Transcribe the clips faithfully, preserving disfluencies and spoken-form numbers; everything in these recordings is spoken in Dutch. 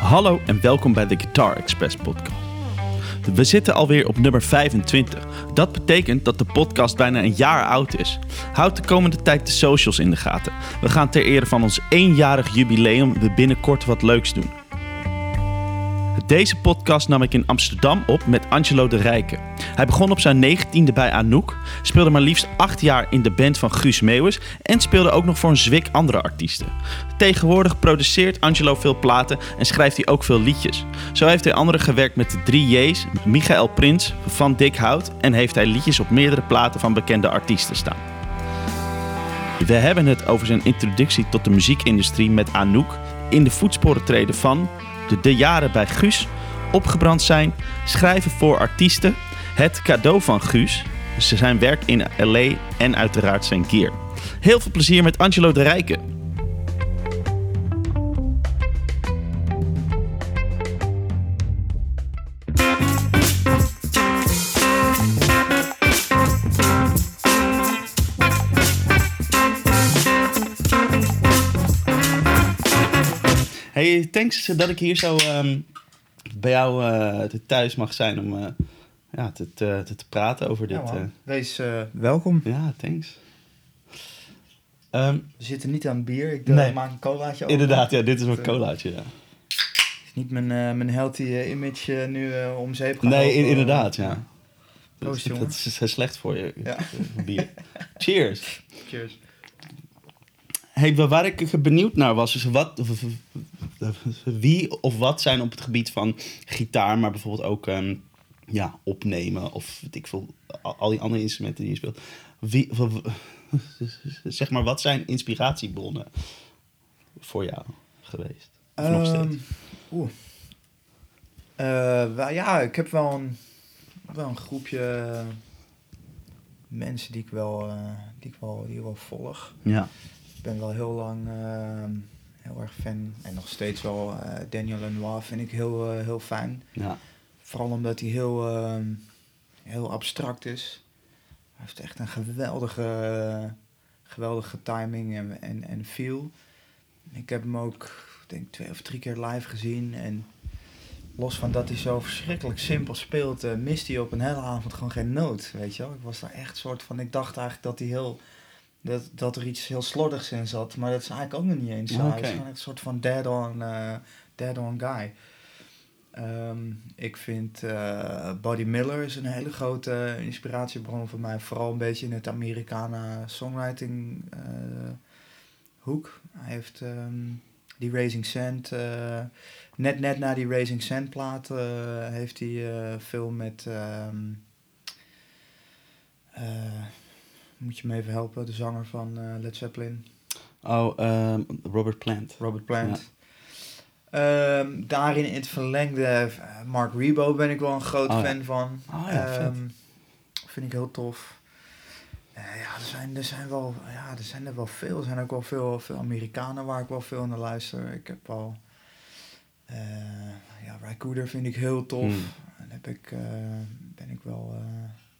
Hallo en welkom bij de Guitar Express podcast. We zitten alweer op nummer vijfentwintig. Dat betekent dat de podcast bijna een jaar oud is. Houd de komende tijd de socials in de gaten. We gaan ter ere van ons eenjarig jubileum we binnenkort wat leuks doen. Deze podcast nam ik in Amsterdam op met Angelo de Rijke. Hij begon op zijn negentiende bij Anouk, speelde maar liefst acht jaar in de band van Guus Meeuwis en speelde ook nog voor een zwik andere artiesten. Tegenwoordig produceert Angelo veel platen en schrijft hij ook veel liedjes. Zo heeft hij anderen gewerkt met de drie J's, Michael Prins, Van Dik Hout en heeft hij liedjes op meerdere platen van bekende artiesten staan. We hebben het over zijn introductie tot de muziekindustrie met Anouk, in de voetsporen treden van de, de jaren bij Guus, opgebrand zijn, schrijven voor artiesten, het cadeau van Guus, zijn werk in L A en uiteraard zijn gear. Heel veel plezier met Angelo de Rijke. Hey, thanks dat ik hier zo um, bij jou uh, thuis mag zijn om uh, ja, te, te, te, te praten over dit. Ja, uh... Wees uh, welkom. Ja, thanks. Um, We zitten niet aan bier. Ik uh, nee. maak een colaatje over. Inderdaad, ja, dit is een colaatje, ja. Het is niet mijn, uh, mijn healthy uh, image uh, nu uh, om zeep gehaald. Nee, in, inderdaad, ja. ja. Proost, dat, dat is uh, slecht voor je, ja. bier. Cheers. Cheers. Hey, waar ik benieuwd naar was, is wat, wie of wat zijn op het gebied van gitaar, maar bijvoorbeeld ook um, ja, opnemen of weet ik veel, al die andere instrumenten die je speelt. Wie, zeg maar, wat zijn inspiratiebronnen voor jou geweest? Of um, nog steeds? Oeh. Uh, well, ja, ik heb wel een, wel een groepje mensen die ik wel, uh, die ik wel, die ik wel volg. Ja. Ik ben wel heel lang uh, heel erg fan en nog steeds wel uh, Daniel Lanois vind ik heel, uh, heel fijn. Ja. Vooral omdat hij heel, uh, heel abstract is. Hij heeft echt een geweldige, uh, geweldige timing en, en, en feel. Ik heb hem ook, denk ik, twee of drie keer live gezien. En los van dat hij zo verschrikkelijk simpel speelt, uh, mist hij op een hele avond gewoon geen noot. Weet je wel? Ik was daar echt soort van, ik dacht eigenlijk dat hij heel... Dat, dat er iets heel slordigs in zat, maar dat is eigenlijk ook nog niet eens zo. Okay. Hij is gewoon een soort van dead-on uh, dead-on guy. Um, ik vind uh, Buddy Miller is een hele grote inspiratiebron voor mij. Vooral een beetje in het Americana songwriting uh, hoek. Hij heeft um, die Raising Sand... Uh, net, net na die Raising Sand plaat uh, heeft hij uh, veel met... Um, uh, Moet je me even helpen, de zanger van uh, Led Zeppelin. Oh, um, Robert Plant. Robert Plant. Ja. Um, daarin in het verlengde, uh, Mark Rebo ben ik wel een groot oh, fan ja. van. Oh ja, um, vind ik heel tof. Uh, ja, er zijn, er zijn wel, ja, er zijn er wel veel. Er zijn ook wel veel, veel Amerikanen waar ik wel veel naar luister. Ik heb wel, uh, ja, Ry Cooder vind ik heel tof. Hmm. En heb ik, uh, ben ik wel... Uh,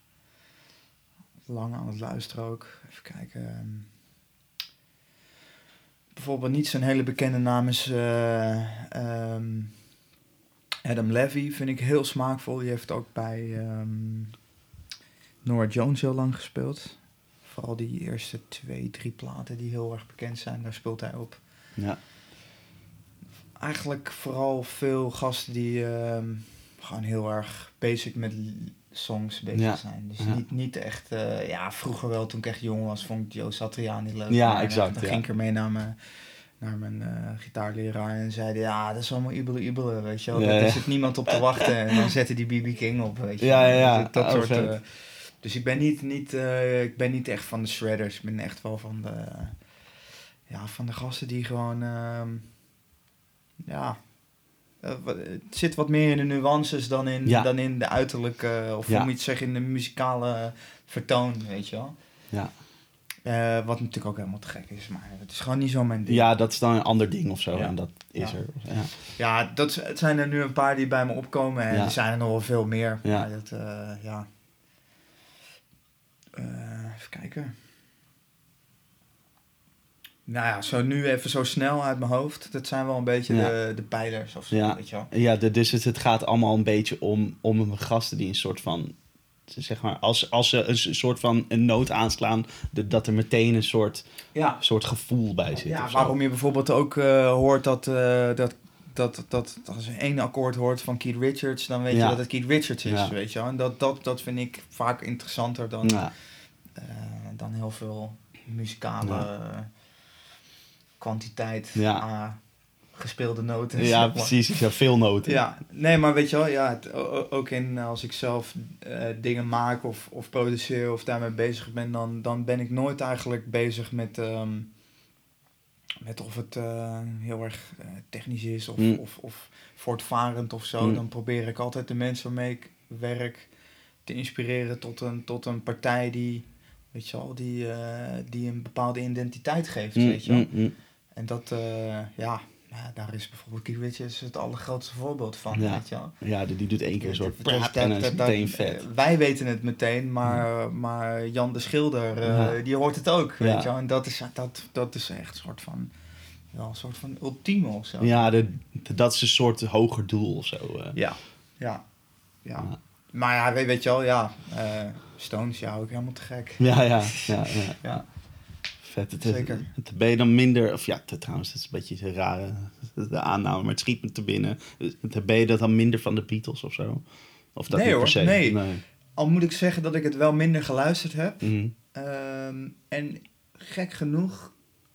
lang aan het luisteren ook. Even kijken. Um, bijvoorbeeld niet zo'n hele bekende naam is uh, um, Adam Levy. Vind ik heel smaakvol. Die heeft ook bij um, Norah Jones heel lang gespeeld. Vooral die eerste twee, drie platen die heel erg bekend zijn. Daar speelt hij op. Ja. Eigenlijk vooral veel gasten die um, gewoon heel erg basic met songs bezig ja. zijn. Dus ja. niet, niet echt... Uh, ja, vroeger wel, toen ik echt jong was, vond ik Joe Satriani leuk. Ja, maar, exact. Dan ja. ging ik ermee naar mijn, naar mijn uh, gitaarleraar en zei ja, dat is allemaal ibelen ibelen, weet je wel. Ja, ja. Er zit niemand op te wachten en dan zette die B B King op, weet je ja, ja, ja. Dat, dat oh, soort... Uh, dus ik ben niet, niet, uh, ik ben niet echt van de shredders. Ik ben echt wel van de... Uh, ja, van de gasten die gewoon... Uh, ja... Uh, het zit wat meer in de nuances dan in, ja. dan in de uiterlijke, of ja. hoe moet je het zeggen, in de muzikale vertoon, weet je wel. Ja. Uh, wat natuurlijk ook helemaal te gek is, maar het is gewoon niet zo mijn ding. Ja, dat is dan een ander ding of zo, ja. en dat is ja. er. Ja, ja dat, het zijn er nu een paar die bij me opkomen, en ja. er zijn er nog wel veel meer. Ja. Maar dat, uh, ja... Uh, even kijken... Nou ja, zo nu even zo snel uit mijn hoofd. Dat zijn wel een beetje Ja. de, de pijlers of zo, Ja, weet je wel. ja de, dus het, het gaat allemaal een beetje om, om gasten die een soort van... Zeg maar, als, als ze een soort van een noot aanslaan... De, dat er meteen een soort, Ja, soort gevoel bij zit. ja of zo. waarom je bijvoorbeeld ook uh, hoort dat, uh, dat, dat, dat... Als je één akkoord hoort van Keith Richards... dan weet Ja. je dat het Keith Richards is, Ja. weet je wel. En dat, dat, dat vind ik vaak interessanter dan, Ja. uh, dan heel veel muzikale Ja. kwantiteit Ja. aan gespeelde noten. Ja, zeg maar. precies. Ja, veel noten. Ja, nee, maar weet je wel, ja, het, o- ook in als ik zelf uh, dingen maak of, of produceer of daarmee bezig ben, dan, dan ben ik nooit eigenlijk bezig met, um, met of het uh, heel erg uh, technisch is of, Mm. of, of voortvarend of zo. Mm. Dan probeer ik altijd de mensen waarmee ik werk te inspireren tot een, tot een partij die, weet je wel, die, uh, die een bepaalde identiteit geeft, Mm, weet je wel. mm, mm. En dat, uh, ja... Ja, daar is bijvoorbeeld Keith Richards het allergrootste voorbeeld van, Ja. weet je wel. Ja, die, die doet één keer een soort Dat- dat- prap dat- en dan is dat- het dat- meteen vet. eh, Wij weten het meteen, maar, maar Jan de Schilder, eh, Ja. die hoort het ook, weet Ja. je wel. En dat is, dat, dat is echt een soort van, wel een soort van ultieme of zo. Ja, de, de- dat is een soort hoger doel of zo. eh. Ja, ja, ja. Ja. Maar ja, weet, weet je wel, ja, eh, Stones, ja, ook helemaal te gek. Ja, ja, ja, ja. Ja, Vet. Het, Zeker. Het, het- ben je dan minder... Of ja, het, trouwens, dat is een beetje een rare de aanname, maar het schiet me te binnen. Het, ben je dat dan minder van de Beatles of zo? Of dat Nee, niet hoor, per se? nee. nee. al moet ik zeggen dat ik het wel minder geluisterd heb. Mhm. Ehm, en gek genoeg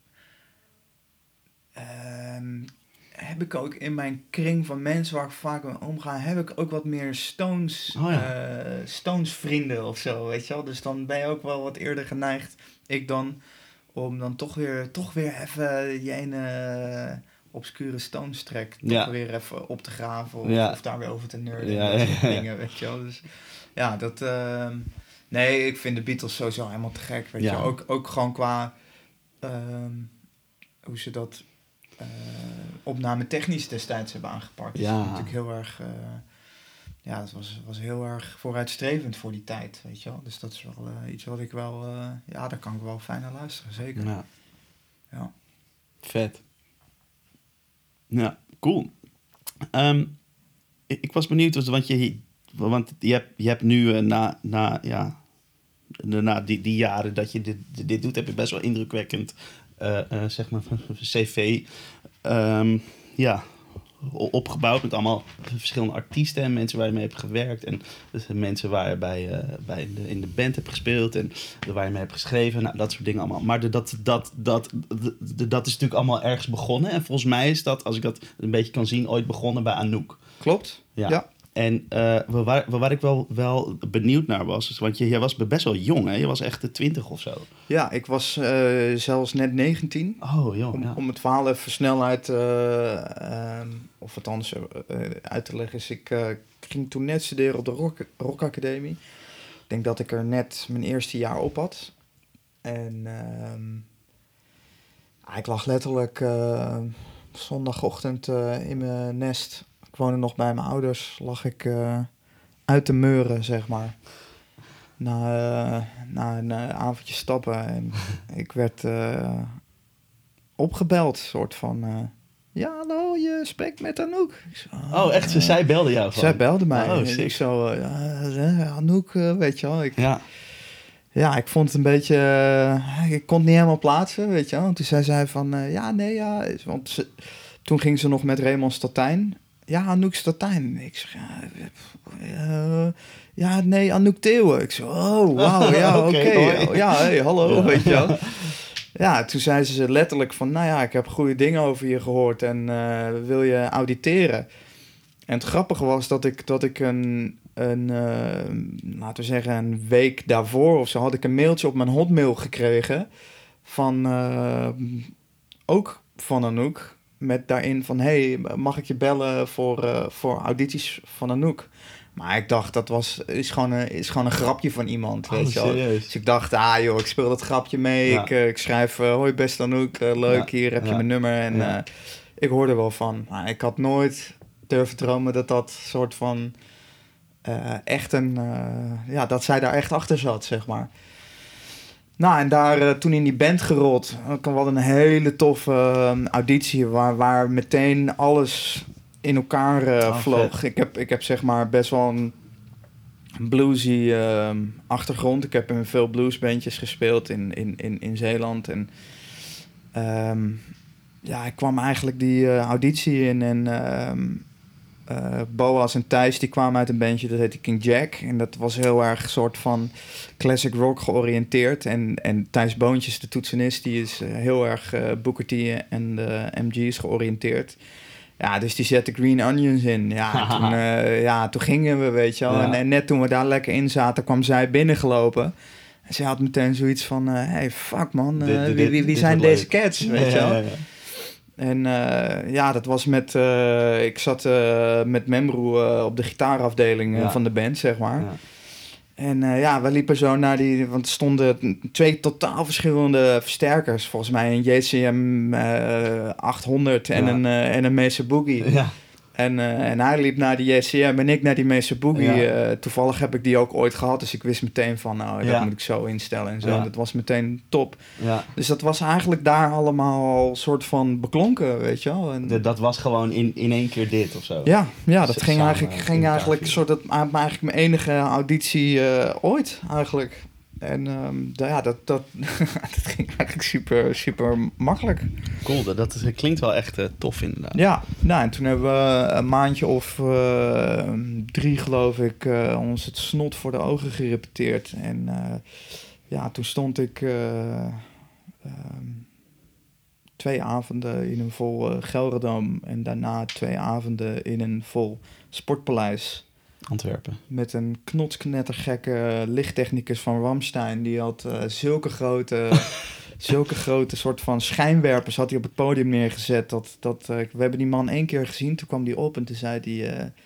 ehm, heb ik ook in mijn kring van mensen waar ik vaak mee omga, heb ik ook wat meer Stones, Oh ja. eh, Stones vrienden of zo, weet je wel. Dus dan ben je ook wel wat eerder geneigd, ik dan, om dan toch weer, toch weer even die ene eh, obscure Stones track toch Ja. weer even op te graven of, Ja. of daar weer over te nerden. Ja, en dat ja, soort ja. dingen, weet je wel. Dus ja, dat... ehm, nee, ik vind de Beatles sowieso helemaal te gek, weet Ja. je. Ook, ook gewoon qua... ehm, hoe ze dat uh, opname technisch destijds hebben aangepakt. Ja. Dat is natuurlijk heel erg... Uh, ja, dat was, was heel erg vooruitstrevend voor die tijd, weet je wel. Dus dat is wel uh, iets wat ik wel... Uh, ja, daar kan ik wel fijn naar luisteren, zeker. Ja. Ja. Vet. Ja, cool. Um, ik, ik was benieuwd, want je, want je, hebt, je hebt nu uh, na, na, ja, na die, die jaren dat je dit, dit doet, heb je best wel indrukwekkend, uh, uh, zeg maar, cv, um, ja, opgebouwd met allemaal verschillende artiesten en mensen waar je mee hebt gewerkt en dus mensen waar je bij, uh, bij in, de, in de band hebt gespeeld en waar je mee hebt geschreven, nou, dat soort dingen allemaal. Maar de, dat, dat, dat, dat, dat is natuurlijk allemaal ergens begonnen en volgens mij is dat, als ik dat een beetje kan zien, ooit begonnen bij Anouk. Klopt. Ja. ja. En uh, waar, waar ik wel, wel benieuwd naar was, want je, je was best wel jong, hè? Je was echt de twintig of zo. Ja, ik was uh, zelfs net negentien. Oh, joh. Om, Ja. om het verhaal even snel uit, uh, um, of althans uh, uit te leggen, is ik uh, ging toen net studeren op de Rock, Rock Academie. Ik denk dat ik er net mijn eerste jaar op had. En uh, ik lag letterlijk uh, zondagochtend uh, in mijn nest. Ik woonde nog bij mijn ouders, lag ik uh, uit de meuren, zeg maar. Na, uh, na een uh, avondje stappen. En ik werd uh, opgebeld, soort van... Uh, ja, hallo, je spreekt met Anouk. Zo, oh, oh, echt? Uh, zij belde jou van? Zij belde mij. Oh, en ik zo, uh, Anouk, uh, weet je wel. Ik, ja. Ja, ik vond het een beetje... Uh, ik kon het niet helemaal plaatsen, weet je wel. En toen zei zij van... Uh, ja, nee, ja... Want ze, toen ging ze nog met Raymond Statijn... Ja, Anouk Statijn. Ik zeg, ja, uh, ja, nee, Anouk Theeuwen. Ik zeg, oh, wauw, ja, oké. Okay, okay. Ja, hey, hallo, ja. Weet je wel. Ja, toen zei ze letterlijk van, nou ja, ik heb goede dingen over je gehoord en uh, wil je auditeren? En het grappige was dat ik, dat ik een, een uh, laten we zeggen, een week daarvoor of zo, had ik een mailtje op mijn hotmail gekregen van, uh, ook van Anouk. Met daarin van, hey, mag ik je bellen voor, uh, voor audities van Anouk? Maar ik dacht, dat was, is, gewoon een, is gewoon een grapje van iemand, weet oh, je wel. Dus ik dacht, ah joh, ik speel dat grapje mee. Ja. Ik, uh, ik schrijf, uh, hoi best Anouk, uh, leuk, ja. hier heb je ja. mijn nummer. En ja. uh, ik hoorde er wel van. Maar ik had nooit durven dromen dat dat soort van, uh, echt een, uh, ja, dat zij daar echt achter zat, zeg maar. Nou, en daar uh, toen in die band gerold. We hadden een hele toffe uh, auditie waar, waar meteen alles in elkaar uh, oh, vloog. Ik heb, ik heb zeg maar best wel een bluesy uh, achtergrond. Ik heb in veel bluesbandjes gespeeld in, in, in, in Zeeland. En um, ja, ik kwam eigenlijk die uh, auditie in en um, uh, Boas en Thijs die kwamen uit een bandje dat heette King Jack. En dat was heel erg een soort van classic rock georiënteerd. En, en Thijs Boontjes, de toetsenist, die is uh, heel erg uh, Booker T en de M G's georiënteerd. Ja, dus die zette Green Onions in. Ja, toen, uh, ja, toen gingen we, weet je wel. Ja. En, en net toen we daar lekker in zaten, kwam zij binnengelopen. En ze had meteen zoiets van, uh, hey, fuck man, uh, dit, dit, wie, wie, wie zijn deze leuk. Cats, weet je wel. Ja, ja, ja. En uh, ja, dat was met... Uh, ik zat uh, met Memru uh, op de gitaarafdeling uh, ja. van de band, zeg maar. Ja. En uh, ja, we liepen zo naar die... Want er stonden twee totaal verschillende versterkers. Volgens mij een J C M uh, achthonderd en, ja. een, uh, en een Mesa Boogie. Ja. En, uh, en hij liep naar die J C M en ik naar die Mesa Boogie. Ja. Uh, toevallig heb ik die ook ooit gehad. Dus ik wist meteen van, nou, dat ja. moet ik zo instellen en zo. Ja. Dat was meteen top. Ja. Dus dat was eigenlijk daar allemaal een soort van beklonken, weet je wel. En, de, dat was gewoon in, in één keer dit of zo? Ja, ja dat S- ging eigenlijk, ging eigenlijk soort dat, eigenlijk mijn enige auditie uh, ooit eigenlijk. En um, ja, dat, dat, dat ging eigenlijk super, super makkelijk. Cool, dat, dat klinkt wel echt uh, tof inderdaad. Ja, nou, en toen hebben we een maandje of uh, drie, geloof ik, uh, ons het snot voor de ogen gerepeteerd. En uh, ja, toen stond ik uh, uh, twee avonden in een vol uh, Gelredome en daarna twee avonden in een vol Sportpaleis. Antwerpen. Met een knotsknettergekke lichttechnicus van Rammstein. Die had uh, zulke grote, zulke grote soort van schijnwerpers had hij op het podium neergezet. Dat, dat, uh, we hebben die man één keer gezien. Toen kwam die op en toen zei hij... Uh,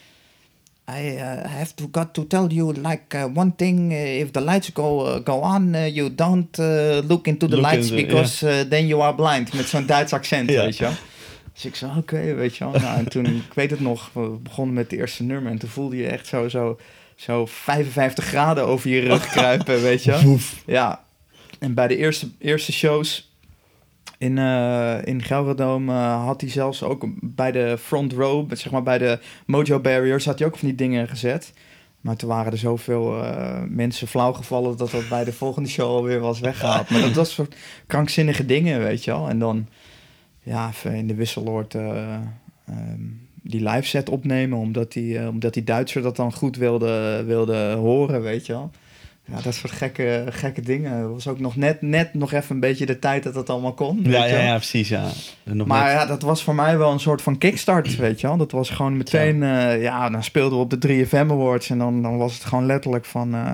I uh, have to got to tell you like uh, one thing. Uh, if the lights go, uh, go on, uh, you don't uh, look into the look lights into, because yeah. uh, then you are blind. Met zo'n Duits accent, ja. weet je wel. Dus ik zei, oké, okay, weet je wel. Nou, en toen, ik weet het nog, we begonnen met het eerste nummer. En toen voelde je echt zo, zo, zo vijfenvijftig graden over je rug kruipen, weet je wel. Ja. En bij de eerste, eerste shows in, uh, in Gelredome uh, had hij zelfs ook bij de front row, zeg maar bij de Mojo Barriers, had hij ook van die dingen gezet. Maar toen waren er zoveel uh, mensen flauwgevallen dat dat bij de volgende show alweer was weggehaald. Maar dat was soort krankzinnige dingen, weet je wel. En dan... ja, even in de wisseloord uh, um, die live set opnemen, omdat die, uh, omdat die Duitser dat dan goed wilde, wilde horen, weet je wel. Ja, dat soort gekke, gekke dingen. Het was ook nog net, net nog even een beetje de tijd dat dat allemaal kon. Weet ja, je ja, wel? ja, precies, ja. Nog maar net... ja, dat was voor mij wel een soort van kickstart, weet je wel. Dat was gewoon meteen, uh, ja, dan speelden we op de drie F M Awards en dan, dan was het gewoon letterlijk van, uh,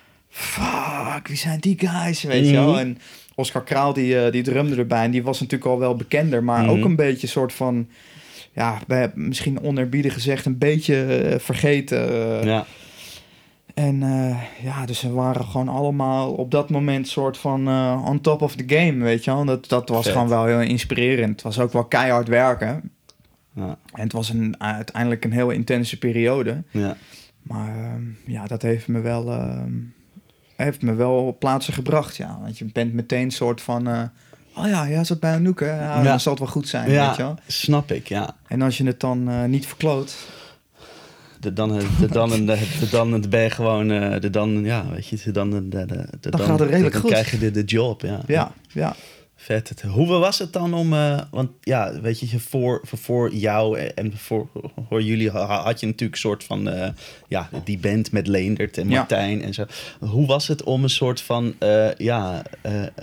fuck, wie zijn die guys, weet mm-hmm. je wel. En Oscar Kraal, die, uh, die drumde erbij en die was natuurlijk al wel bekender, maar mm-hmm. ook een beetje soort van, ja, misschien oneerbiedig gezegd, een beetje uh, vergeten. Uh, ja. En uh, ja, dus we waren gewoon allemaal op dat moment soort van uh, on top of the game, weet je wel. Dat, dat was Vet. Gewoon wel heel inspirerend. Het was ook wel keihard werken. Ja. En het was een, uiteindelijk een heel intense periode. Ja. Maar uh, ja, dat heeft me wel... Uh, heeft me wel op plaatsen gebracht, ja. Want je bent meteen soort van... Uh, oh ja, ja, zat bij Anouk, hè? Ja, ja. Dan zal het wel goed zijn, ja, weet je wel. Snap ik, ja. En als je het dan uh, niet verkloot... De dan, de dan, de, de dan ben je gewoon, de dan, ja, weet je, de dan, de, de, de, dan, dan gaat het redelijk dan goed. Dan krijg je de, de job, ja. Ja, ja. Vet. Het. Hoe was het dan om, uh, want ja, weet je, voor, voor, voor jou en voor, voor jullie had je natuurlijk een soort van, uh, ja, die band met Leendert en Martijn ja. en zo. Hoe was het om een soort van, uh, ja, uh, uh,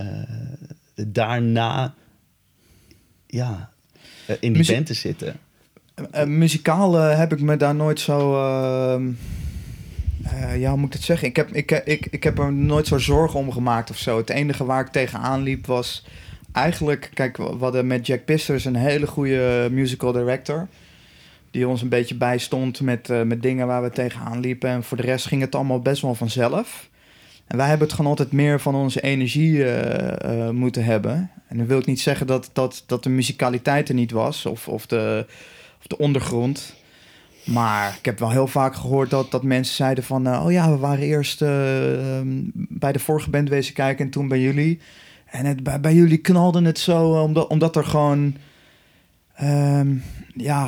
daarna, ja, uh, in die Muzie- band te zitten? Uh, muzikaal uh, heb ik me daar nooit zo... Uh, uh, ja, hoe moet ik het zeggen? Ik heb, ik, ik, ik heb er nooit zo zorgen om gemaakt of zo. Het enige waar ik tegenaan liep was... Eigenlijk, kijk, we hadden met Jack Pisters een hele goede musical director... die ons een beetje bijstond met, uh, met dingen waar we tegenaan liepen. En voor de rest ging het allemaal best wel vanzelf. En wij hebben het gewoon altijd meer van onze energie uh, uh, moeten hebben. En dan wil ik niet zeggen dat, dat, dat de musicaliteit er niet was... of, of de... de ondergrond. Maar ik heb wel heel vaak gehoord dat, dat mensen zeiden van... Uh, oh ja, we waren eerst uh, um, bij de vorige band wezen kijken en toen bij jullie. En het, bij, bij jullie knalde het zo, uh, omdat, omdat er gewoon... Um, ja...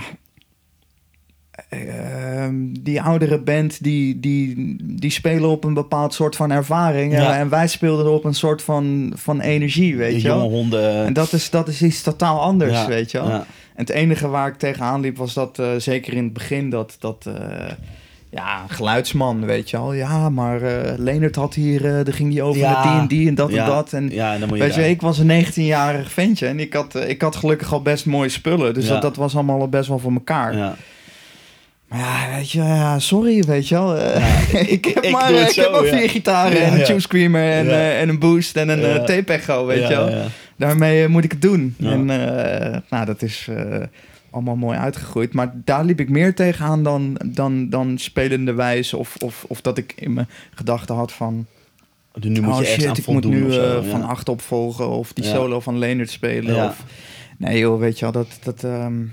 Uh, die oudere band, die, die, die spelen op een bepaald soort van ervaring. Ja. Uh, en wij speelden op een soort van, van energie, weet de je wel. jonge honden. En dat is, dat is iets totaal anders, ja. weet je wel. Ja. En het enige waar ik tegenaan liep was dat, uh, zeker in het begin, dat... dat uh, ja, een geluidsman, weet je wel. Ja, maar uh, Leendert had hier... Uh, er ging die over ja. met die en die en dat ja. en dat. En, ja, en dan moet je weet je, daar. ik was een negentienjarig ventje. En ik had, uh, ik had gelukkig al best mooie spullen. Dus ja. dat, dat was allemaal best wel voor elkaar. Ja. Maar ja, weet je, ja, sorry, weet je wel. Uh, Ja. ik heb ik maar, doe het ik zo, heb maar ja. vier gitaren Ja, en een ja. tune screamer en, Ja. uh, en een boost en een Ja. uh, tape echo, weet ja, je wel. Ja. Daarmee uh, moet ik het doen. Ja. En uh, nou, dat is uh, allemaal mooi uitgegroeid. Maar daar liep ik meer tegenaan dan, dan, dan spelende wijze. Of, of, of dat ik in mijn gedachten had van... Dus nu moet oh je echt shit, aan ik moet voldoen nu of zo. uh, Ja. van acht opvolgen. Of die Ja. solo van Leendert spelen. Ja. Of, nee joh, weet je wel, dat... dat um,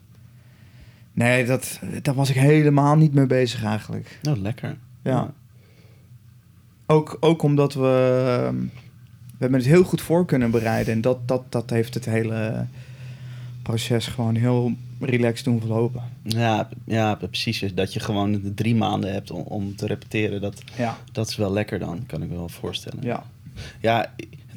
nee, dat, daar was ik helemaal niet mee bezig eigenlijk. Nou, lekker. Ja. Ja. Ook, ook omdat we... Um, we hebben het heel goed voor kunnen bereiden. En dat, dat, dat heeft het hele proces gewoon heel relaxed doen verlopen. Ja, ja, precies. Dat je gewoon drie maanden hebt om, om te repeteren. Dat, Ja. dat is wel lekker dan, kan ik me wel voorstellen. Ja. Ja,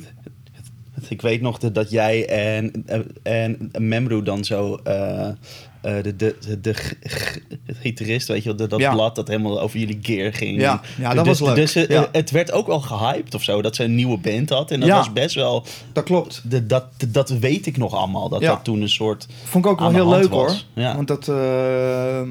ik weet nog dat, dat jij en, en Memru dan zo... Uh, uh, de, de, de, de gitarist, weet je wel, dat, dat Ja. blad dat helemaal over jullie gear ging. Ja, ja dat dus, was leuk. Dus uh, ja. het werd ook wel gehyped of zo, dat ze een nieuwe band had. En dat Ja. was best wel... Dat klopt. De, dat, dat weet ik nog allemaal, dat Ja. dat toen een soort... Vond ik ook wel aan de heel hand leuk was. hoor. Ja. Want dat... Uh,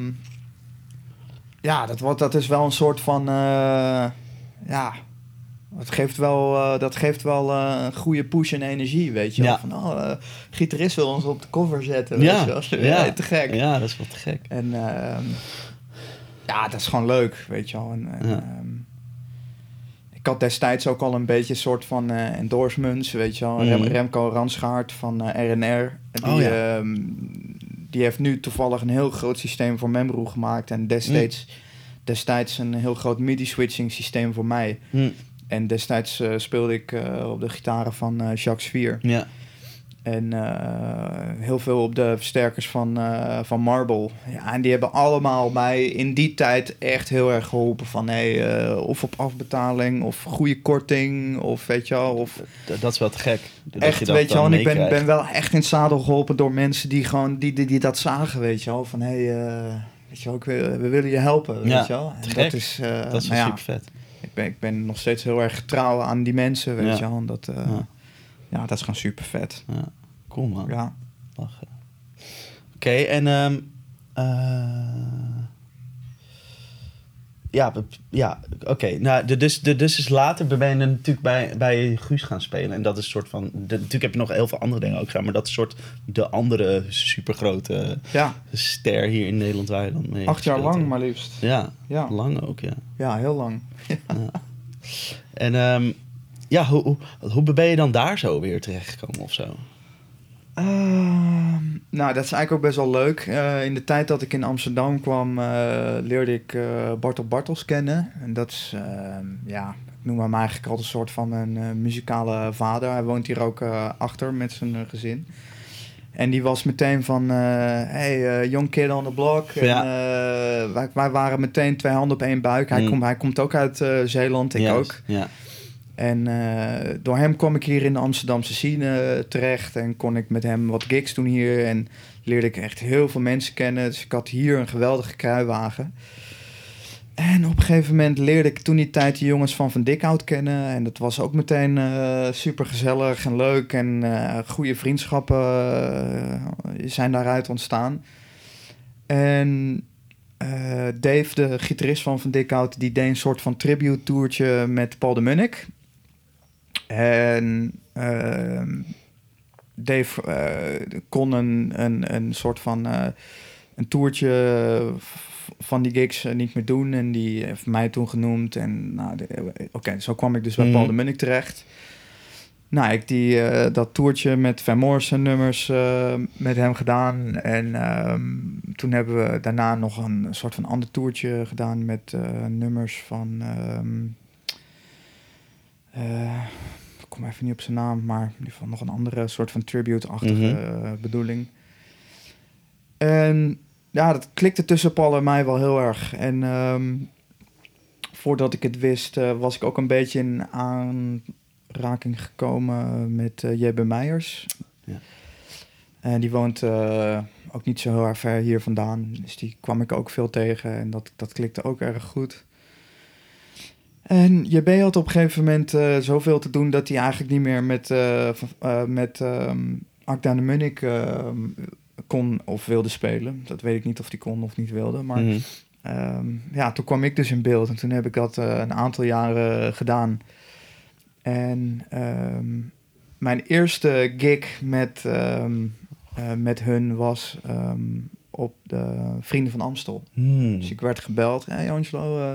ja, dat, wordt, dat is wel een soort van... Uh, ja... Dat geeft wel, uh, dat geeft wel uh, een goede push en energie, weet je wel. Ja. Van, oh, uh, gitarist wil ons op de cover zetten, Ja. weet je wel. Ja. Ja, te gek. Ja, dat is wel te gek. En uh, ja, dat is gewoon leuk, weet je wel. En, en, Ja. um, ik had destijds ook al een beetje een soort van uh, endorsements, weet je wel. Mm. Rem, Remco Ransgaard van uh, R en R. Die, Oh, ja. um, die heeft nu toevallig een heel groot systeem voor Memru gemaakt. En destijds, mm. destijds een heel groot MIDI-switching systeem voor mij. Mm. En destijds uh, speelde ik uh, op de gitaren van uh, Jacques Vier. Ja. En uh, heel veel op de versterkers van, uh, van Marble. Ja, en die hebben allemaal mij in die tijd echt heel erg geholpen. Van hey, uh, of op afbetaling, of goede korting, of weet je wel. Of dat, dat is wel te gek. Dat echt, je dat weet je wel. En ik ben, ben wel echt in het zadel geholpen door mensen die gewoon die, die, die dat zagen, weet je wel. Van hey, uh, weet je wel, ik wil, we willen je helpen, weet ja, je wel. En te dat gek. is, uh, dat is nou ja, super vet. Ik ben, ik ben nog steeds heel erg trouw aan die mensen, weet Ja. je wel. En dat, uh, Ja. ja, dat is gewoon super vet. Ja. Cool, man. Ja. Lachen. Oké, okay, en... Um, uh, ja, ja oké. Okay. Nou, de, dus, de, dus is later ben je natuurlijk bij, bij Guus gaan spelen. En dat is een soort van... De, natuurlijk heb je nog heel veel andere dingen ook gedaan. Maar dat is een soort de andere supergrote Ja. ster hier in Nederland waar je dan mee Acht jaar lang hebt. maar liefst. Ja, Ja. lang ook, ja. Ja, heel lang. ja. En um, ja, hoe, hoe, hoe ben je dan daar zo weer terechtgekomen of zo? Uh, nou, dat is eigenlijk ook best wel leuk. Uh, in de tijd dat ik in Amsterdam kwam, uh, leerde ik uh, Bartel Bartels kennen. En dat is, uh, ja, ik noem hem eigenlijk altijd een soort van een uh, muzikale vader. Hij woont hier ook uh, achter met zijn uh, gezin. En die was meteen van, uh, hey, uh, young kid on the block. En, Ja. uh, wij, wij waren meteen twee handen op één buik. Hij, Mm. kom, hij komt ook uit uh, Zeeland, ik Yes. ook. Ja. En uh, door hem kwam ik hier in de Amsterdamse scene terecht en kon ik met hem wat gigs doen hier. En leerde ik echt heel veel mensen kennen. Dus ik had hier een geweldige kruiwagen. En op een gegeven moment leerde ik toen die tijd de jongens van Van Dikhout kennen. En dat was ook meteen uh, super gezellig en leuk. En uh, goede vriendschappen uh, zijn daaruit ontstaan. En uh, Dave, de gitarist van Van Dikhout, die deed een soort van tribute toertje met Paul de Munnik. En uh, Dave uh, kon een, een, een soort van uh, een toertje van die gigs uh, niet meer doen. En die heeft mij toen genoemd. En nou, oké, okay, zo kwam ik dus bij Mm. Paul de Munnik terecht. nou, ik die, uh, dat toertje met Van Morrison nummers uh, met hem gedaan. En um, toen hebben we daarna nog een soort van ander toertje gedaan met uh, nummers van... Um, uh, ik kom even niet op zijn naam, maar in ieder geval nog een andere soort van tribute-achtige mm-hmm. uh, bedoeling. En ja, dat klikte tussen Paul en mij wel heel erg. En um, voordat ik het wist, uh, was ik ook een beetje in aanraking gekomen met uh, J B Meijers. Ja. En die woont uh, ook niet zo heel erg ver hier vandaan. Dus die kwam ik ook veel tegen en dat, dat klikte ook erg goed. En J B had op een gegeven moment uh, zoveel te doen dat hij eigenlijk niet meer met, uh, uh, met um, Akda en de Munnik uh, kon of wilde spelen. Dat weet ik niet of hij kon of niet wilde. Maar mm-hmm. um, ja, toen kwam ik dus in beeld en toen heb ik dat uh, een aantal jaren gedaan. En um, mijn eerste gig met, um, uh, met hun was um, op de Vrienden van Amstel. Mm. Dus ik werd gebeld. Hey Angelo, uh,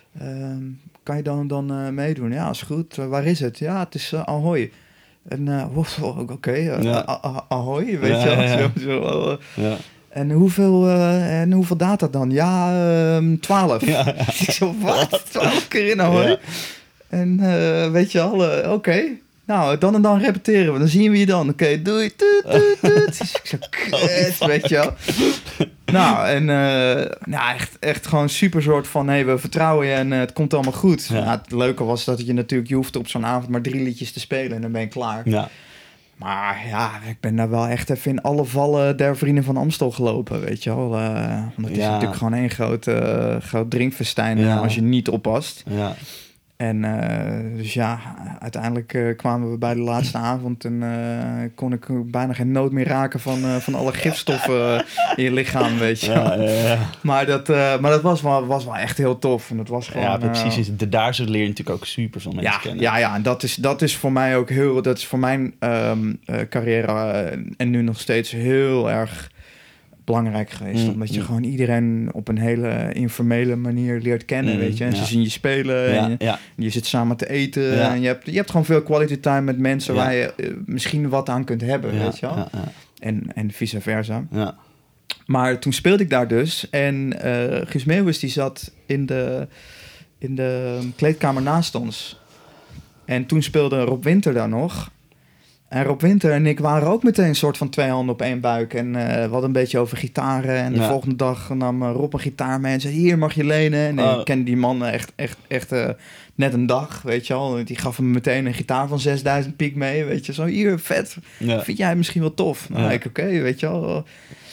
um, kan je dan, dan uh, meedoen? Ja, is goed. Uh, waar is het? Ja, het is uh, Ahoy. En uh, wow, oké, okay, uh, ja. uh, uh, Ahoy, weet ja, je wel. Ja, ja. Zo, zo, uh, ja. En hoeveel, uh, en hoeveel data dan? Ja, uh, twaalf. Ja, ja. Ik zo, wat? Twaalf keer in Ahoy? Ja. En uh, weet je al, uh, oké. Okay. Nou, dan en dan repeteren we. Dan zien we je dan. Oké, okay, doei. Toet, toet, toet. Dus ik zo, kut, weet je wel. Nou, en uh, nou, echt, echt gewoon super soort van... hé, hey, we vertrouwen je en uh, het komt allemaal goed. Ja. Nou, het leuke was dat je natuurlijk... je hoeft op zo'n avond maar drie liedjes te spelen... en dan ben je klaar. Ja. Maar ja, ik ben daar wel echt even in alle vallen... der Vrienden van Amstel gelopen, weet je wel. Uh, want het is ja. natuurlijk gewoon één groot, uh, groot drinkfestijn... Ja. als je niet oppast. Ja. En uh, dus ja, uiteindelijk uh, kwamen we bij de laatste avond en uh, kon ik bijna geen nood meer raken van, uh, van alle gifstoffen uh, in je lichaam, weet je. Ja, ja, ja. Maar dat, uh, maar dat was, wel, was wel echt heel tof. En dat was gewoon, ja, precies. Uh, de, daar zo leer je natuurlijk ook super veel mensen ja, kennen. Ja, ja, en dat is, dat is voor mij ook heel, dat is voor mijn um, uh, carrière uh, en nu nog steeds heel erg belangrijk geweest. Mm, omdat je mm. gewoon iedereen op een hele informele manier leert kennen, mm, weet je. En ja. ze zien je spelen ja, en je, ja. je zit samen te eten. Ja. En je hebt, je hebt gewoon veel quality time met mensen ja. waar je uh, misschien wat aan kunt hebben, ja, weet je wel. Ja, ja. En, en vice versa. Ja. Maar toen speelde ik daar dus. En uh, Guus Meeuwis die zat in de, in de kleedkamer naast ons. En toen speelde Rob Winter daar nog. En Rob Winter en ik waren ook meteen een soort van twee handen op één buik. En uh, we hadden een beetje over gitaren. En de ja. volgende dag nam uh, Rob een gitaar mee en zei... hier mag je lenen. En oh. ik ken die man echt, echt, echt uh, net een dag, weet je al. Die gaf hem meteen een gitaar van zesduizend piek mee, weet je. Zo, hier, vet. Ja. Vind jij misschien wel tof? Nou, ja. ik oké, okay, weet je al.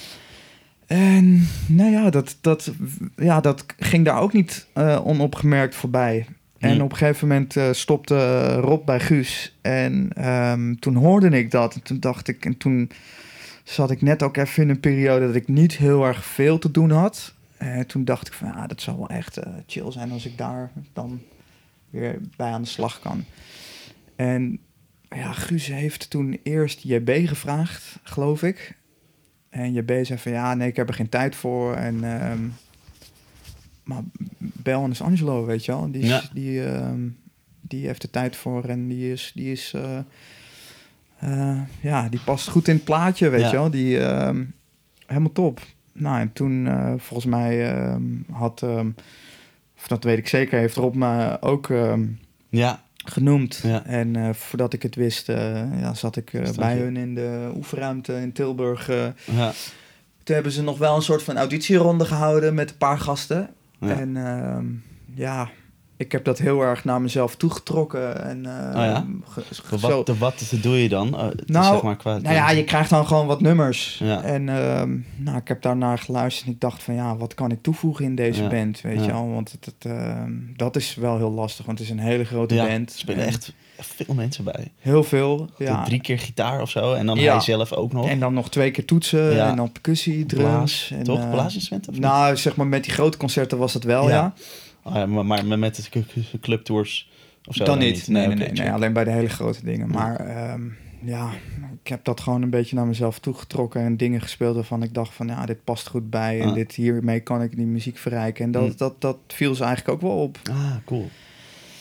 En nou ja, dat, dat, ja, dat ging daar ook niet uh, onopgemerkt voorbij. En hmm. op een gegeven moment uh, stopte Rob bij Guus. En um, toen hoorde ik dat. En toen dacht ik... En toen zat ik net ook even in een periode... dat ik niet heel erg veel te doen had. En toen dacht ik van... Ah, dat zou wel echt uh, chill zijn... als ik daar dan weer bij aan de slag kan. En ja, Guus heeft toen eerst J B gevraagd, geloof ik. En J B zei van... Ja, nee, ik heb er geen tijd voor. En... Um, maar bel aan Angelo, weet je wel. Die, is, ja. die, uh, die heeft er tijd voor en die is... Die is uh, uh, ja, die past goed in het plaatje, weet ja. je wel. Die, uh, helemaal top. Nou, en toen uh, volgens mij uh, had... Um, of dat weet ik zeker, heeft Rob me ook um, ja. genoemd. Ja. En uh, voordat ik het wist, uh, ja, zat ik uh, bij je? hun in de oefenruimte in Tilburg. Uh, ja. Toen hebben ze nog wel een soort van auditieronde gehouden met een paar gasten. Ja. En uh, ja, ik heb dat heel erg naar mezelf toegetrokken. En, uh, oh ja? ge- ge- wat, de, wat doe je dan? Uh, nou, zeg maar qua nou ja, je krijgt dan gewoon wat nummers. Ja. En uh, nou, ik heb daarnaar geluisterd en ik dacht van... ja, wat kan ik toevoegen in deze ja. band, weet ja. je wel? Want het, het, uh, dat is wel heel lastig, want het is een hele grote ja, band. Er spelen echt veel mensen bij. Heel veel, ja. Drie keer gitaar of zo en dan ja. hij zelf ook nog. En dan nog twee keer toetsen ja. en dan percussie, drums. Blaas, en, toch? Uh, Blaasinstrumenten? Nou, zeg maar met die grote concerten was dat wel, ja. ja. Oh ja, maar, maar met de clubtours of zo? Dan, dan niet. niet. Nee, nee, nee, nee, nee, alleen bij de hele grote dingen. Maar um, ja, ik heb dat gewoon een beetje naar mezelf toegetrokken en dingen gespeeld waarvan ik dacht van ja, dit past goed bij en ah. dit hiermee kan ik die muziek verrijken. En dat, mm. dat, dat viel ze eigenlijk ook wel op. Ah, cool.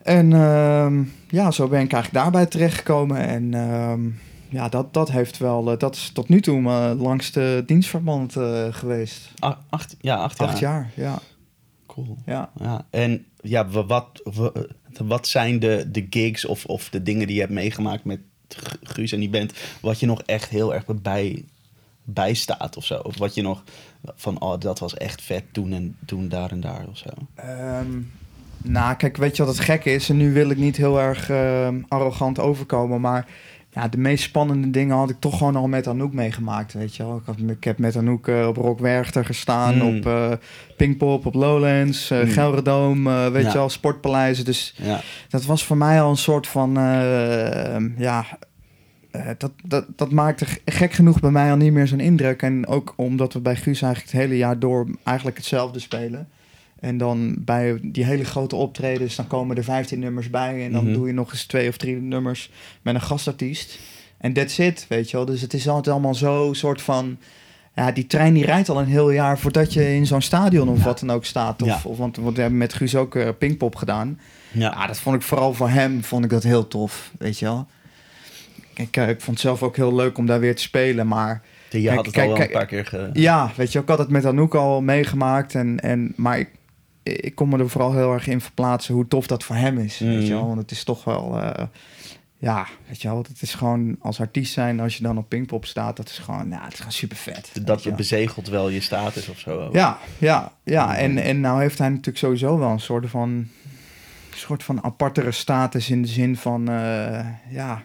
En uh, ja, zo ben ik eigenlijk daarbij terechtgekomen. En uh, ja, dat, dat heeft wel... Uh, dat is tot nu toe mijn langste dienstverband uh, geweest. A- acht, ja, acht jaar. Acht jaar, ja. Cool. Ja. Ja. En ja, wa- wat, wa- wat zijn de, de gigs of, of de dingen die je hebt meegemaakt met Gu- Guus en die band, wat je nog echt heel erg bij, bijstaat of zo? Of wat je nog van, oh, dat was echt vet toen en toen daar en daar of zo? Um, nou, kijk, weet je wat het gekke is? En nu wil ik niet heel erg uh, arrogant overkomen, maar ja, de meest spannende dingen had ik toch gewoon al met Anouk meegemaakt, weet je wel. Ik, had, ik heb met Anouk uh, op Rock Werchter gestaan, mm. op uh, Pinkpop, op Lowlands, uh, mm. Gelredome, uh, weet ja. je wel, Sportpaleizen. Dus ja. dat was voor mij al een soort van, uh, ja... Uh, dat, dat, dat maakte gek genoeg bij mij al niet meer zo'n indruk. En ook omdat we bij Guus eigenlijk het hele jaar door eigenlijk hetzelfde spelen. En dan bij die hele grote optredens, dan komen er vijftien nummers bij. En dan mm-hmm. doe je nog eens twee of drie nummers met een gastartiest. En that's it, weet je wel. Dus het is altijd allemaal zo soort van... Ja, die trein die rijdt al een heel jaar voordat je in zo'n stadion of ja. wat dan ook staat. Of, ja. of, want, want we hebben met Guus ook uh, Pinkpop gedaan. Ja. ja, dat vond ik vooral voor hem vond ik dat heel tof, weet je wel. Kijk, ik vond het zelf ook heel leuk om daar weer te spelen, maar... Je kijk, had het kijk, al wel een paar keer... Ge... Ja, weet je, ik had het met Anouk al meegemaakt. En, en, maar ik, ik kon me er vooral heel erg in verplaatsen hoe tof dat voor hem is. Mm. Weet je wel? Want het is toch wel... Uh, ja, weet je wel, het is gewoon als artiest zijn, als je dan op Pinkpop staat, dat is gewoon, ja, het is gewoon super vet. Dat het bezegelt wel je status of zo. Ja, ja, ja. Mm. En, en nou heeft hij natuurlijk sowieso wel een soort van... Een soort van apartere status in de zin van, uh, ja...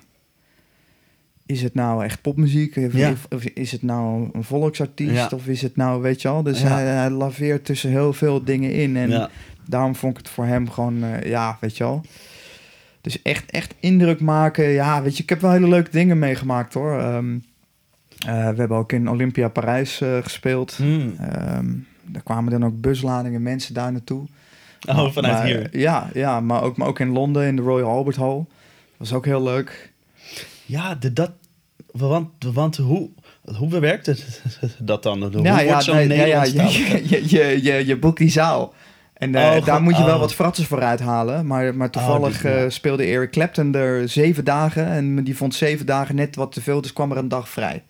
Is het nou echt popmuziek? Of, ja. of is het nou een volksartiest? Ja. Of is het nou, weet je wel? Dus ja. hij, hij laveert tussen heel veel dingen in. En ja. daarom vond ik het voor hem gewoon, uh, ja, weet je wel. Dus echt, echt indruk maken. Ja, weet je, ik heb wel hele leuke dingen meegemaakt, hoor. Um, uh, we hebben ook in Olympia Parijs uh, gespeeld. Hmm. Um, daar kwamen dan ook busladingen mensen daar naartoe. Oh, maar, vanuit maar, hier? Ja, ja maar, ook, maar ook in Londen, in de Royal Albert Hall. Dat was ook heel leuk. Ja, de, dat, want, want hoe, hoe werkt het dat dan? Hoe ja, wordt ja, zo'n nee, Nederlands ja, je, je, je, je, je boekt die zaal. En uh, oh, daar moet je wel oh. wat fratsers voor uithalen. Maar, maar toevallig oh, die, ja. uh, speelde Eric Clapton er zeven dagen. En die vond zeven dagen net wat te veel. Dus kwam er een dag vrij.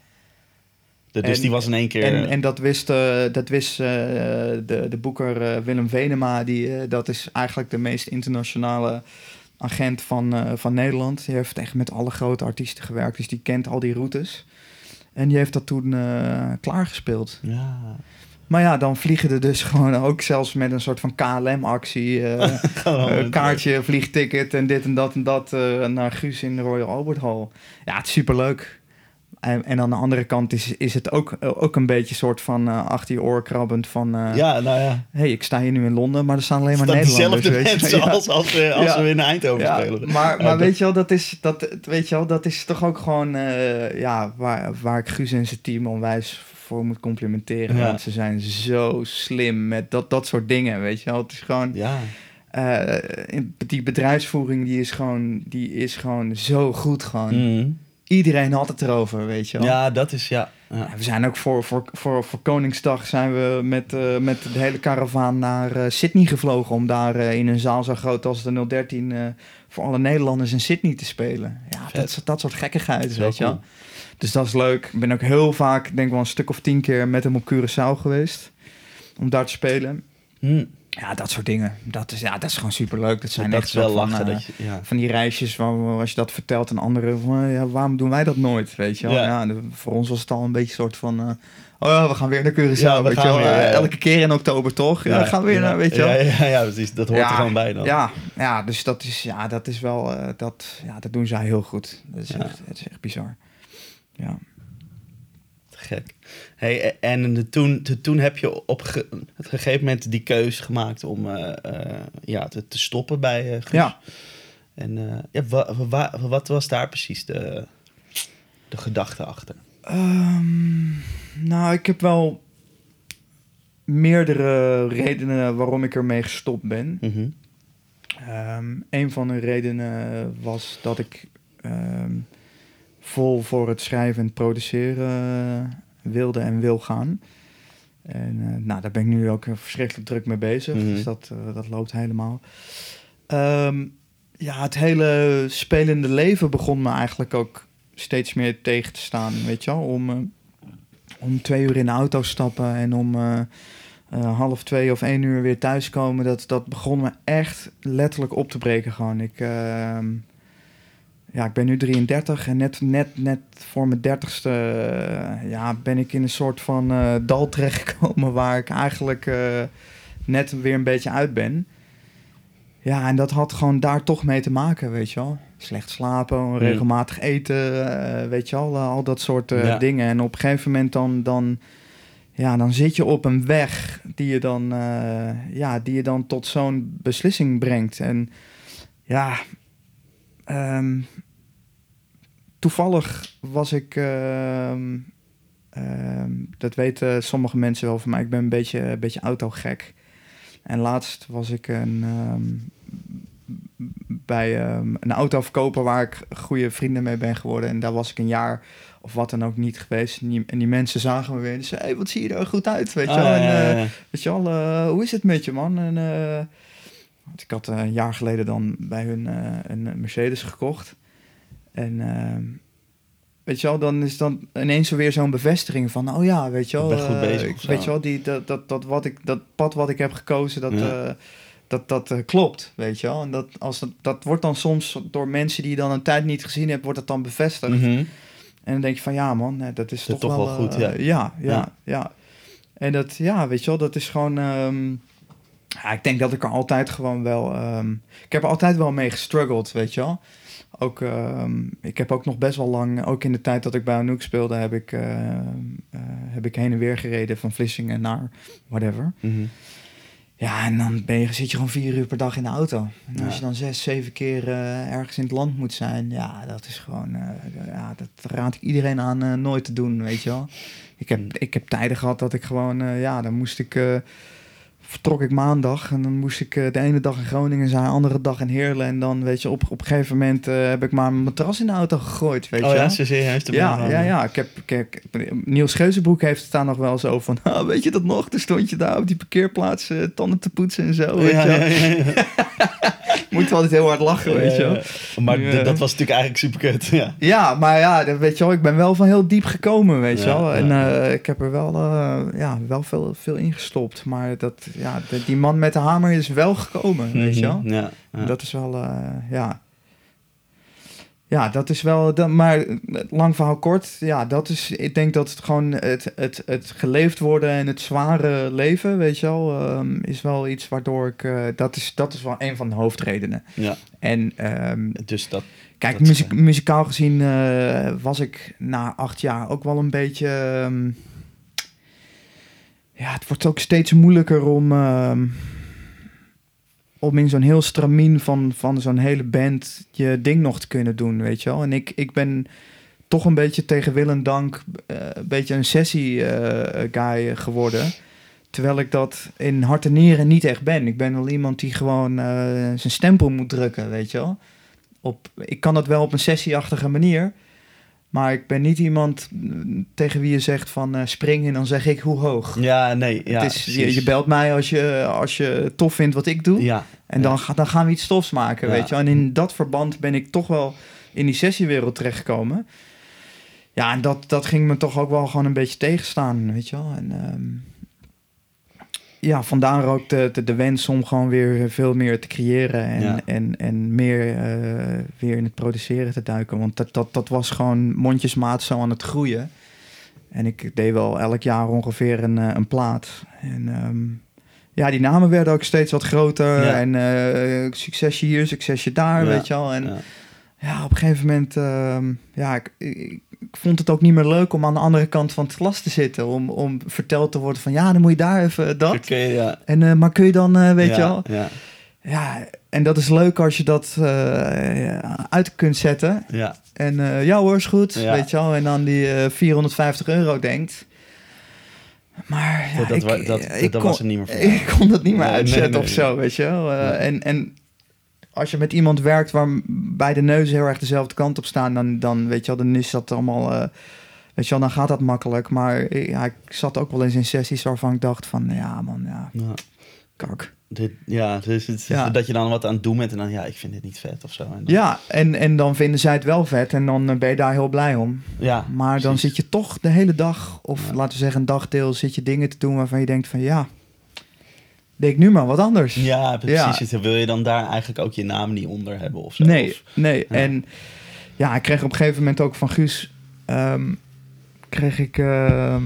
De, dus en, die was in één keer... En, en dat wist, uh, dat wist uh, de, de boeker uh, Willem Venema. Die, uh, dat is eigenlijk de meest internationale... agent van, uh, van Nederland. Die heeft echt met alle grote artiesten gewerkt. Dus die kent al die routes. En die heeft dat toen uh, klaargespeeld. Ja. Maar ja, dan vliegen er dus gewoon ook zelfs met een soort van K L M-actie... Uh, uh, kaartje, vliegticket en dit en dat en dat... Uh, naar Guus in de Royal Albert Hall. Ja, het is superleuk. En, en aan de andere kant is, is het ook, ook een beetje soort van uh, achter je oor krabbend van... Uh, ja, nou ja. Hey, ik sta hier nu in Londen, maar er staan alleen maar Nederlanders. Diezelfde mensen ja. als, als, we, als ja. we in Eindhoven ja. spelen. Maar, maar uh, weet je wel, dat is, dat, weet je wel, dat is toch ook gewoon... Uh, ja, waar, waar ik Guus en zijn team onwijs voor moet complimenteren. Ja. Want ze zijn zo slim met dat, dat soort dingen, weet je wel. Het is gewoon... Ja. Uh, die bedrijfsvoering, die is gewoon, die is gewoon zo goed gewoon. Mm. Iedereen had het erover, weet je wel. Ja, dat is, ja. ja. We zijn ook voor, voor, voor, voor Koningsdag zijn we met, uh, met de hele karavaan naar uh, Sydney gevlogen... om daar uh, in een zaal zo groot als de nul dertien uh, voor alle Nederlanders in Sydney te spelen. Ja, dat, dat soort gekkigheid, weet je wel. Dus dat is leuk. Ik ben ook heel vaak, denk wel een stuk of tien keer met hem op Curaçao geweest... om daar te spelen. Hmm. Ja, dat soort dingen. Dat is, ja, dat is gewoon superleuk. Dat zijn dat echt is wel van, lachen. Uh, dat je, ja. van die reisjes waar als je dat vertelt aan anderen... Van, ja, waarom doen wij dat nooit, weet je wel? Ja. Ja, de, voor ons was het al een beetje een soort van... Uh, oh ja, we gaan weer naar Curaçao, ja, weet je wel? Weer, ja, ja. Elke keer in oktober, toch? Ja, ja, gaan we weer ja, naar, weet je wel? Ja, ja, ja, precies. Dat hoort ja, er gewoon bij dan. Ja, ja, dus dat is, ja, dat is wel... Uh, dat, ja, dat doen zij heel goed. Dat is, ja. echt, het is echt bizar. Ja. Gek. Hey, en de, toen, de, toen heb je op ge, het gegeven moment die keuze gemaakt om uh, uh, ja, te, te stoppen bij uh, Guus. Ja. En uh, ja, wa, wa, wat was daar precies de, de gedachte achter? Um, nou, ik heb wel meerdere redenen waarom ik ermee gestopt ben. Mm-hmm. Um, een van de redenen was dat ik... Um, vol voor het schrijven en produceren wilde en wil gaan. En uh, nou, daar ben ik nu ook verschrikkelijk druk mee bezig. Mm-hmm. Dus dat, uh, dat loopt helemaal. Um, ja, het hele spelende leven begon me eigenlijk ook steeds meer tegen te staan, weet je wel. Om, uh, om twee uur in de auto stappen en om uh, uh, half twee of één uur weer thuiskomen, dat, dat begon me echt letterlijk op te breken gewoon. Ik, uh, ja, ik ben nu drieëndertig en net, net, net voor mijn dertigste uh, ja, ben ik in een soort van uh, dal terechtgekomen waar ik eigenlijk uh, net weer een beetje uit ben. Ja, en dat had gewoon daar toch mee te maken, weet je wel. Slecht slapen, regelmatig eten, uh, weet je wel, uh, al dat soort uh, ja. dingen. En op een gegeven moment dan, dan, ja, dan zit je op een weg die je dan, uh, ja, die je dan tot zo'n beslissing brengt. En ja, um, toevallig was ik, uh, uh, dat weten sommige mensen wel van mij, ik ben een beetje, een beetje autogek. En laatst was ik een, um, bij um, een autoverkoper waar ik goede vrienden mee ben geworden. En daar was ik een jaar of wat dan ook niet geweest. En die, en die mensen zagen me weer en zeiden, hey, wat zie je er goed uit, weet je wel. Oh, en, uh, ja, ja. Weet je wel, uh, hoe is het met je, man? En, uh, want ik had uh, een jaar geleden dan bij hun uh, een Mercedes gekocht. En... Uh, weet je wel, dan is dan ineens weer zo'n bevestiging van, oh ja, weet je wel, ik ben goed bezig, uh, weet je wel, die, dat, dat, dat, wat ik, dat pad wat ik heb gekozen, dat, ja. uh, dat, dat uh, klopt, weet je wel. En dat, als dat, dat wordt dan soms door mensen die je dan een tijd niet gezien hebben, wordt dat dan bevestigd. Mm-hmm. En dan denk je van, ja man, dat is dat toch, toch wel, wel goed, uh, ja. ja. Ja, ja, ja. ja. En dat, ja, weet je wel, dat is gewoon... Um, ja, ik denk dat ik er altijd gewoon wel... Um, ik heb er altijd wel mee gestruggeld, weet je wel. Ook, uh, ik heb ook nog best wel lang, ook in de tijd dat ik bij Anouk speelde, heb ik, uh, uh, heb ik heen en weer gereden van Vlissingen naar whatever. Mm-hmm. Ja, en dan ben je, zit je gewoon vier uur per dag in de auto. En ja. als je dan zes, zeven keer uh, ergens in het land moet zijn, ja, dat is gewoon, uh, ja, dat raad ik iedereen aan uh, nooit te doen, weet je wel. Ik heb, ik heb tijden gehad dat ik gewoon, uh, ja, dan moest ik... Uh, vertrok ik maandag en dan moest ik uh, de ene dag in Groningen zijn, de andere dag in Heerlen. En dan, weet je, op, op een gegeven moment uh, heb ik maar mijn matras in de auto gegooid, weet oh, je ja, ze heeft er ja, ja, ja. Ik heb, ik heb, Niels Geuzenbroek heeft het daar nog wel zo van, oh, weet je dat nog? Toen stond je daar op die parkeerplaats uh, tanden te poetsen en zo, weet ja, je ja, ja, ja. Moet altijd heel hard lachen, weet je wel. Ja, ja. Maar ja. d- dat was natuurlijk eigenlijk super kut, ja. Ja, maar ja, dat, weet je wel, ik ben wel van heel diep gekomen, weet je ja, wel. En ja. uh, ik heb er wel, uh, ja, wel veel, veel ingestopt. Maar dat, ja, de, die man met de hamer is wel gekomen, mm-hmm. weet je wel. Ja, ja. Dat is wel, uh, ja... Ja, dat is wel... Dat, maar lang verhaal kort, ja, dat is... Ik denk dat het gewoon het, het, het geleefd worden en het zware leven, weet je wel, um, is wel iets waardoor ik... Uh, dat, is, dat is wel een van de hoofdredenen. Ja. En... Um, dus dat... Kijk, dat muziek, muzikaal gezien uh, was ik na acht jaar ook wel een beetje... Um, ja, het wordt ook steeds moeilijker om... Um, om in zo'n heel stramien van, van zo'n hele band je ding nog te kunnen doen, weet je wel. En ik, ik ben toch een beetje tegen wil en dank uh, een beetje een sessie-guy uh, geworden. Terwijl ik dat in hart en nieren niet echt ben. Ik ben wel iemand die gewoon uh, zijn stempel moet drukken, weet je wel. Op, ik kan dat wel op een sessieachtige manier. Maar ik ben niet iemand tegen wie je zegt van uh, spring en dan zeg ik hoe hoog. Ja, nee. Ja, het is, je, je belt mij als je, als je tof vindt wat ik doe. Ja, en dan, ja. dan gaan we iets tofs maken, ja. weet je. En in dat verband ben ik toch wel in die sessiewereld terechtgekomen. Ja, en dat, dat ging me toch ook wel gewoon een beetje tegenstaan, weet je wel. En um, ja, vandaar ook de, de, de wens om gewoon weer veel meer te creëren en, ja. en, en meer uh, weer in het produceren te duiken. Want dat, dat, dat was gewoon mondjesmaat zo aan het groeien. En ik deed wel elk jaar ongeveer een, een plaat. En um, ja, die namen werden ook steeds wat groter. Ja. En uh, succesje hier, succesje daar, ja. weet je wel. En ja, ja op een gegeven moment... Um, ja, ik, ik, ik vond het ook niet meer leuk om aan de andere kant van het glas te zitten. Om, om verteld te worden van... Ja, dan moet je daar even dat. Okay, ja. En, uh, maar kun je dan, uh, weet ja, je wel... Ja. Ja, en dat is leuk als je dat uh, uit kunt zetten. Ja. En uh, ja hoor, is goed, ja. weet je wel. En dan die uh, vierhonderdvijftig euro denkt. Maar ja, dat, ik, dat, dat, ik dat kon, was er niet meer voor. Ik kon dat niet meer nee, uitzetten nee, nee, of zo, nee. weet je wel. Uh, nee. en, en als je met iemand werkt waar beide neuzen heel erg dezelfde kant op staan... dan, dan weet je wel, dan is dat allemaal... Uh, weet je wel, dan gaat dat makkelijk. Maar ja, ik zat ook wel eens in sessies waarvan ik dacht van... Ja man, ja... ja. kak. Dit, ja, dus het, Ja. dat je dan wat aan het doen bent en dan, ja, ik vind dit niet vet of zo. En dan, Ja, en, en dan vinden zij het wel vet en dan eh, ben je daar heel blij om. ja, Maar dan precies. zit je toch de hele dag, of Ja. laten we zeggen een dagdeel, zit je dingen te doen waarvan je denkt van ja, denk nu maar wat anders. Ja, precies. Ja. Wil je dan daar eigenlijk ook je naam niet onder hebben of zo? Nee, Of, nee. Ja. En ja, ik kreeg op een gegeven moment ook van Guus, ehm, kreeg ik ehm,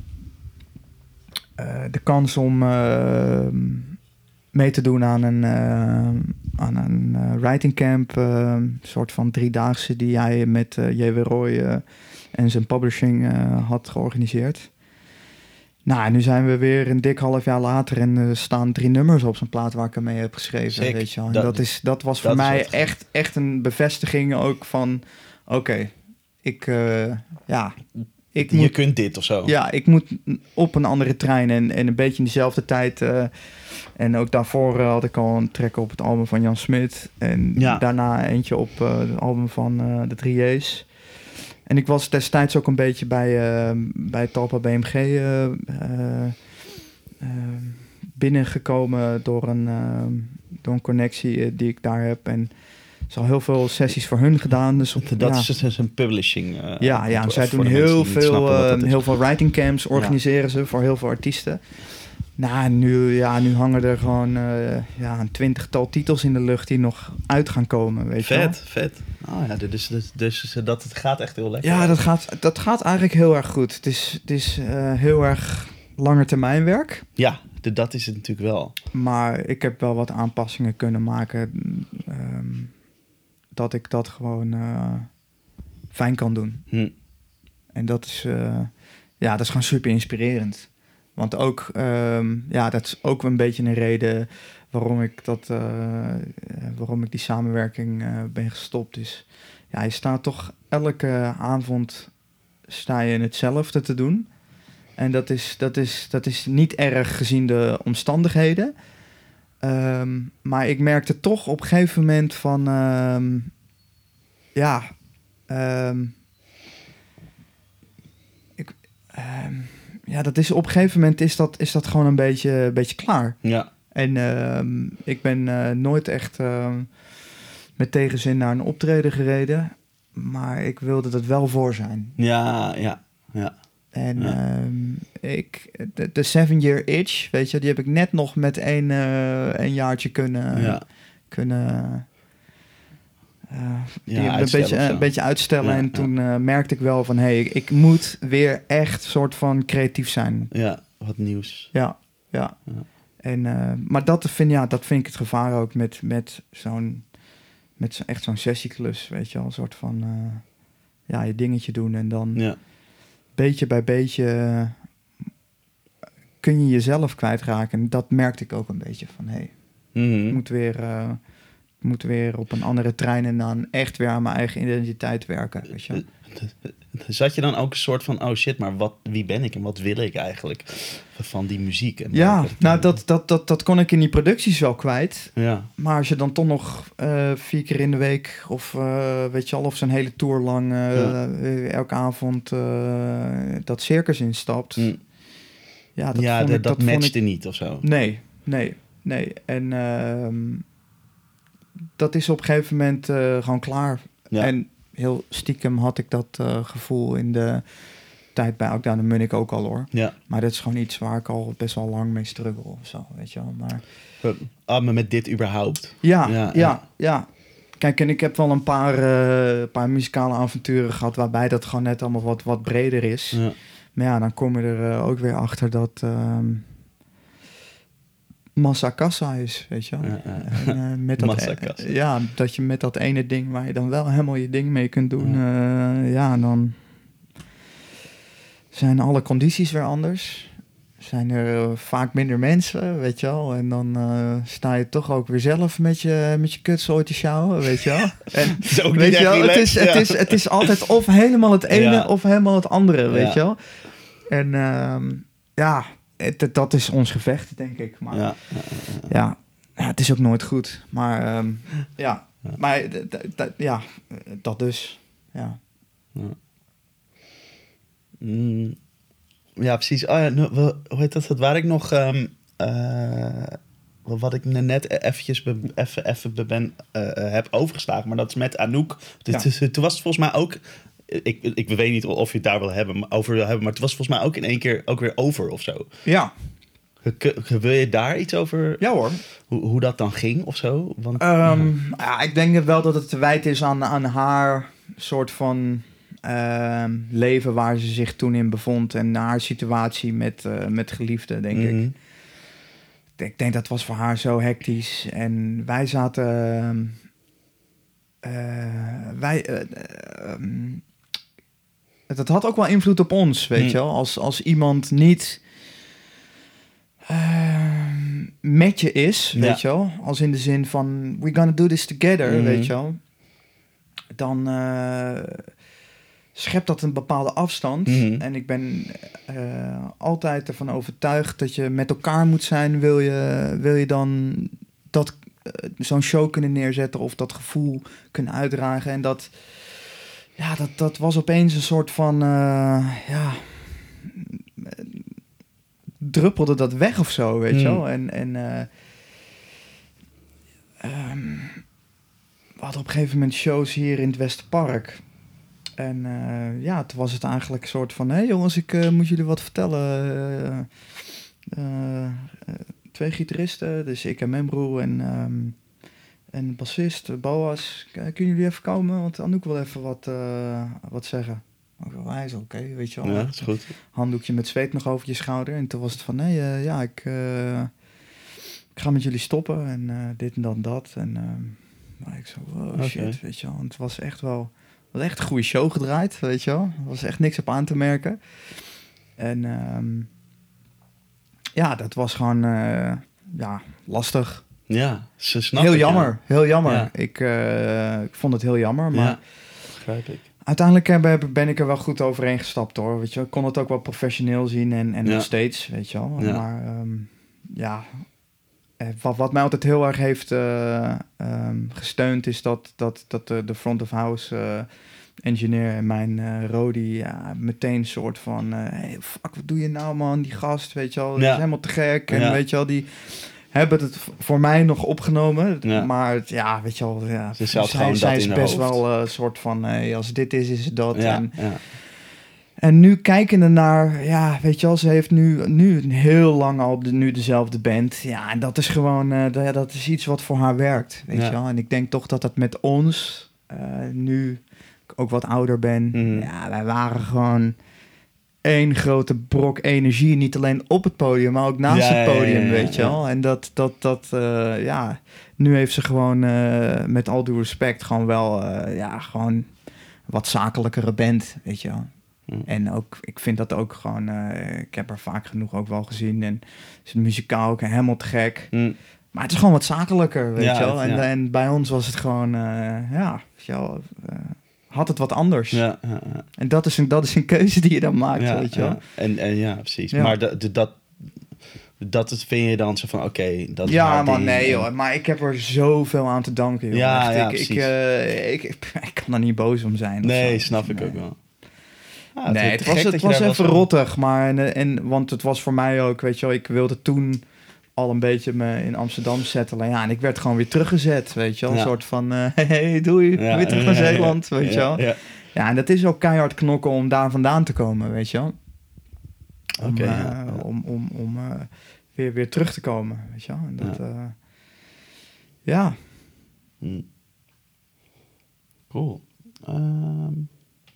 eh, de kans om ehm, mee te doen aan een, eh, aan een eh, writing camp, eh, een soort van driedaagse die hij met eh, J W Roy eh, en zijn publishing eh, had georganiseerd. Nou, en nu zijn we weer een dik half jaar later en er staan drie nummers op zijn plaat waar ik hem mee heb geschreven. Sick. Weet je wel. En Dat- dat, is, dat was voor dat is mij wat goed. echt, echt een bevestiging ook van, oké, ik, eh, ja, ik je moet, kunt dit of zo. ja, ik moet op een andere trein en, en een beetje in dezelfde tijd. eh, en ook daarvoor eh, had ik al een track op het album van Jan Smit en Ja. daarna eentje op eh, het album van eh, de drie J's. En ik was destijds ook een beetje bij, eh, bij Talpa B M G eh, eh, eh, binnengekomen door een, eh, door een connectie eh, die ik daar heb. En ze al heel veel sessies voor hun gedaan. Dus op, Dat ja. is dus een publishing. eh, Ja, ja, en voor- zij voor doen de mensen heel die niet veel, snappen wat dat eh, is. heel veel writing camps organiseren ze voor heel veel artiesten. Nou, en nu, ja, nu hangen er gewoon eh, ja, een twintigtal titels in de lucht die nog uit gaan komen, weet je wel. Vet, vet. Oh ja, dus, dus, dus dat het gaat echt heel lekker. Ja, dat gaat, dat gaat eigenlijk heel erg goed. Het is, het is eh, heel erg langetermijnwerk. Ja, de- dat is het natuurlijk wel. Maar ik heb wel wat aanpassingen kunnen maken. ehm, dat ik dat gewoon eh, fijn kan doen. Hm. En dat is, eh, ja, dat is gewoon super inspirerend. Want ook, ehm, ja, dat is ook een beetje een reden waarom ik, dat, eh, waarom ik die samenwerking eh, ben gestopt. Is, ja, je staat toch elke avond sta je in hetzelfde te doen. En dat is, dat is, dat is niet erg gezien de omstandigheden. Ehm, maar ik merkte toch op een gegeven moment van... ehm, ja... ehm, ik, ehm, ja, dat is op een gegeven moment is dat, is dat gewoon een beetje, een beetje klaar. Ja. En ehm, ik ben eh, nooit echt ehm, met tegenzin naar een optreden gereden. Maar ik wilde dat wel voor zijn. Ja, ja, ja. En Ja. ehm, ik, de, de Seven Year Itch, weet je, die heb ik net nog met één, eh een jaartje kunnen, ja. kunnen eh, die Ja, een, uitstellen beetje, of zo. een beetje uitstellen. Ja, en ja. toen eh, merkte ik wel van, hé, hey, ik, ik moet weer echt soort van creatief zijn. Ja, wat nieuws. Ja, ja. Ja. En, eh, maar dat vind, ja, dat vind ik het gevaar ook met, met zo'n, met zo, echt zo'n sessieklus, weet je wel. Een soort van, eh, ja, je dingetje doen en dan Ja. beetje bij beetje eh, kun je jezelf kwijtraken. En dat merkte ik ook een beetje van, hé, hey, Mhm. ik moet weer, eh, ik moet weer op een andere trein en dan echt weer aan mijn eigen identiteit werken, weet je wel. Zat je dan ook een soort van, oh shit, maar wat, wie ben ik en wat wil ik eigenlijk van die muziek? En Ja, welke- nou dat, dat, dat, dat kon ik in die producties wel kwijt. Ja, Maar als je dan toch nog eh, vier keer in de week of eh, weet je al, of zo'n hele tour lang eh, Ja. eh, elke avond eh, dat circus instapt. Hm. Ja, dat ja vond de- ik, dat, vond ik- matchte niet of zo. Nee, nee, nee. En ehm, dat is op een gegeven moment eh, gewoon klaar. Ja. En heel stiekem had ik dat eh, gevoel in de tijd bij Akda en Munnik ook al hoor. Ja. Maar dat is gewoon iets waar ik al best wel lang mee struggle of zo, weet je wel. Maar Ah, maar met dit überhaupt. ja, Ja, ja, ja. ja. Kijk, en ik heb wel een paar, eh, paar muzikale avonturen gehad waarbij dat gewoon net allemaal wat, wat breder is. Ja. Maar ja, dan kom je er eh, ook weer achter dat ehm massa kassa is, weet je wel. Ja, ja. En, eh, met dat, Massa eh, kassa. ja, dat je met dat ene ding waar je dan wel helemaal je ding mee kunt doen, ja, ja dan zijn alle condities weer anders. Zijn er eh, vaak minder mensen, weet je wel. En dan eh, sta je toch ook weer zelf met je, met je kutzooi te sjouwen, weet je wel. En Het is ook weet niet je echt wel, het relaxed, is, het, ja. is, het is altijd of helemaal het ene Ja. of helemaal het andere, weet Ja. je wel. En ehm, ja, het, het- dat is ons gevecht, denk ik. Maar Ja. ja, ja, het is ook nooit goed. Maar ehm, ja, Ja. maar d- d- d- ja, dat dus. Ja. Mm. Ja, precies. Oh ja, nou, wel, hoe heet dat? Dat waar ik nog... ehm, eh, wat ik net eventjes be, even, even be ben, uh, heb overgeslagen. Maar dat is met Anouk. Ja. Toen was het volgens mij ook... Ik, ik weet niet of je het daar wil hebben, over wil hebben, maar het was volgens mij ook in één keer ook weer over of zo. Ja. Wil je daar iets over? Ja hoor. Hoe, hoe dat dan ging of zo? Want, um, ja. ja, ik denk wel dat het te wijten is aan, aan haar soort van uh, leven waar ze zich toen in bevond en haar situatie met, uh, met geliefden, denk mm-hmm. ik. Ik denk dat was voor haar zo hectisch. En wij zaten... Uh, wij... Uh, uh, um, dat had ook wel invloed op ons, weet mm. je wel. Als, als iemand niet... Uh, met je is, ja. weet je wel. Als in de zin van... We're gonna do this together, mm-hmm. weet je wel. Dan... Uh, schept dat een bepaalde afstand. Mm-hmm. En ik ben uh, altijd ervan overtuigd dat je met elkaar moet zijn. Wil je, wil je dan dat, uh, zo'n show kunnen neerzetten of dat gevoel kunnen uitdragen. En dat, ja, dat, dat was opeens een soort van, uh, ja, druppelde dat weg of zo, weet mm. je wel. En, en uh, um, we hadden op een gegeven moment shows hier in het Westerpark. En uh, ja, toen was het eigenlijk een soort van... hé hey jongens, ik uh, moet jullie wat vertellen. Uh, uh, uh, twee gitaristen, dus ik en mijn broer en, um, en bassist, Boas. Uh, kunnen jullie even komen? Want Anouk wil even wat, uh, wat zeggen. Ik zei, hij is oké, okay, weet je wel. Ja, dat is goed. Handdoekje met zweet nog over je schouder. En toen was het van, nee, uh, ja, ik, uh, ik ga met jullie stoppen. En uh, dit en dat en dat. En uh, nou, ik zo, wow, okay. shit, weet je wel. En het was echt wel... Het was echt een goede show gedraaid, weet je wel. Er was echt niks op aan te merken. En um, ja, dat was gewoon uh, ja, lastig. Ja, ze snap Heel ik, jammer, ja. heel jammer. Ja. Ik, uh, ik vond het heel jammer, maar... Ja, begrijp ik. Uiteindelijk ben ik er wel goed overheen gestapt, hoor. Weet je, ik kon het ook wel professioneel zien en, en ja. nog steeds, weet je wel. Ja. Maar um, ja... Wat, wat mij altijd heel erg heeft uh, um, gesteund is dat, dat, dat de, de front of house uh, engineer en mijn uh, Rodi ja, meteen een soort van... Uh, hey, fuck, wat doe je nou, man? Die gast, weet je wel, dat ja. is helemaal te gek. En ja. weet je wel, die hebben het voor mij nog opgenomen. Ja. Maar het, ja, weet je wel, ja, ze zij, zij is best hoofd. wel een uh, soort van... Hey, als dit is, is het dat. Ja, en, ja. En nu kijkende naar, ja, weet je wel, ze heeft nu, nu heel lang al de, nu dezelfde band. Ja, en dat is gewoon, uh, dat, dat is iets wat voor haar werkt, weet ja. je wel. En ik denk toch dat dat met ons, uh, nu ik ook wat ouder ben, mm. ja, wij waren gewoon één grote brok energie. Niet alleen op het podium, maar ook naast ja, het podium, ja, ja, ja, weet je ja. wel. En dat, dat, dat, uh, ja, nu heeft ze gewoon, uh, met al due respect, gewoon wel, uh, ja, gewoon wat zakelijkere band, weet je wel. Mm. En ook, ik vind dat ook gewoon... Uh, ik heb haar vaak genoeg ook wel gezien. En is het muzikaal ook helemaal te gek. Mm. Maar het is gewoon wat zakelijker, weet ja, je wel. En, ja. en bij ons was het gewoon... Uh, ja, weet je wel... Uh, had het wat anders. Ja, ja, ja. En dat is, een, dat is een keuze die je dan maakt, ja, weet je wel. Ja. En, en ja, precies. Ja. Maar dat... dat Dat vind je dan zo van, oké, okay, dat is ja, man, nee, joh. Maar ik heb er zoveel aan te danken, joh. Ja, Echt, ja, ik, ik, uh, ik, ik, ik kan er niet boos om zijn. Nee, zo. snap ik nee. ook wel. Ah, nee, het, het was, het was even rottig, maar en, en, want het was voor mij ook, weet je wel, ik wilde toen al een beetje me in Amsterdam settelen. Ja, en ik werd gewoon weer teruggezet, weet je wel. Ja. Een soort van, uh, hey, doei, ja, weer terug naar ja, Zeeland, ja, weet je wel. Ja, ja. ja, en dat is ook keihard knokken om daar vandaan te komen, weet je wel. Om, okay, uh, ja, ja. om, om, om uh, weer, weer terug te komen, weet je wel. En dat, ja. Uh, ja. Hm. Cool. Um...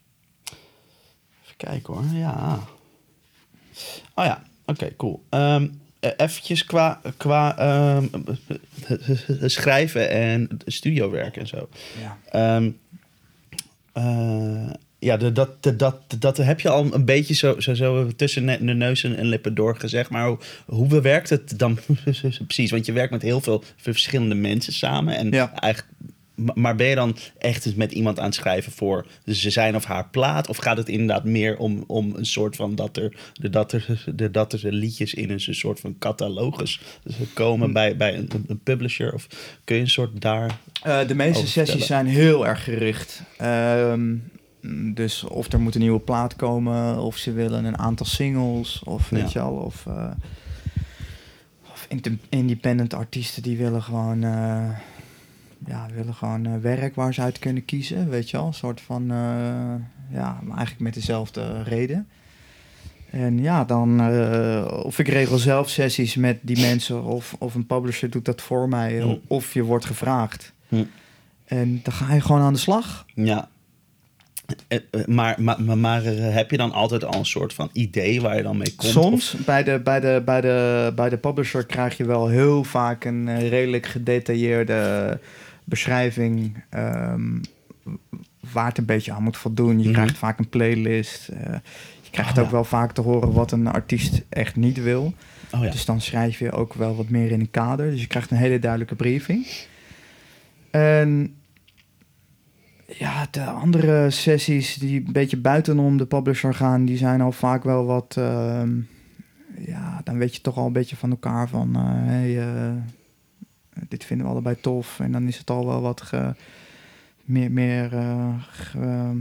Kijken hoor, ja. Oh ja, oké, okay, cool. Um, eventjes qua, qua um, schrijven en studiowerk en zo. Ja, um, uh, ja dat, dat, dat, dat heb je al een beetje zo, zo, zo tussen de neus en lippen doorgezegd. Maar hoe, hoe werkt het dan precies? Want je werkt met heel veel verschillende mensen samen. En ja. eigenlijk... Maar ben je dan echt met iemand aan het schrijven voor ze zijn of haar plaat? Of gaat het inderdaad meer om, om een soort van dat er, dat er, dat er liedjes in een soort van catalogus komen hmm. bij, bij een, een publisher? Of kun je een soort daar... Uh, de meeste sessies zijn heel erg gericht. Um, dus of er moet een nieuwe plaat komen, of ze willen een aantal singles, of weet ja. je wel, of... Uh, Of independent artiesten die willen gewoon... Uh, ja, willen gewoon uh, werk waar ze uit kunnen kiezen, weet je wel. Een soort van... Uh, ja, maar eigenlijk met dezelfde reden. En ja, dan... Uh, of ik regel zelf sessies met die mensen... of, of een publisher doet dat voor mij... Mm. of je wordt gevraagd. Mm. En dan ga je gewoon aan de slag. Ja. Maar, maar, maar, maar heb je dan altijd al een soort van idee waar je dan mee komt? Soms. Of? Bij de, bij, de, bij, de, bij de publisher krijg je wel heel vaak een uh, redelijk gedetailleerde beschrijving um, waar het een beetje aan moet voldoen. Je mm-hmm. krijgt vaak een playlist. Uh, je krijgt oh, ook ja. wel vaak te horen wat een artiest echt niet wil. Oh, ja. Dus dan schrijf je ook wel wat meer in een kader. Dus je krijgt een hele duidelijke briefing. En... Ja, de andere sessies die een beetje buitenom de publisher gaan... die zijn al vaak wel wat... Uh, ja, dan weet je toch al een beetje van elkaar van... Uh, hey, uh, dit vinden we allebei tof. En dan is het al wel wat ge, meer... meer uh, ge,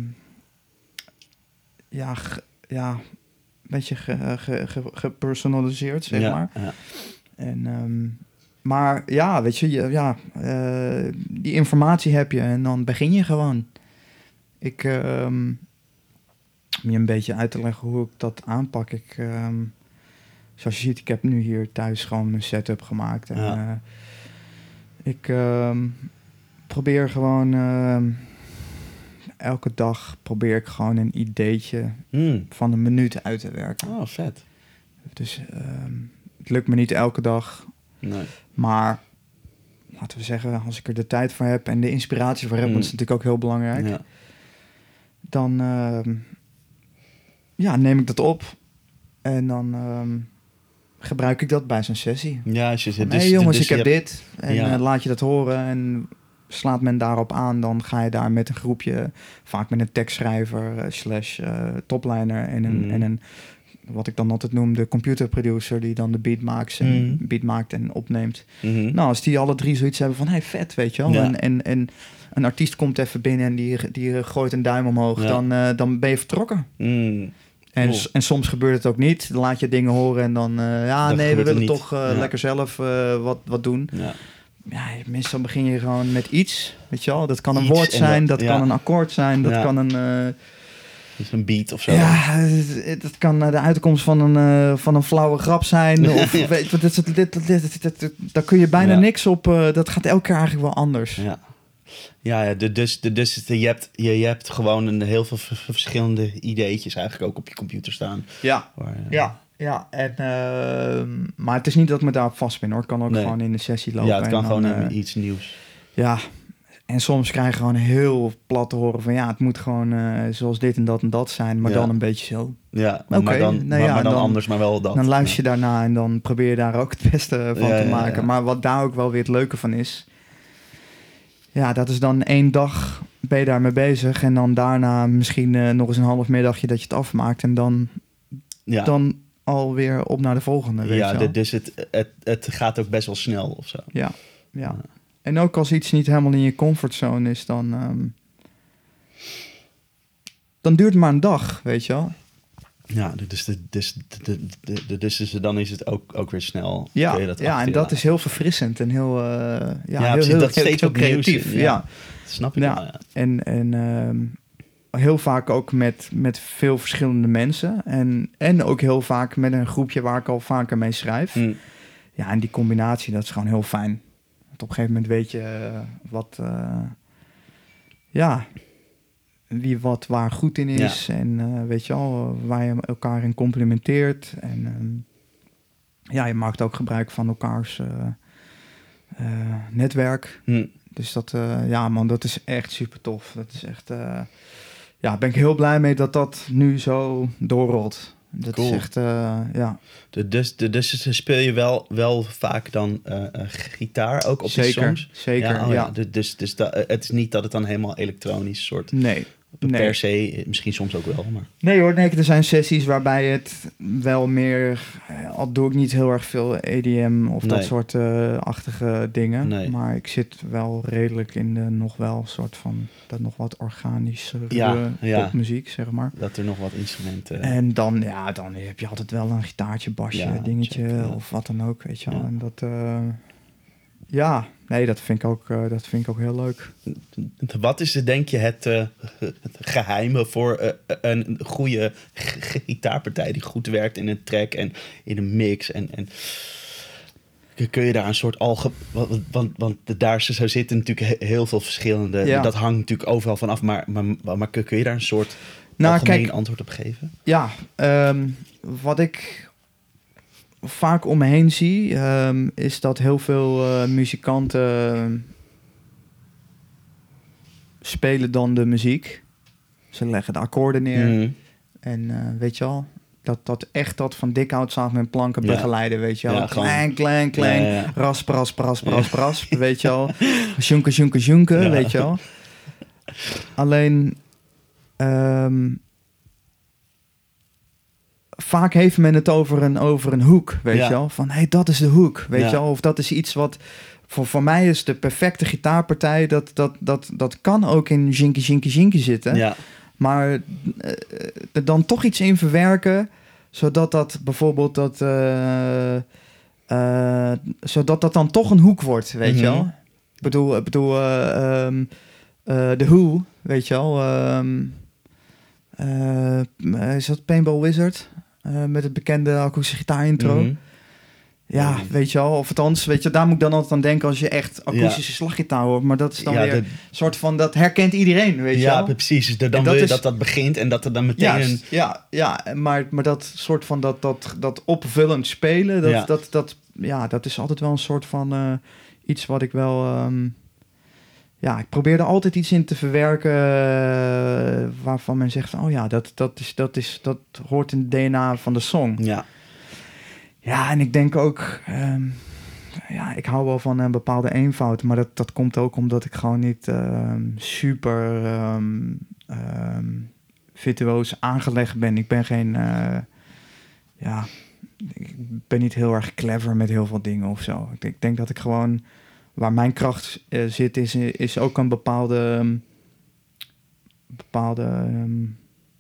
ja, ge, ja, een beetje ge, ge, ge, gepersonaliseerd, zeg ja, maar. Ja. En... Um, Maar ja, weet je, ja, uh, die informatie heb je en dan begin je gewoon. Ik, um, om je een beetje uit te leggen hoe ik dat aanpak. Ik, um, zoals je ziet, ik heb nu hier thuis gewoon een setup gemaakt. En, ja. uh, ik um, probeer gewoon, uh, elke dag probeer ik gewoon een ideetje mm. van een minuut uit te werken. Oh, vet. Dus um, het lukt me niet elke dag... Nee. Maar laten we zeggen, als ik er de tijd voor heb en de inspiratie voor heb, mm. want dat is natuurlijk ook heel belangrijk, ja. dan uh, ja, neem ik dat op en dan uh, gebruik ik dat bij zo'n sessie. Ja, als je zit. Hé Dus, jongens, dus ik heb hebt... dit en ja. uh, laat je dat horen en slaat men daarop aan, dan ga je daar met een groepje, vaak met een tekstschrijver uh, slash uh, topliner en een, mm. en een wat ik dan altijd noem, de computerproducer... die dan de beat maakt en, mm. beat maakt en opneemt. Mm-hmm. Nou, als die alle drie zoiets hebben van... hey, vet, weet je wel. Ja. En, en, en een artiest komt even binnen en die, die gooit een duim omhoog... Ja. Dan, uh, dan ben je vertrokken. Mm. En, Cool. en soms gebeurt het ook niet. Dan laat je dingen horen en dan... Uh, ja, dat nee, we willen toch uh, ja. lekker zelf uh, wat, wat doen. Ja. Ja, meestal begin je gewoon met iets, weet je wel. Dat kan een Iets woord zijn, dat, dat dat ja. kan een akkoord zijn... dat ja. kan een... Uh, Dus een beat of zo. Ja, dat kan de uitkomst van een, uh, van een flauwe grap zijn. Of ja. weet je, dit, dit, dit, dit, dit, dit, daar kun je bijna ja. niks op. Uh, dat gaat elke keer eigenlijk wel anders. Ja, ja, ja de, dus, de, dus je, hebt, je, je hebt gewoon een, heel veel v- verschillende ideetjes eigenlijk ook op je computer staan. Ja, waar, uh, ja, ja. En, uh, maar het is niet dat ik me daarop vastpin hoor. Het kan ook nee. gewoon in de sessie lopen. Ja, het kan en gewoon dan, uh, iets nieuws. Ja. En soms krijg je gewoon heel plat te horen van... ja, het moet gewoon uh, zoals dit en dat en dat zijn... maar ja. dan een beetje zo. Ja, maar, okay, maar dan, nou maar, ja, maar dan, dan anders, maar wel dat. Dan luister je ja. daarna en dan probeer je daar ook het beste van ja, te maken. Ja, ja. Maar wat daar ook wel weer het leuke van is... ja, dat is dan één dag ben je daarmee bezig... en dan daarna misschien uh, nog eens een half middagje dat je het afmaakt... en dan, ja. dan alweer op naar de volgende. Weet ja, je wel. dus het, het, het gaat ook best wel snel of zo. Ja, ja. ja. En ook als iets niet helemaal in je comfortzone is, dan... Um, dan duurt het maar een dag, weet je wel. Ja, dus, de, dus, de, de, de, dus, dus dan is het ook, ook weer snel. Ja, kun je dat ja en dat is heel verfrissend en heel, uh, ja, ja, heel, precies, heel, dat heel, steeds heel ook creatief. nieuws, ja. ja, dat snap ik ja. wel, ja. En, en um, heel vaak ook met, met veel verschillende mensen. En, en ook heel vaak met een groepje waar ik al vaker mee schrijf. Mm. Ja, en die combinatie, dat is gewoon heel fijn. Want op een gegeven moment weet je uh, wat... Uh, ja... wie wat waar goed in is. Ja. En uh, weet je al, waar je elkaar in complimenteert. En um, ja, je maakt ook gebruik van elkaars uh, uh, netwerk. Hm. Dus dat, uh, ja man, dat is echt super tof. Dat is echt, uh, ja, ben ik heel blij mee dat dat nu zo doorrolt. Dat cool. is echt, uh, ja. De, dus, de, dus speel je wel, wel vaak dan uh, uh, gitaar ook op zeker, die songs? Zeker, ja. Oh, ja. ja. Dus, dus da, het is niet dat het dan helemaal elektronisch soort... Nee, per Nee. se, misschien soms ook wel. Maar... Nee hoor, nee, er zijn sessies waarbij het wel meer... Al doe ik niet heel erg veel E D M of Nee. dat soort uh, achtige dingen. Nee. Maar ik zit wel redelijk in de nog wel soort van... Dat nog wat organische Ja, ja. popmuziek, zeg maar. Dat er nog wat instrumenten... En dan, ja, dan heb je altijd wel een gitaartje, basje, Ja, dingetje check, ja. of wat dan ook, weet je wel. Ja. En dat... Uh, ja, nee, dat vind ik ook, uh, dat vind ik ook heel leuk. Wat is, denk je, het, uh, het geheime voor uh, een goede g- gitaarpartij die goed werkt in een track en in een mix? En, en kun je daar een soort alge... Want, want, want daar zo zitten natuurlijk heel veel verschillende... Ja. Dat hangt natuurlijk overal van af, maar, maar, maar kun je daar een soort nou, algemeen kijk, antwoord op geven? Ja, um, wat ik... vaak om me heen zie, um, is dat heel veel uh, muzikanten uh, spelen dan de muziek. Ze leggen de akkoorden neer. Mm. En uh, weet je wel, dat, dat echt dat van dik hout zaag met planken Ja. begeleiden, weet je wel. Ja, Klein, klein, klein, Ja, ja. rasp, rasp, rasp, rasp, rasp, weet je wel. Sjoenke, sjoenke, sjoenke, Ja. weet je wel. Alleen... Um, vaak heeft men het over een, over een hoek, weet Ja. je wel. Van, hé, hey, dat is de hoek, weet Ja. je wel. Of dat is iets wat... Voor, voor mij is de perfecte gitaarpartij... Dat, dat, dat, dat kan ook in jinky, jinky, jinky zitten. Ja. Maar uh, er dan toch iets in verwerken... zodat dat bijvoorbeeld... dat uh, uh, zodat dat dan toch een hoek wordt, weet Mm-hmm. je wel. Ik bedoel, ik bedoel uh, um, uh, The Who, weet je wel... Um, Uh, is dat Paintball Wizard? Uh, met het bekende akoestische gitaar intro. Mm-hmm. Ja, Mm-hmm. weet je wel. Of althans, weet je, daar moet ik dan altijd aan denken als je echt akoestische ja. slaggitaar hoort. Maar dat is dan ja, weer de... een soort van, dat herkent iedereen, weet ja, je wel. precies. Dus dan, dan dat wil je is... dat dat begint en dat er dan meteen Juist, een... Ja, ja maar, maar dat soort van, dat, dat, dat opvullend spelen, dat, ja. dat, dat, ja, dat is altijd wel een soort van uh, iets wat ik wel... Um, Ja, ik probeer er altijd iets in te verwerken uh, waarvan men zegt van, oh ja, dat, dat, is, dat, is, dat hoort in het D N A van de song. Ja. Ja, en ik denk ook, um, ja, ik hou wel van een bepaalde eenvoud, maar dat, dat komt ook omdat ik gewoon niet um, super um, um, virtuoos aangelegd ben. Ik ben geen, uh, ja, ik ben niet heel erg clever met heel veel dingen of zo. Ik, ik denk dat ik gewoon... Waar mijn kracht uh, zit, is, is ook een bepaalde, um, bepaalde um,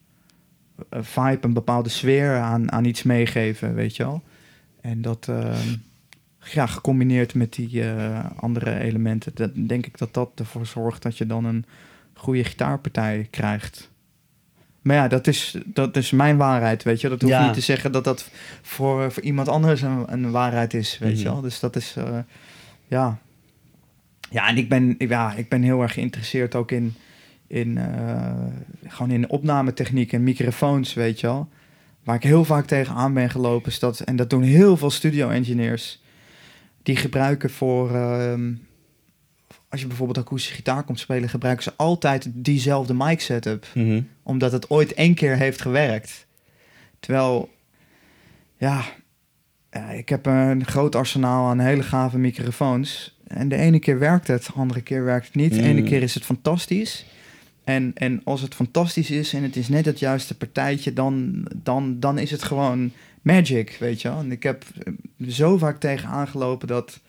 vibe, een bepaalde sfeer aan, aan iets meegeven, weet je wel. En dat uh, ja, gecombineerd met die uh, andere elementen, dat, denk ik dat dat ervoor zorgt dat je dan een goede gitaarpartij krijgt. Maar ja, dat is, dat is mijn waarheid, weet je. Dat hoeft ja. niet te zeggen dat dat voor, voor iemand anders een, een waarheid is, weet Mm-hmm. je wel. Dus dat is, uh, ja... Ja, en ik ben, ja, ik ben heel erg geïnteresseerd ook in, in, uh, gewoon in opnametechniek en microfoons, weet je wel. Waar ik heel vaak tegenaan ben gelopen is dat, en dat doen heel veel studio-engineers, die gebruiken voor, uh, als je bijvoorbeeld akoestische gitaar komt spelen, gebruiken ze altijd diezelfde mic setup. Mm-hmm. Omdat het ooit één keer heeft gewerkt. Terwijl, ja, ja, ik heb een groot arsenaal aan hele gave microfoons. En de ene keer werkt het, de andere keer werkt het niet. De ene Mm. keer is het fantastisch. En, en als het fantastisch is en het is net het juiste partijtje, dan, dan, dan is het gewoon magic, weet je wel. En ik heb zo vaak tegen aangelopen dat...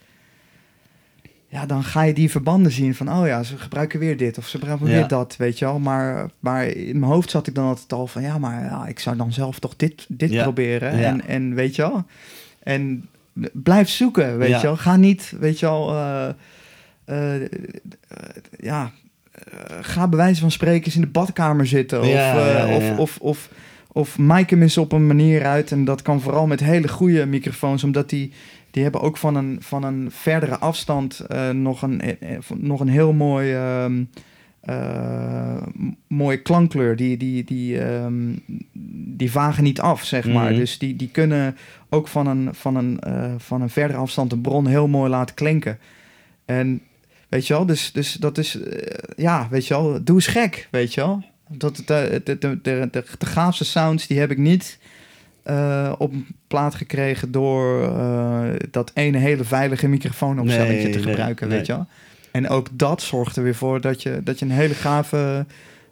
Ja, dan ga je die verbanden zien van... oh ja, ze gebruiken weer dit of ze gebruiken Ja. weer dat, weet je wel. Maar, maar in mijn hoofd zat ik dan altijd al van... ja, maar ja, ik zou dan zelf toch dit, dit Ja. proberen. Ja. En, en weet je wel... En blijf zoeken, weet Ja. je wel. Ga niet, weet je wel... Uh, uh, uh, ja, uh, ga bij wijze van spreken eens in de badkamer zitten. Of, Ja, uh, ja, ja, of, ja. of, of, of mic hem eens op een manier uit. En dat kan vooral met hele goede microfoons, omdat die... Die hebben ook van een, van een verdere afstand uh, nog, een, uh, nog een heel mooi, um, uh, mooie klankkleur. Die, die, die, um, die vagen niet af, zeg maar. Mm-hmm. Dus die, die kunnen ook van een, van, een, uh, van een verdere afstand een bron heel mooi laten klinken. En weet je wel, dus, dus dat is... Uh, ja, weet je wel, doe eens gek, weet je wel. Dat, de, de, de, de, de, de gaafste sounds, die heb ik niet... Uh, op een plaat gekregen door uh, dat ene hele veilige microfoonopstelletje nee, te nee, gebruiken, nee. weet je wel. En ook dat zorgt er weer voor dat je, dat je een hele gave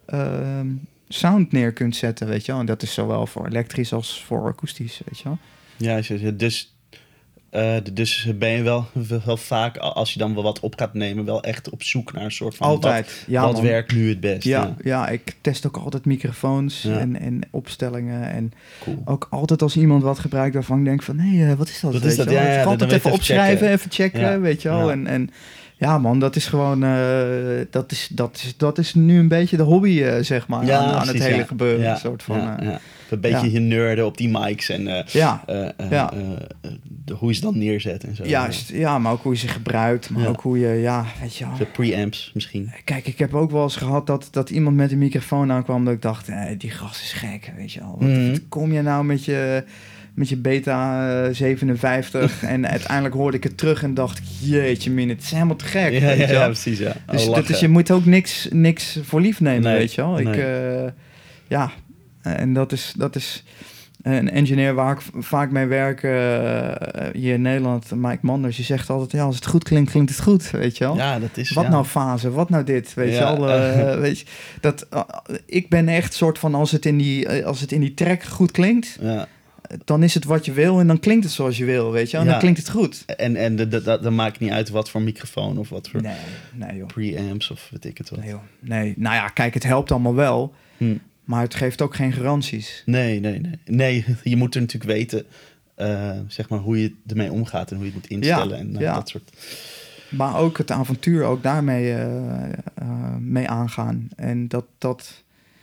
uh, sound neer kunt zetten, weet je wel. En dat is zowel voor elektrisch als voor akoestisch, weet je wel. Ja, dus, uh, dus ben je wel, wel vaak, als je dan wel wat op gaat nemen, wel echt op zoek naar een soort van... Altijd, wat, ja, wat man. werkt nu het best? Ja, Ja, ja, ik test ook altijd microfoons Ja. en, en opstellingen. En cool. ook altijd als iemand wat gebruikt waarvan ik denk van... hé, hey, wat is dat? Wat weet is dat? je wel? Ja, ja, Ik ga dan altijd weet even je even opschrijven, checken. even checken, Ja, weet je wel. ja. En, en ja man, dat is gewoon... Uh, dat, is, dat, is, dat is nu een beetje de hobby, uh, zeg maar, Ja, aan, aan precies, het hele ja. gebeuren. Ja, Een soort van... ja, uh, ja. Een beetje ja. je nerden op die mics en uh, Ja, uh, uh, ja. uh, de, hoe je ze dan neerzet en zo. Juist, ja, maar ook hoe je ze gebruikt. Maar Ja. ook hoe je, ja, weet je wel. De preamps misschien. Kijk, ik heb ook wel eens gehad dat, dat iemand met een microfoon aankwam... dat ik dacht, eh, die gast is gek, weet je wel. Wat, Mhm. wat kom je nou met je, met je beta uh, zevenenvijftig? En uiteindelijk hoorde ik het terug en dacht ik... jeetje min, het is helemaal te gek, Ja, weet ja, je ja, wel. precies, ja. Dus, Oh, dat, dus lachen. je moet ook niks, niks voor lief nemen, Nee, weet je wel. Ik, nee. uh, ja, en dat is... Dat is een engineer waar ik v- vaak mee werk uh, hier in Nederland, Mike Manders, die zegt altijd, ja, als het goed klinkt, klinkt het goed, weet je wel. Ja, dat is... Wat ja. nou fase, wat nou dit, weet Ja. je wel. Uh, weet je, dat, uh, ik ben echt soort van, als het in die, uh, als het in die track goed klinkt, Ja. dan is het wat je wil en dan klinkt het zoals je wil, weet je wel. En Ja. dan klinkt het goed. En, en de, de, de, dan maakt niet uit wat voor microfoon of wat voor Nee, nee joh. preamps of weet ik het wat. Nee, joh. Nee, nou ja, kijk, het helpt allemaal wel, Hm. maar het geeft ook geen garanties. Nee, nee, nee. Nee, je moet er natuurlijk weten, uh, zeg maar, hoe je ermee omgaat en hoe je het moet instellen. Ja, en uh, ja. dat soort... Maar ook het avontuur, ook daarmee uh, uh, mee aangaan. En dat... dat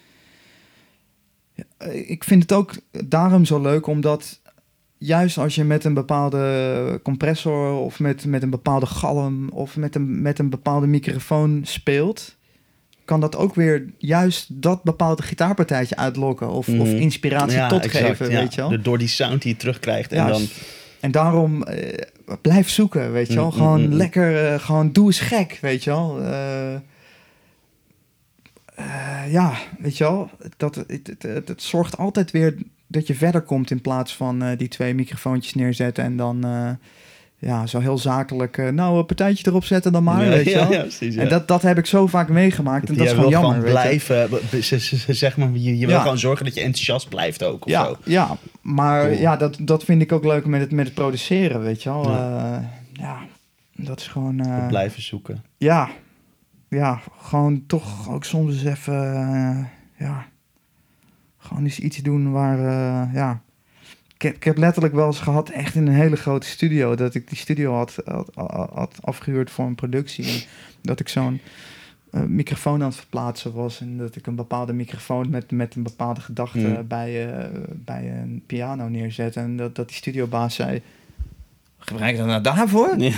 ja, ik vind het ook daarom zo leuk, omdat juist als je met een bepaalde compressor of met, met een bepaalde galm of met een, met een bepaalde microfoon speelt, kan dat ook weer juist dat bepaalde gitaarpartijtje uitlokken of, Mm. of inspiratie ja, tot exact, geven, ja. weet je wel. De- Door die sound die je terugkrijgt en Ja, dan... En daarom uh, blijf zoeken, weet je wel. Mm, gewoon mm, mm. lekker, uh, gewoon doe eens gek, weet je wel. Uh, uh, ja, weet je wel. Dat, het, het, het, het zorgt altijd weer dat je verder komt in plaats van uh, die twee microfoontjes neerzetten en dan uh, ja, zo heel zakelijk, uh, nou, een partijtje erop zetten dan maar, ja, weet je ja, wel. ja, precies, ja. En dat, dat heb ik zo vaak meegemaakt en dat is jij gewoon wil jammer, weet gewoon je. blijven, z- z- z- zeg maar, je, je wil Ja. gewoon zorgen dat je enthousiast blijft ook of Ja, zo. ja, maar Cool. ja, dat, dat vind ik ook leuk met het, met het produceren, weet je wel. Ja. Uh, ja, dat is gewoon... Uh, Blijven zoeken. Ja, ja, gewoon toch ook soms eens even, uh, ja, gewoon eens iets doen waar, uh, ja. Ik heb, ik heb letterlijk wel eens gehad, echt in een hele grote studio, dat ik die studio had, had, had afgehuurd voor een productie. En dat ik zo'n uh, microfoon aan het verplaatsen was en dat ik een bepaalde microfoon met, met een bepaalde gedachte Mm. bij, uh, bij een piano neerzette. En dat, dat die studiobaas zei, gebruik je dat nou daarvoor? Ja.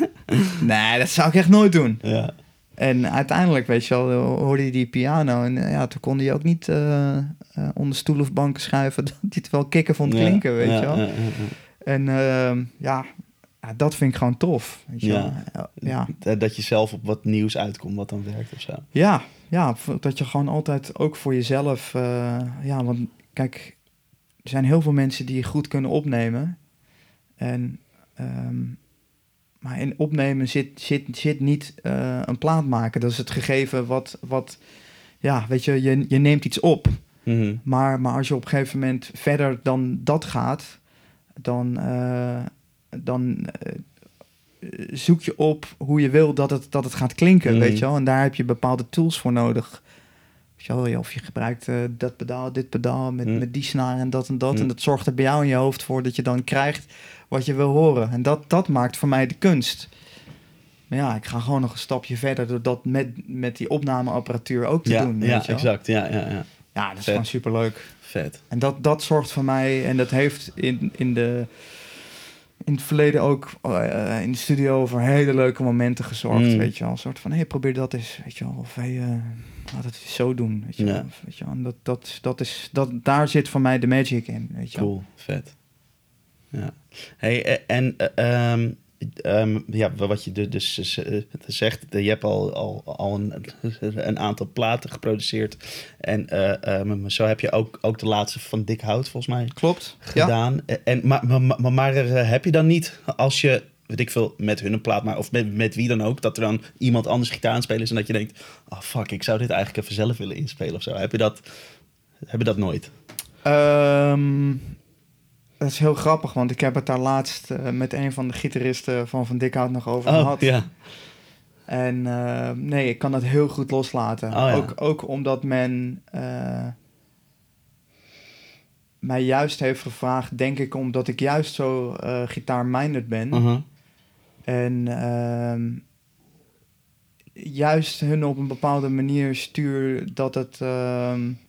Nee, dat zou ik echt nooit doen. Ja. En uiteindelijk, weet je wel, hoorde je die piano. En uh, ja, toen kon hij ook niet uh, uh, onder stoel of banken schuiven dat hij het wel kicken vond klinken, Ja, weet ja, je wel. ja, ja, ja. En uh, ja, ja, dat vind ik gewoon tof, weet je Ja. wel. Ja. Dat- Dat je zelf op wat nieuws uitkomt wat dan werkt of zo. Ja, ja, v- dat je gewoon altijd ook voor jezelf... Uh, ja, want kijk, er zijn heel veel mensen die goed kunnen opnemen. En... Um, Maar in opnemen zit, zit, zit niet uh, een plaat maken. Dat is het gegeven wat... wat ja, weet je, je, je neemt iets op. Mhm. Maar, maar als je op een gegeven moment verder dan dat gaat... dan, uh, dan uh, zoek je op hoe je wil dat het, dat het gaat klinken, Mhm. weet je wel. En daar heb je bepaalde tools voor nodig. Weet je wel, of je gebruikt uh, dat pedaal, dit pedaal... Met, Mhm. met die snaar en dat en dat. Mhm. En dat zorgt er bij jou in je hoofd voor dat je dan krijgt... wat je wil horen. En dat, dat maakt voor mij de kunst. Maar ja, ik ga gewoon nog een stapje verder... door dat met, met die opnameapparatuur ook te Ja, doen. ja, weet je wel. exact. Ja, ja, ja. Ja, dat is Vet. gewoon superleuk. Vet. En dat, dat zorgt voor mij... en dat heeft in, in, de, in het verleden ook... Uh, in de studio voor hele leuke momenten gezorgd. Mm. Weet je wel. Een soort van, hé, hey, probeer dat eens. Weet je wel. Of hey, uh, laat het eens zo doen. Weet je Ja. wel. Of, weet je wel. En dat, dat, dat is, dat, daar zit voor mij de magic in. Weet je wel. Cool, vet. Ja. Hey, eh, en uh, um, um, ja, wat je du- dus uh, zegt, je hebt al, al, al een, een aantal platen geproduceerd. En uh, um, zo heb je ook, ook de laatste van Dik Hout, volgens mij, Klopt. Ja. gedaan. En, maar maar, maar, maar uh, heb je dan niet, als je weet ik veel, met hun een plaat, maar of met, met wie dan ook, dat er dan iemand anders gitaar aan het spelen is en dat je denkt, oh fuck, ik zou dit eigenlijk even zelf willen inspelen of zo. Heb je dat, heb je dat nooit? Um, dat is heel grappig, want ik heb het daar laatst uh, met een van de gitaristen van Van Dikhout nog over oh, gehad. Ja. En uh, nee, ik kan dat heel goed loslaten. Oh, ja. ook, ook omdat men uh, mij juist heeft gevraagd, denk ik, omdat ik juist zo uh, gitaar-minded ben. Uh-huh. En uh, juist hun op een bepaalde manier stuur dat het... Uh,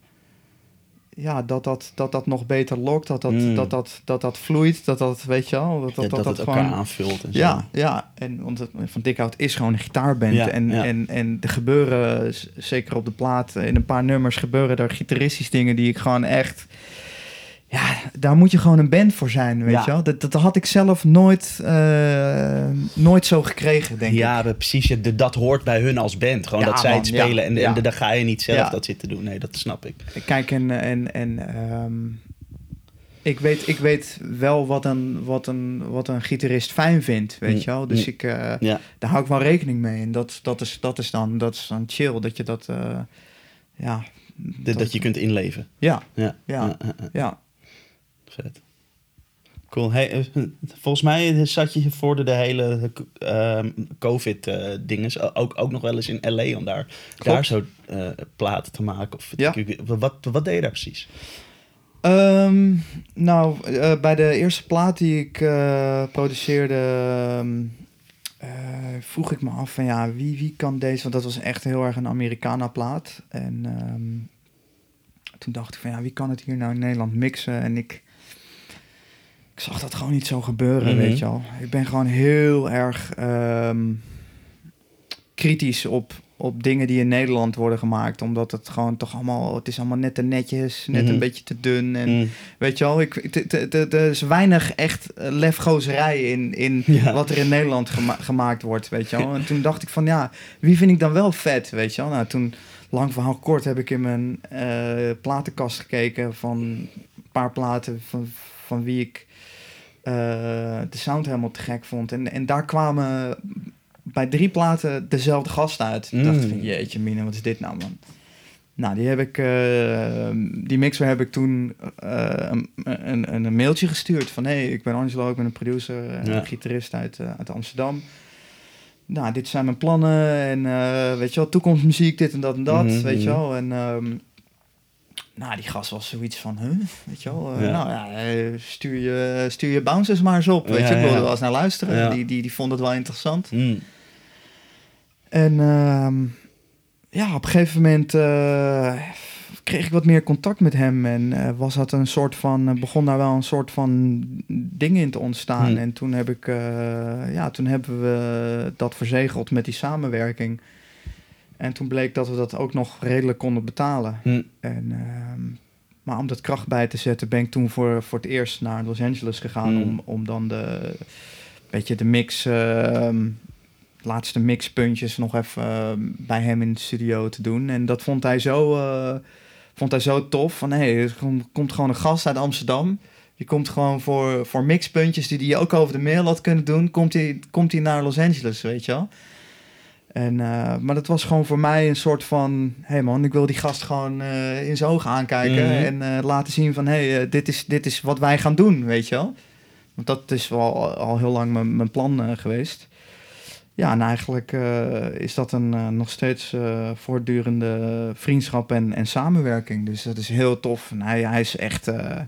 ja, dat dat, dat dat nog beter lokt, dat dat, mm. dat, dat, dat dat vloeit, dat dat, weet je wel... Dat dat, ja, dat, dat, dat dat elkaar gewoon aanvult en zo. Ja, ja. En, want het, Van Dikhout is gewoon een gitaarband. Ja, en, ja. En, en er gebeuren, zeker op de plaat, in een paar nummers gebeuren er gitaristisch dingen die ik gewoon echt... Ja, daar moet je gewoon een band voor zijn, weet Ja. je wel. Dat, dat had ik zelf nooit, uh, nooit zo gekregen, denk ja, ik. Ja, precies. Ja, dat hoort bij hun als band. Gewoon Ja, dat zij man, het spelen. ja, en, ja. en daar ga je niet zelf Ja. dat zitten doen. Nee, dat snap ik. Kijk, en, en, en um, ik, weet, ik weet wel wat een, wat, een, wat een gitarist fijn vindt, weet Mm. je wel. Dus Mm. ik, uh, Ja. daar hou ik wel rekening mee. En dat, dat, is, dat, is, dan, dat is dan chill, dat je dat... Uh, ja, De, dat, dat je kunt inleven. Ja, Ja. ja, ja, ja, ja. ja. Vet. Cool. Hey, volgens mij zat je voor de, de hele uh, COVID-dinges ook, ook nog wel eens in L A om daar, daar zo uh, platen te maken. Of, Ja. wat, wat deed je daar precies? Um, nou, uh, bij de eerste plaat die ik uh, produceerde, um, uh, vroeg ik me af van ja, wie, wie kan deze? Want dat was echt heel erg een Americana-plaat. En um, toen dacht ik van ja, wie kan het hier nou in Nederland mixen? En ik... Ik zag dat gewoon niet zo gebeuren, Mm-hmm. weet je wel. Ik ben gewoon heel erg um, kritisch op, op dingen die in Nederland worden gemaakt. Omdat het gewoon toch allemaal... Het is allemaal net te netjes, net Mm-hmm. een beetje te dun. En Mm. weet je wel, ik, t, t, t, er is weinig echt lefgozerij in, in Ja. wat er in Nederland gema- gemaakt wordt, weet je wel. En toen dacht ik van ja, wie vind ik dan wel vet, weet je wel. Nou, toen, lang verhaal kort, heb ik in mijn uh, platenkast gekeken van een paar platen van, van wie ik... Uh, de sound helemaal te gek vond. En, en daar kwamen bij drie platen dezelfde gasten uit. Mm. Ik dacht van, jeetje mine, wat is dit nou, man? Nou, die heb ik... Uh, die mixer heb ik toen uh, een, een, een mailtje gestuurd. Van, hé, hey, ik ben Angelo, ik ben een producer, en ja. een gitarist uit, uh, uit Amsterdam. Nou, dit zijn mijn plannen. En uh, weet je wel, toekomstmuziek, dit en dat en dat. Mm-hmm. Weet je wel, en... Um, Nou, die gast was zoiets van, huh? Weet je wel? Uh, Ja. Nou ja, stuur je, stuur je bouncers maar eens op, weet Ja, je. Ik wilde ja. er wel eens naar luisteren. Ja. Die, die, die vond het wel interessant. Mm. En uh, ja, op een gegeven moment uh, kreeg ik wat meer contact met hem. En uh, was dat een soort van, uh, begon daar wel een soort van ding in te ontstaan. Hmm. En toen heb ik, uh, ja, toen hebben we dat verzegeld met die samenwerking. En toen bleek dat we dat ook nog redelijk konden betalen. Mm. En, uh, maar om dat kracht bij te zetten, ben ik toen voor, voor het eerst naar Los Angeles gegaan. Mm. Om, om dan de, beetje de mix, uh, laatste mixpuntjes nog even uh, bij hem in de studio te doen. En dat vond hij zo, uh, vond hij zo tof. Van hé, hey, er komt gewoon een gast uit Amsterdam. Je komt gewoon voor, voor mixpuntjes die hij ook over de mail had kunnen doen. Komt hij, komt hij naar Los Angeles, weet je wel. En, uh, maar dat was gewoon voor mij een soort van... Hé hey man, ik wil die gast gewoon uh, in zijn ogen aankijken. Mm-hmm. En uh, laten zien van... Hé, hey, uh, dit, is, dit is wat wij gaan doen, weet je wel. Want dat is wel al, al heel lang mijn, mijn plan uh, geweest. Ja, en eigenlijk uh, is dat een uh, nog steeds uh, voortdurende vriendschap en, en samenwerking. Dus dat is heel tof. En hij, hij is echt... Uh,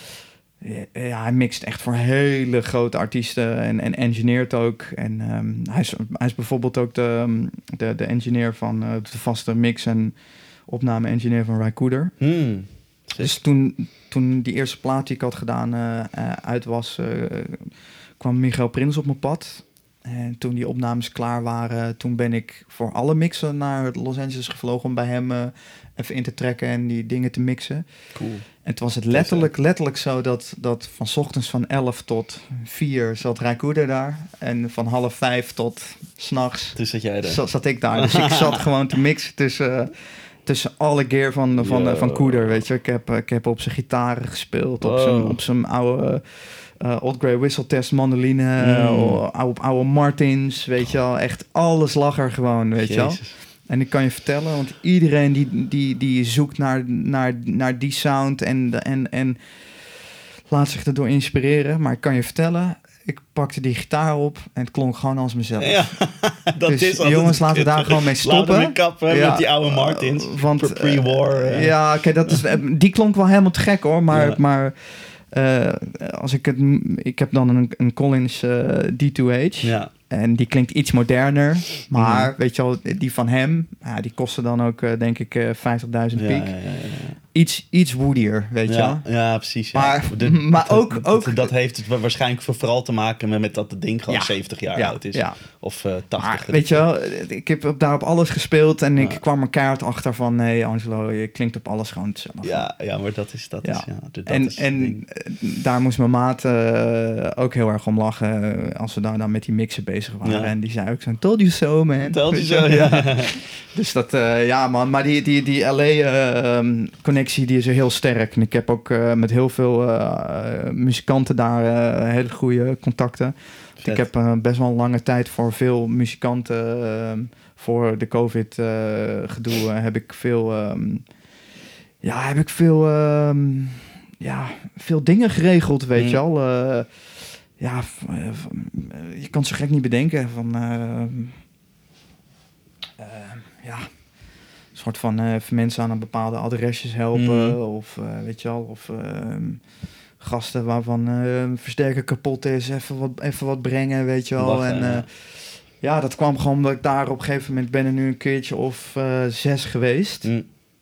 Ja, hij mixt echt voor hele grote artiesten en, en engineert ook. En um, hij, is, hij is bijvoorbeeld ook de, de, de engineer van uh, de vaste mix- en opname-engineer van Rycooder. Hmm. Dus toen, toen die eerste plaat die ik had gedaan uh, uh, uit was, uh, kwam Michael Prins op mijn pad. En toen die opnames klaar waren, toen ben ik voor alle mixen naar Los Angeles gevlogen om bij hem uh, even in te trekken en die dingen te mixen. Cool. En het was het letterlijk, letterlijk zo dat, dat van 's ochtends van elf tot vier zat Rycooder daar. En van half vijf tot 's nachts Dus zat jij daar. zat, zat ik daar. Dus ik zat gewoon te mixen tussen, tussen alle gear van, van, Yo. van Cooder, weet je. Ik heb, ik heb op zijn gitaren gespeeld, op zijn, Wow. op zijn oude uh, Old Grey Whistle Test mandoline, Mm. uh, oude, oude Martins, weet je wel. Echt alles lag er gewoon, weet je wel. Jezus. En ik kan je vertellen, want iedereen die, die, die zoekt naar, naar, naar die sound en, en, en laat zich erdoor inspireren. Maar ik kan je vertellen, ik pakte die gitaar op en het klonk gewoon als mezelf. Ja, dat Dus is altijd jongens, laten we kut. daar gewoon mee stoppen. Laten we kappen Ja, met die oude Martins. uh, want, voor pre-war. uh, uh. ja, oké, dat is die klonk wel helemaal te gek hoor. Maar, Ja. maar uh, als ik het... Ik heb dan een, een Collins uh, D twee H. Ja. En die klinkt iets moderner. Maar Mm. weet je wel, die van hem... Ja, die kostte dan ook, uh, denk ik, uh, vijftigduizend Ja, piek. ja, ja, ja. Iets, iets woodier, weet je wel. Ja, ja, precies. Ja. Maar- De- maar dat- ook- dat, ook- dat heeft het waarschijnlijk vooral te maken met, met dat het ding gewoon Ja. zeventig jaar Ja, oud is. ja. Of uh, tachtig. Maar weet je wel, ik heb op- daar op alles gespeeld en ik Ja. kwam er keihard achter van... Nee, Angelo, je klinkt op alles gewoon hetzelfde. Ja, ja, maar dat is dat. Ja. Is, ja, dat en is het en ding. eh, daar moest mijn maat uh, ook heel erg om lachen uh, als we daar dan met die mixen bezig waren. Ja. En die zei ook zo, told you so, man. Telt hij Weet zo, je wel? ja. Dus dat, uh, ja man, maar die, die, die L A-connectie die is er heel sterk. En ik heb ook uh, met heel veel uh, muzikanten daar uh, hele goede contacten. Vet. Ik heb uh, best wel een lange tijd voor veel muzikanten, uh, voor de COVID-gedoe, uh, uh, heb ik veel, um, ja, heb ik veel, um, ja, veel dingen geregeld, weet Mm. je wel. Uh, ja, v- uh, v- je kan het zo gek niet bedenken van, uh, uh, ja, een soort van uh, even mensen aan een bepaalde adresjes helpen, Mhm. of uh, weet je wel, of uh, gasten waarvan uh, een versterker kapot is, even wat, even wat brengen, weet je wel. Lachen, en uh, ja. ja, dat kwam gewoon omdat ik daar op een gegeven moment ben er nu een keertje of uh, zes geweest. Mm.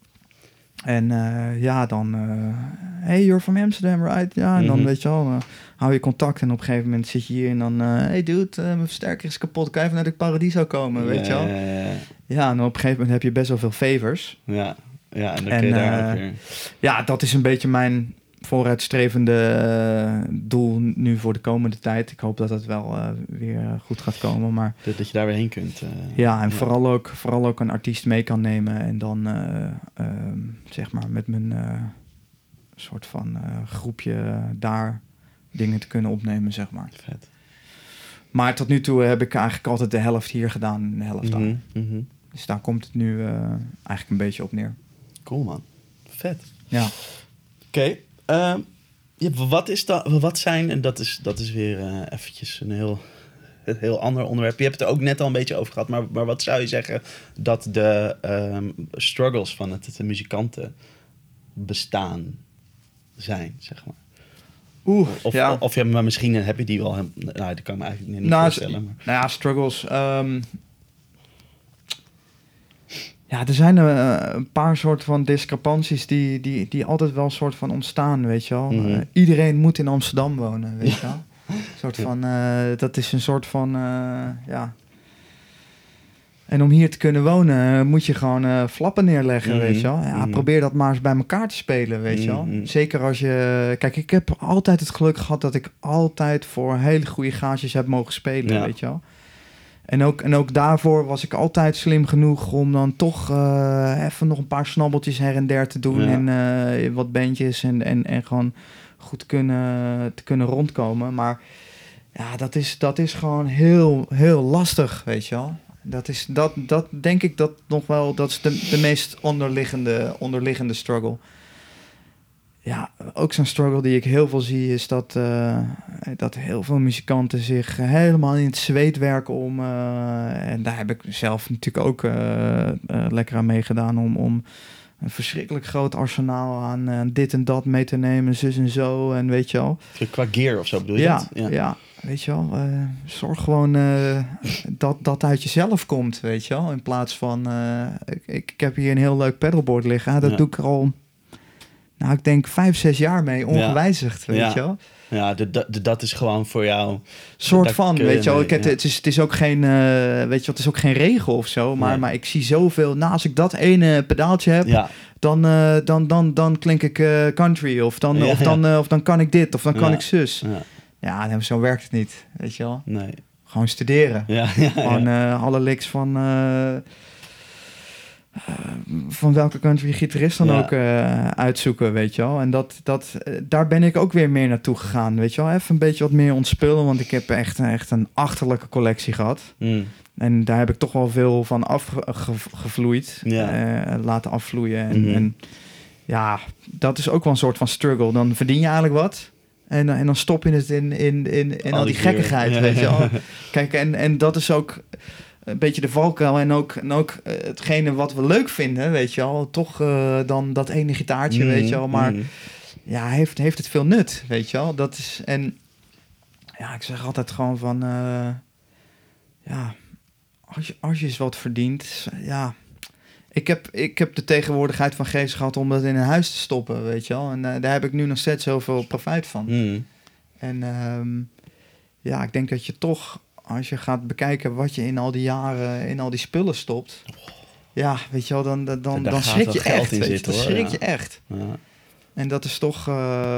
En uh, ja, dan... Uh, hey, you're from Amsterdam, right? Ja, en dan Mhm. weet je wel, uh, hou je contact en op een gegeven moment zit je hier en dan... Uh, hey dude, uh, mijn versterker is kapot, kan je even naar de Paradiso komen, weet je wel? Ja, ja, ja. Ja, en op een gegeven moment heb je best wel veel favors. Ja, ja, en dan En, kun je daar uh, ook weer... Ja, dat is een beetje mijn vooruitstrevende uh, doel nu voor de komende tijd. Ik hoop dat het wel uh, weer uh, goed gaat komen, maar... Dat, dat je daar weer heen kunt. uh, Ja, en Vooral, ook, vooral ook een artiest mee kan nemen en dan uh, um, zeg maar met mijn uh, soort van uh, groepje uh, daar dingen te kunnen opnemen, zeg maar. Vet. Maar tot nu toe heb ik eigenlijk altijd de helft hier gedaan en de helft daar. Mhm, mhm. Dus daar komt het nu uh, eigenlijk een beetje op neer. Cool, man. Vet. Ja. Oké. Okay. Uh, ja, wat, is dan, wat zijn, en dat is, dat is weer uh, eventjes een heel, een heel ander onderwerp. Je hebt het er ook net al een beetje over gehad, maar, maar wat zou je zeggen dat de um, struggles van het, het muzikanten bestaan zijn, zeg maar? Oeh, Of, ja. of ja, maar misschien heb je die wel... Nou, dat kan ik me eigenlijk niet nou, voorstellen. Maar... Nou ja, struggles. Um, ja, er zijn uh, een paar soort van discrepanties die, die, die altijd wel een soort van ontstaan, weet je wel. Mm-hmm. Uh, iedereen moet in Amsterdam wonen, weet je wel. Een soort van, uh, dat is een soort van, uh, ja... En om hier te kunnen wonen uh, moet je gewoon uh, flappen neerleggen, Mm-hmm. weet je wel. Ja, Mm-hmm. probeer dat maar eens bij elkaar te spelen, weet je wel. Mm-hmm. Zeker als je... Kijk, ik heb altijd het geluk gehad dat ik altijd voor hele goede gaatjes heb mogen spelen, Ja. weet je wel. En ook, en ook daarvoor was ik altijd slim genoeg om dan toch uh, even nog een paar snabbeltjes her en der te doen. Ja. En uh, wat bandjes en, en, en gewoon goed kunnen, te kunnen rondkomen. Maar ja, dat is, dat is gewoon heel, heel lastig, weet je wel. Dat is, dat, dat denk ik dat nog wel, dat is de, de meest onderliggende, onderliggende struggle. Ja, ook zo'n struggle die ik heel veel zie is dat, uh, dat heel veel muzikanten zich helemaal in het zweet werken om... Uh, en daar heb ik zelf natuurlijk ook uh, uh, lekker aan meegedaan om, om een verschrikkelijk groot arsenaal aan uh, dit en dat mee te nemen, zus en zo en weet je wel. Qua gear of zo bedoel je Ja, dat? ja. ja, weet je wel. Uh, zorg gewoon uh, dat dat uit jezelf komt, weet je wel. In plaats van, uh, ik, ik heb hier een heel leuk pedalboard liggen. Ah, dat Ja. doe ik er al... Nou, ik denk vijf, zes jaar mee, ongewijzigd, Ja. weet Ja. je wel. Ja, de, de, dat is gewoon voor jou... Soort Daar van, kun je weet je wel. mee, Ik, het, ja. het, is, het is ook geen, uh, weet je wel, het is ook geen regel of zo. Maar, Nee. maar ik zie zoveel, nou, als ik dat ene pedaaltje heb, Ja, dan, uh, dan, dan, dan klink ik uh, country. Of dan, Ja, of, dan, uh, of dan kan ik dit, of dan kan Ja. ik zus. ja, Ja, nee, zo werkt het niet, weet je wel. nee. Gewoon studeren. Ja, ja, Gewoon ja. uh, alle licks van... Uh, uh, van welke country gitarist dan Ja. ook uh, uitzoeken, weet je wel. En dat, dat, uh, daar ben ik ook weer meer naartoe gegaan, weet je wel. Even een beetje wat meer ontspullen, want ik heb echt, echt een achterlijke collectie gehad. Mm. En daar heb ik toch wel veel van afgevloeid, Ja. uh, laten afvloeien. En, Mm-hmm. en ja, dat is ook wel een soort van struggle. Dan verdien je eigenlijk wat en, en dan stop je het in, in, in, in al, al die, die gekkigheid, ja. weet je wel. Kijk, en, en dat is ook een beetje de valkuil en ook, en ook uh, hetgene wat we leuk vinden, weet je wel. Toch uh, dan dat ene gitaartje, mm, weet je wel. Maar mm. ja, heeft, heeft het veel nut, weet je wel. Dat is, en ja, ik zeg altijd gewoon van, uh, ja, als je, als je eens wat verdient, ja. Ik heb, ik heb de tegenwoordigheid van geest gehad om dat in een huis te stoppen, weet je wel. En uh, daar heb ik nu nog steeds zoveel profijt van. Mm. En um, ja, ik denk dat je toch, als je gaat bekijken wat je in al die jaren in al die spullen stopt, oh. ja, weet je wel, dan, dan, dan, dan schrik je echt, weet je, dan schrik je echt. Ja. En dat is toch, uh,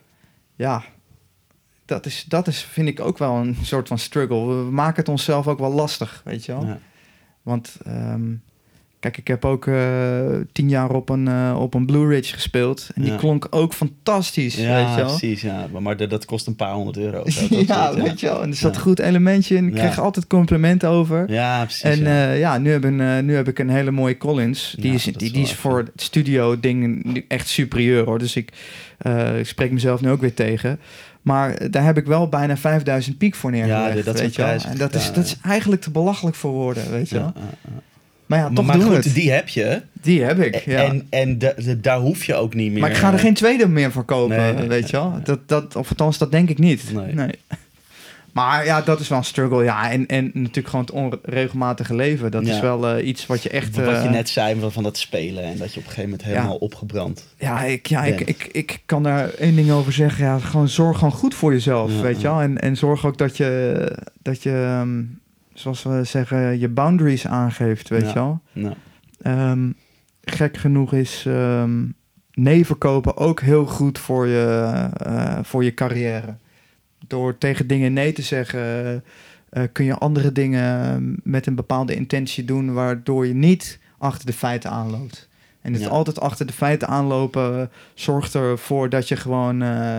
ja, dat is, dat is, vind ik ook wel een soort van struggle. We maken het onszelf ook wel lastig, weet je wel. Ja. Want, um, kijk, ik heb ook uh, tien jaar op een, uh, op een Blue Ridge gespeeld. En die ja. klonk ook fantastisch, ja, weet je wel. precies, ja. Maar dat, dat kost een paar honderd euro. Zo, ja, ja, weet je wel. En er zat ja. goed elementje in. Ik kreeg ja. altijd complimenten over. Ja, precies. En ja, uh, ja nu, heb een, uh, nu heb ik een hele mooie Collins. Die ja, is, die, die is voor het studio ding echt superieur, hoor. Dus ik, uh, ik spreek mezelf nu ook weer tegen. Maar daar heb ik wel bijna vijfduizend piek voor neergelegd, ja, dat weet je wel. En dat is, dat is eigenlijk te belachelijk voor woorden, weet je wel. Ja, ja, ja. Maar ja, toch maar doen goed, het. die heb je. Die heb ik, ja. En, en de, de, daar hoef je ook niet meer... Maar ik ga er geen tweede meer voor kopen, nee, nee, weet je wel. Nee. Dat, dat, of althans, dat denk ik niet. Nee. nee. Maar ja, dat is wel een struggle. Ja, en, en natuurlijk gewoon het onregelmatige leven. Dat ja. is wel uh, iets wat je echt... Wat je uh, net zei van dat spelen. En dat je op een gegeven moment helemaal ja. opgebrand Ja, ik, ja ik, ik, ik kan daar één ding over zeggen. Ja, gewoon zorg gewoon goed voor jezelf, ja, weet je wel. En, en zorg ook dat je... Dat je um, zoals we zeggen, je boundaries aangeeft, weet ja. je wel. Ja. Um, gek genoeg is um, nee verkopen ook heel goed voor je, uh, voor je carrière. Door tegen dingen nee te zeggen, uh, kun je andere dingen met een bepaalde intentie doen, waardoor je niet achter de feiten aanloopt. En het ja. altijd achter de feiten aanlopen uh, zorgt ervoor dat je gewoon... Uh,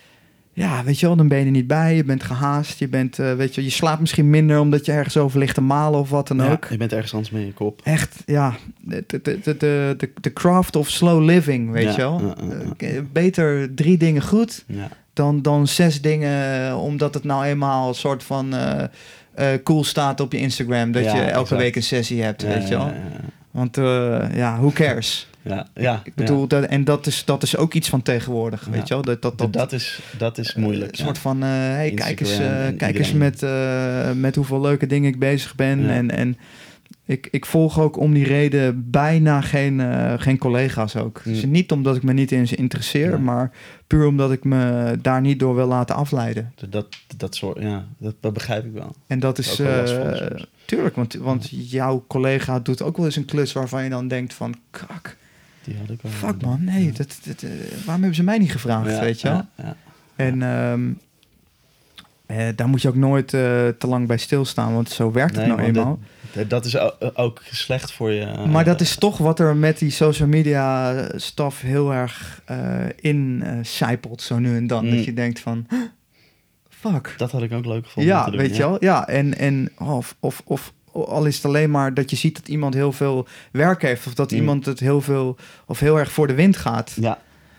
Ja, weet je wel, dan ben je er niet bij. Je bent gehaast. Je bent, uh, weet je, je slaapt misschien minder omdat je ergens over ligt te malen of wat dan ja, ook. Je bent ergens anders mee in je kop. Echt, ja. De, de, de, de, de, de craft of slow living, weet ja, je wel. Ja, ja, ja. Uh, beter drie dingen goed ja. dan, dan zes dingen, omdat het nou eenmaal een soort van uh, uh, cool staat op je Instagram. Dat ja, je elke exact. week een sessie hebt, ja, weet je wel. Ja, ja, ja. Want uh, ja, who cares? Ja, ja, ik bedoel, ja. dat, en dat is, dat is ook iets van tegenwoordig, weet ja. je wel? Dat, dat, dat, dat, is, dat is moeilijk. Een ja. soort van, uh, hey, kijk eens, uh, kijk iedereen. eens met, uh, met hoeveel leuke dingen ik bezig ben. Ja. En, en ik, ik volg ook om die reden bijna geen, uh, geen collega's ook. Mm. Dus niet omdat ik me niet in ze interesseer, ja. maar puur omdat ik me daar niet door wil laten afleiden. Dat, dat, soort, ja, dat, dat begrijp ik wel. En dat is, uh, van, tuurlijk, want, want ja. jouw collega doet ook wel eens een klus waarvan je dan denkt van, kak. Die had ik wel. Fuck man, nee, ja. dat, dat, uh, waarom hebben ze mij niet gevraagd, ja, weet je wel? Ja, ja. En um, uh, daar moet je ook nooit uh, te lang bij stilstaan, want zo werkt nee, het nou eenmaal. Dat, dat is ook slecht voor je. Uh, maar dat is toch wat er met die social media stuff heel erg uh, in uh, sijpelt, zo nu en dan. Mm. Dat je denkt van, fuck. Dat had ik ook leuk gevonden. Ja, te doen, weet ja. je wel? Ja, en, en of... of, of al is het alleen maar dat je ziet dat iemand heel veel werk heeft, of dat mm. iemand het heel veel of heel erg voor de wind gaat. Ja.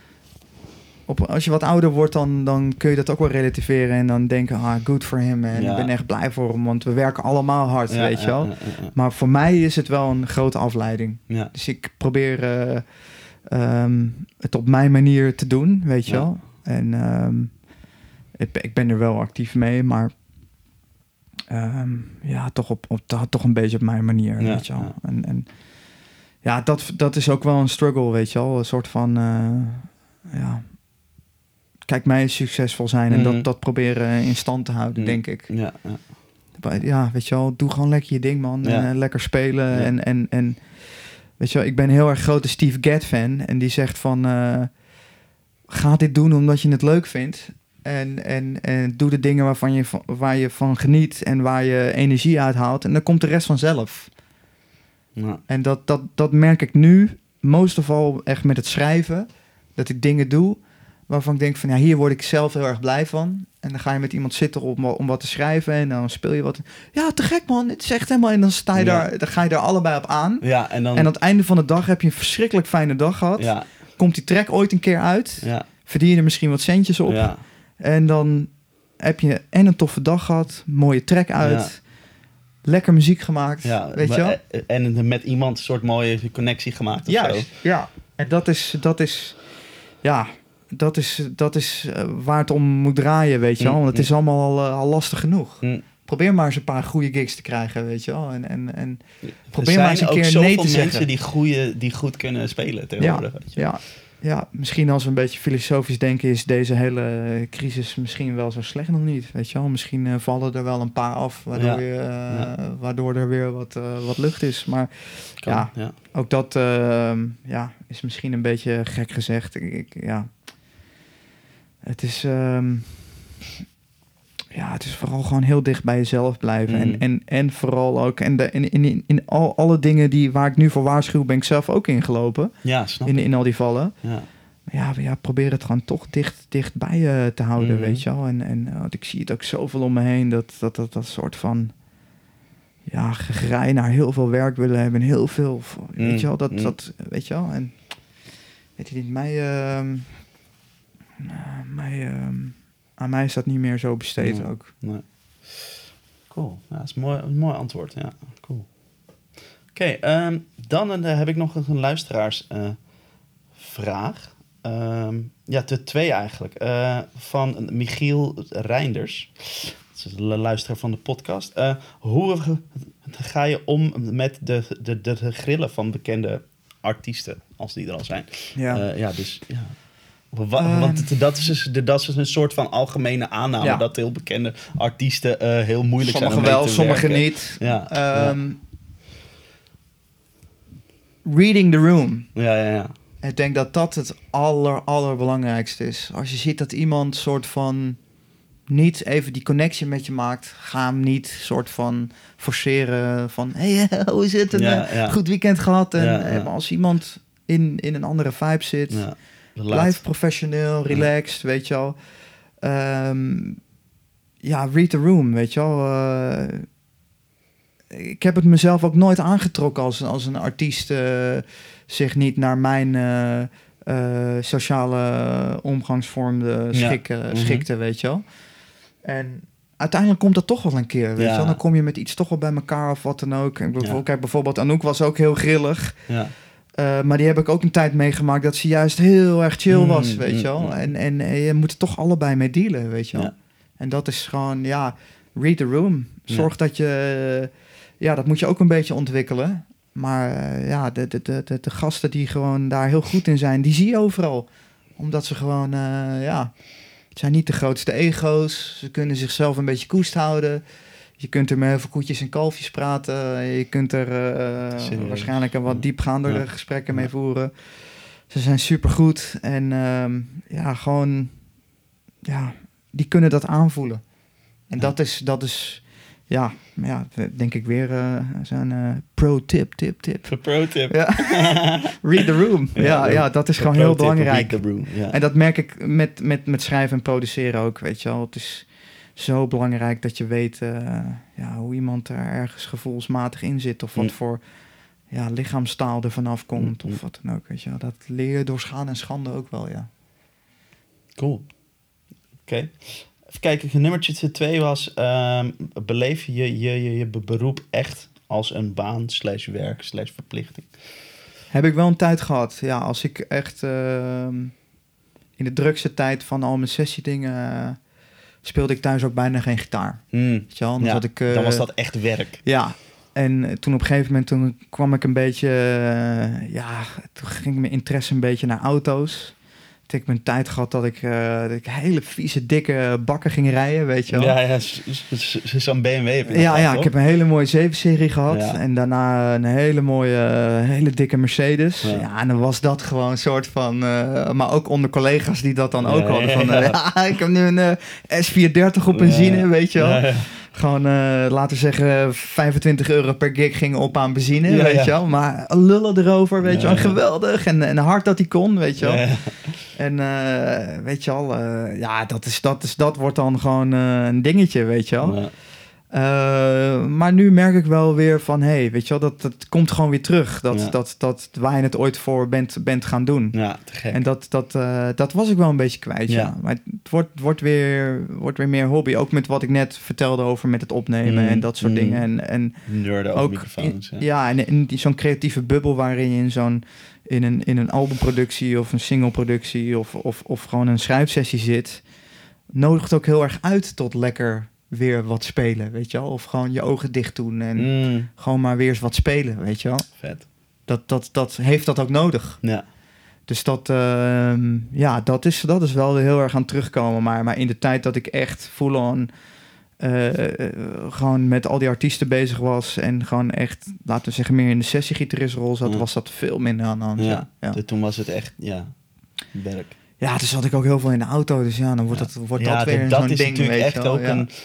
Op, als je wat ouder wordt, dan, dan kun je dat ook wel relativeren en dan denken, ah, good for him. En ja. ik ben echt blij voor hem, want we werken allemaal hard, ja, weet je wel. Ja, ja, ja, ja. Maar voor mij is het wel een grote afleiding. Ja. Dus ik probeer uh, um, het op mijn manier te doen, weet je ja. wel. En um, ik, ik ben er wel actief mee, maar Um, ja, toch, op, op, toch een beetje op mijn manier, ja, weet je wel. Ja. En, en ja, dat, dat is ook wel een struggle, weet je wel. Een soort van, uh, ja... Kijk, mij succesvol zijn en mm. dat, dat proberen in stand te houden, mm. denk ik. Ja, ja. ja, weet je wel, doe gewoon lekker je ding, man. Ja. En, uh, lekker spelen. Ja. En, en, en weet je wel, ik ben een heel erg grote Steve Gadd fan. En die zegt van, uh, ga dit doen omdat je het leuk vindt. En, en, en doe de dingen waarvan je, waar je van geniet en waar je energie uit haalt. En dan komt de rest vanzelf. Ja. En dat, dat, dat merk ik nu, most of all echt met het schrijven. Dat ik dingen doe waarvan ik denk van, ja, hier word ik zelf heel erg blij van. En dan ga je met iemand zitten om, om wat te schrijven en dan speel je wat. Ja, te gek man, het is echt helemaal... En dan, sta je Ja. daar, dan ga je daar allebei op aan. Ja, en dan... En aan het einde van de dag heb je een verschrikkelijk fijne dag gehad. Ja, Komt die track ooit een keer uit. ja, Verdien je er misschien wat centjes op. ja. En dan heb je en een toffe dag gehad. Mooie track uit. Lekker muziek gemaakt. Ja, weet je wel? En met iemand een soort mooie connectie gemaakt of Juist, zo. ja. En dat is, dat is, ja, dat is, dat is uh, waar het om moet draaien, weet je wel. Mm, Want het is allemaal al, uh, al lastig genoeg. Mm. Probeer maar eens een paar goede gigs te krijgen, weet je wel. En, en, en probeer er maar eens een zijn ook keer nee zoveel te zeggen. mensen die, goeie, die goed kunnen spelen tegenwoordig. Ja, weet je. ja, ja, misschien als we een beetje filosofisch denken... is deze hele crisis misschien wel zo slecht nog niet, weet je wel. Misschien uh, vallen er wel een paar af... waardoor, Ja. je, uh, Ja. waardoor er weer wat, uh, wat lucht is. Maar Kan, ja, ja. ook dat uh, ja, is misschien een beetje gek gezegd. Ik, ik, ja. Het is... Um, ja, het is vooral gewoon heel dicht bij jezelf blijven. Mm. En, en, en vooral ook... En de, in, in, in al, alle dingen die, waar ik nu voor waarschuw... ben ik zelf ook ingelopen. Ja, snap In, ik. in al die vallen. Ja. Ja, maar ja, probeer het gewoon toch dicht, dicht bij je te houden, Mhm. weet je wel. En, en uh, want ik zie het ook zoveel om me heen, dat dat, dat, dat soort van... Ja, gegrij naar heel veel werk willen hebben. En heel veel, weet Mm. je wel, dat, Mm. dat, weet je wel. En weet je niet, mij... Uh, mij uh, aan mij is dat niet meer zo besteed Nee. ook. Nee. Cool. Ja, dat is een mooi, een mooi antwoord. Ja, cool. Oké, okay, um, dan uh, heb ik nog een luisteraarsvraag. Uh, um, ja, de twee eigenlijk. Uh, van Michiel Reinders. Dat is de luisteraar van de podcast. Uh, hoe ga je om met de, de, de, de grillen van bekende artiesten, als die er al zijn? Ja, uh, ja dus... Ja. Wa- want um, dat, is dus, dat is dus een soort van algemene aanname... Ja. dat heel bekende artiesten uh, heel moeilijk sommige zijn om wel, te sommige werken. niet. Ja, Um, ja. Reading the room. Ja, ja, ja. Ik denk dat dat het aller, allerbelangrijkste is. Als je ziet dat iemand soort van... niet even die connectie met je maakt... ga hem niet soort van forceren van... hé, hey, hoe is het? Een Ja, ja. goed weekend gehad. En, Ja, ja. Maar als iemand in, in een andere vibe zit... ja. blijf professioneel, relaxed, ja. weet je wel. Um, ja, read the room, weet je wel. Uh, ik heb het mezelf ook nooit aangetrokken als, als een artiest uh, zich niet naar mijn uh, uh, sociale omgangsvorm de schik, ja. uh, mm-hmm. schikte, weet je wel. En uiteindelijk komt dat toch wel een keer, weet ja. je wel. Dan kom je met iets toch wel bij elkaar of wat dan ook. En bijvoorbeeld, ja. kijk, bijvoorbeeld Anouk was ook heel grillig. Ja. Uh, maar die heb ik ook een tijd meegemaakt dat ze juist heel erg chill was, mm, weet mm, je wel. Mm. En, en, en je moet er toch allebei mee dealen, weet je wel. Ja. En dat is gewoon, ja, read the room. Zorg ja. dat je, ja, dat moet je ook een beetje ontwikkelen. Maar uh, ja, de, de, de, de gasten die gewoon daar heel goed in zijn, die zie je overal. Omdat ze gewoon, uh, ja, het zijn niet de grootste ego's. Ze kunnen zichzelf een beetje koest houden. Je kunt er met heel veel koetjes en kalfjes praten. Je kunt er uh, waarschijnlijk een wat diepgaandere ja. gesprekken mee voeren. Ze zijn supergoed. En um, ja, gewoon... Ja, die kunnen dat aanvoelen. En ja. dat is... Dat is ja, ja, denk ik weer uh, zo'n uh, pro-tip, tip, tip. Pro-tip. Ja. Read the room. Ja, ja, ja dat is gewoon heel belangrijk. Read the room. Ja. En dat merk ik met, met, met schrijven en produceren ook, weet je wel. Het is... zo belangrijk dat je weet uh, ja, hoe iemand er ergens gevoelsmatig in zit. Of wat mm. voor ja, lichaamstaal er vanaf komt. Mm. Of wat dan ook, weet je wel. Dat leer je door schade en schande ook wel, ja. Cool. Oké. Okay. Even kijken, nummertje twee was... Um, beleef je je, je je beroep echt als een baan slash werk slash verplichting? Heb ik wel een tijd gehad. Ja, als ik echt uh, in de drukste tijd van al mijn sessiedingen... Uh, speelde ik thuis ook bijna geen gitaar. Mm. Weet je wel? Dan, ja, zat ik, uh, dan was dat echt werk. Ja, en toen op een gegeven moment toen kwam ik een beetje... Uh, ja, toen ging mijn interesse een beetje naar auto's. Toen heb ik mijn tijd gehad dat ik, uh, dat ik hele vieze, dikke bakken ging rijden, weet je wel. Ja, ja, zo'n B M W heb je Ja, gehad, ja, toch? ik heb een hele mooie zeven-serie gehad. Ja. En daarna een hele mooie, hele dikke Mercedes. Ja, ja en dan was dat gewoon een soort van... Uh, maar ook onder collega's die dat dan ook ja, hadden. Van, uh, ja. ja, ik heb nu een uh, S vierhonderddertig op benzine, ja, weet je wel. Ja, ja. gewoon, uh, laten we zeggen, vijfentwintig euro per gig gingen op aan benzine, ja, weet ja. je wel. Maar lullen erover, weet Ja, je wel. ja. Geweldig en, en hard dat hij kon, weet je wel. Ja, ja. En uh, weet je wel, uh, ja, dat, is, dat, is, dat wordt dan gewoon uh, een dingetje, weet je wel. Ja. Uh, maar nu merk ik wel weer van, hé, hey, weet je wel, dat, dat komt gewoon weer terug. Dat, Ja. dat, dat waar je het ooit voor bent, bent gaan doen. Ja, te gek. En dat, dat, uh, dat was ik wel een beetje kwijt, ja. Ja. Maar het wordt, wordt, weer, wordt weer meer hobby. Ook met wat ik net vertelde over met het opnemen Mm, en dat soort mm. dingen. En, en Nerden over ook microfoons. in, Ja. ja, en in die, zo'n creatieve bubbel waarin je in zo'n in een, in een albumproductie of een singleproductie of, of, of gewoon een schrijfsessie zit, nodigt ook heel erg uit tot lekker weer wat spelen, weet je wel? Of gewoon je ogen dicht doen en Mm, gewoon maar weer eens wat spelen, weet je wel? vet. Dat, dat, dat heeft dat ook nodig. Ja. Dus dat, uh, ja, dat is, dat is wel heel erg aan terugkomen. Maar, maar in de tijd dat ik echt full-on uh, uh, gewoon met al die artiesten bezig was en gewoon echt, laten we zeggen, meer in de sessiegitaristrol zat, Ja. was dat veel minder aan de hand. Ja. Ja, ja. Dus toen was het echt, ja, werk. ja, toen zat ik ook heel veel in de auto. Dus ja, dan wordt Ja. dat, wordt Ja, dat weer dat, zo'n dat is ding, natuurlijk weet echt je wel. ook Ja. een...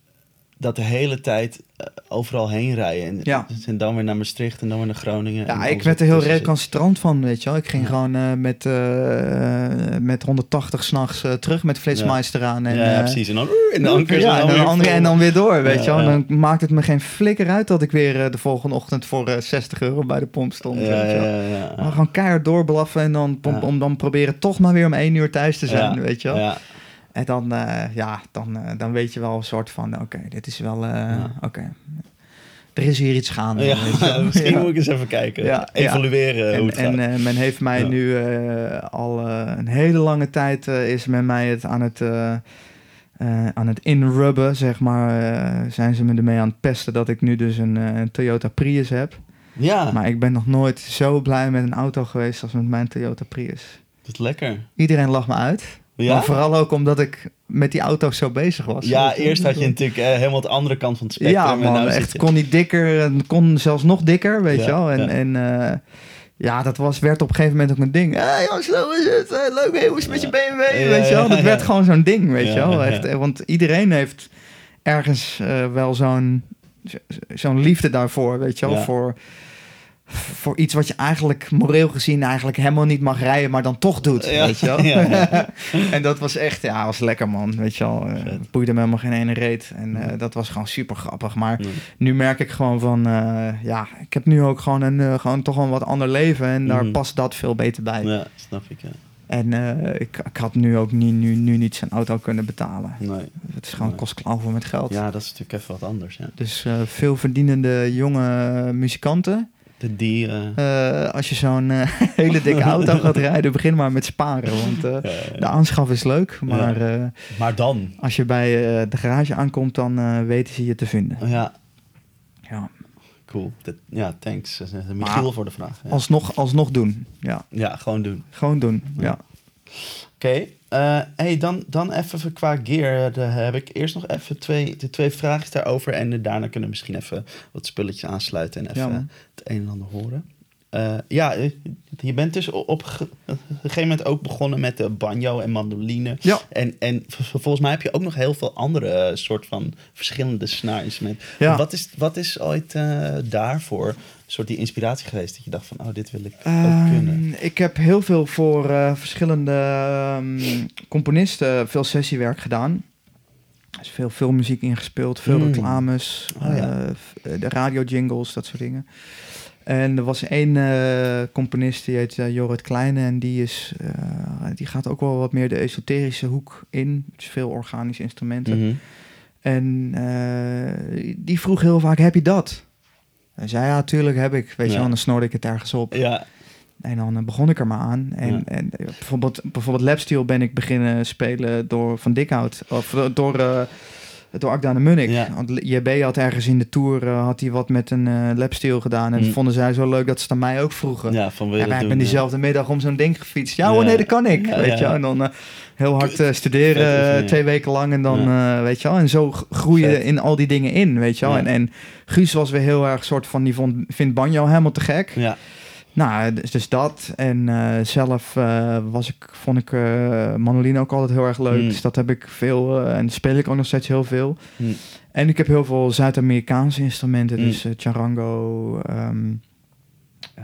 Dat de hele tijd uh, overal heen rijden. En, Ja. en dan weer naar Maastricht en dan weer naar Groningen. en Ja, ik alles werd er heel ertussen zit. recalcitrant van, weet je wel. Ik ging Ja. gewoon uh, met, uh, met honderdtachtig s'nachts uh, terug met Flitsmeister aan. En, ja, uh, precies. En dan, en dan, ja, en dan, andere, en dan weer door, weet Ja, je wel. ja. Dan maakt het me geen flikker uit dat ik weer uh, de volgende ochtend voor uh, zestig euro bij de pomp stond. Ja, weet je wel. ja, ja, ja. Maar gewoon keihard doorblaffen en dan, om, Ja. om dan proberen toch maar weer om één uur thuis te zijn, Ja, weet je wel. Ja, En dan, uh, ja, dan, uh, dan weet je wel een soort van, oké, okay, dit is wel, uh, Ja. oké. Okay. Er is hier iets gaande. ja, weet je wel. misschien Ja. moet ik eens even kijken. Ja, Evalueren En, hoe het gaat. en uh, men heeft mij Ja. nu uh, al uh, een hele lange tijd uh, is men mij het aan het, uh, uh, aan het inrubben, zeg maar. Uh, zijn ze me ermee aan het pesten dat ik nu dus een, uh, een Toyota Prius heb. ja, Maar ik ben nog nooit zo blij met een auto geweest als met mijn Toyota Prius. dat is lekker. Iedereen lacht me uit. Ja? Maar vooral ook omdat ik met die auto zo bezig was. Ja, eerst had je natuurlijk uh, helemaal de andere kant van het spectrum. Ja, en man, nou echt zit je- kon niet dikker, het kon zelfs nog dikker, weet Ja, je wel. En, ja. en uh, ja, dat was, werd op een gegeven moment ook een ding. Hé, hey, zo is het, hey, leuk, hey, hoe is het met je B M W, Ja, weet je wel. ja, Dat ja. werd gewoon zo'n ding, weet Ja, je wel. ja. Echt, eh, want iedereen heeft ergens uh, wel zo'n, zo- zo'n liefde daarvoor, weet je wel. Ja. Voor, voor iets wat je eigenlijk moreel gezien eigenlijk helemaal niet mag rijden, maar dan toch doet, Ja, weet je wel. ja, ja. En dat was echt, ja, was lekker, man, weet je wel. Uh, Vet. boeide me helemaal geen ene reet. En uh, dat was gewoon super grappig. Maar Nee. nu merk ik gewoon van, uh, ja, ik heb nu ook gewoon een, uh, gewoon toch een wat ander leven. En daar Mhm. past dat veel beter bij. Ja, snap ik, ja. En uh, ik, ik had nu ook niet, nu, nu niet zijn auto kunnen betalen. Nee. Het is gewoon Nee. kost klauwen met geld. Ja, dat is natuurlijk even wat anders, ja. Dus uh, veel verdienende jonge muzikanten. De, die... uh, Uh, als je zo'n uh, hele dikke auto gaat rijden, begin maar met sparen. Want uh, ja, ja. de aanschaf is leuk, maar uh, Maar dan... als je bij uh, de garage aankomt, dan uh, weten ze je te vinden. Ja, Ja. cool. Dat, ja, thanks. Uh, Michiel Maar- voor de vraag. Ja, Alsnog, alsnog doen. Ja, ja gewoon doen. gewoon doen. Ja. Ja. Oké, eh, hey, dan, dan even qua gear. Daar heb ik eerst nog even twee, de twee vragen daarover. En eh, daarna kunnen we misschien even wat spulletjes aansluiten en Ja, even man. het een en ander horen. Eh, ja, eh, je bent dus op op ge- een gegeven moment ook begonnen met de banjo en mandoline. Ja. En, en v- volgens mij heb je ook nog heel veel andere eh, soort van verschillende snaarinstrumenten. Ja. Wat is, wat is ooit eh, daarvoor een soort die inspiratie geweest? Dat je dacht van, oh, dit wil ik ook Ehm, kunnen. ik heb heel veel voor uh, verschillende um, componisten veel sessiewerk gedaan. Er is veel filmmuziek ingespeeld, veel Mm. reclames, Oh, ja. uh, f- de radio-jingles, dat soort dingen. En er was één uh, componist, die heet uh, Jorrit Kleine. En die, is, uh, die gaat ook wel wat meer de esoterische hoek in. Dus veel organische instrumenten. Mhm. En uh, die vroeg heel vaak, heb je dat? Hij zei, ja, tuurlijk heb ik. Weet Ja. je wel, dan snorde ik het ergens op. Ja, En dan uh, begon ik er maar aan. En, Ja. en uh, bijvoorbeeld, bijvoorbeeld Lapsteel ben ik beginnen spelen door Van Dikhout. Of uh, door, uh, door Akda de Munnik. Ja. Want J B had ergens in de tour uh, had hij wat met een uh, Lapsteel gedaan. En Mm. dat vonden zij zo leuk dat ze het aan mij ook vroegen. ja, van wil je Ja, dat maar ik doen, ben ja. diezelfde middag om zo'n ding gefietst. Ja, Ja. hoor, nee, dat kan ik. Ja, weet ja, je wel. ja. En dan uh, heel hard uh, studeren, Vet oefeningen. uh, twee weken lang. En dan, uh, weet je wel. En zo g- groei je Vet. in al die dingen in, weet je wel. Ja. En, en Guus was weer heel erg soort van, die vond, vindt banjo helemaal te gek. Ja, Nou, dus, dus dat. En uh, zelf uh, was ik, vond ik uh, mandoline ook altijd heel erg leuk. Mm. Dus dat heb ik veel. Uh, en speel ik ook nog steeds heel veel. Mm. En ik heb heel veel Zuid-Amerikaanse instrumenten. Mm. Dus uh, charango, um, uh,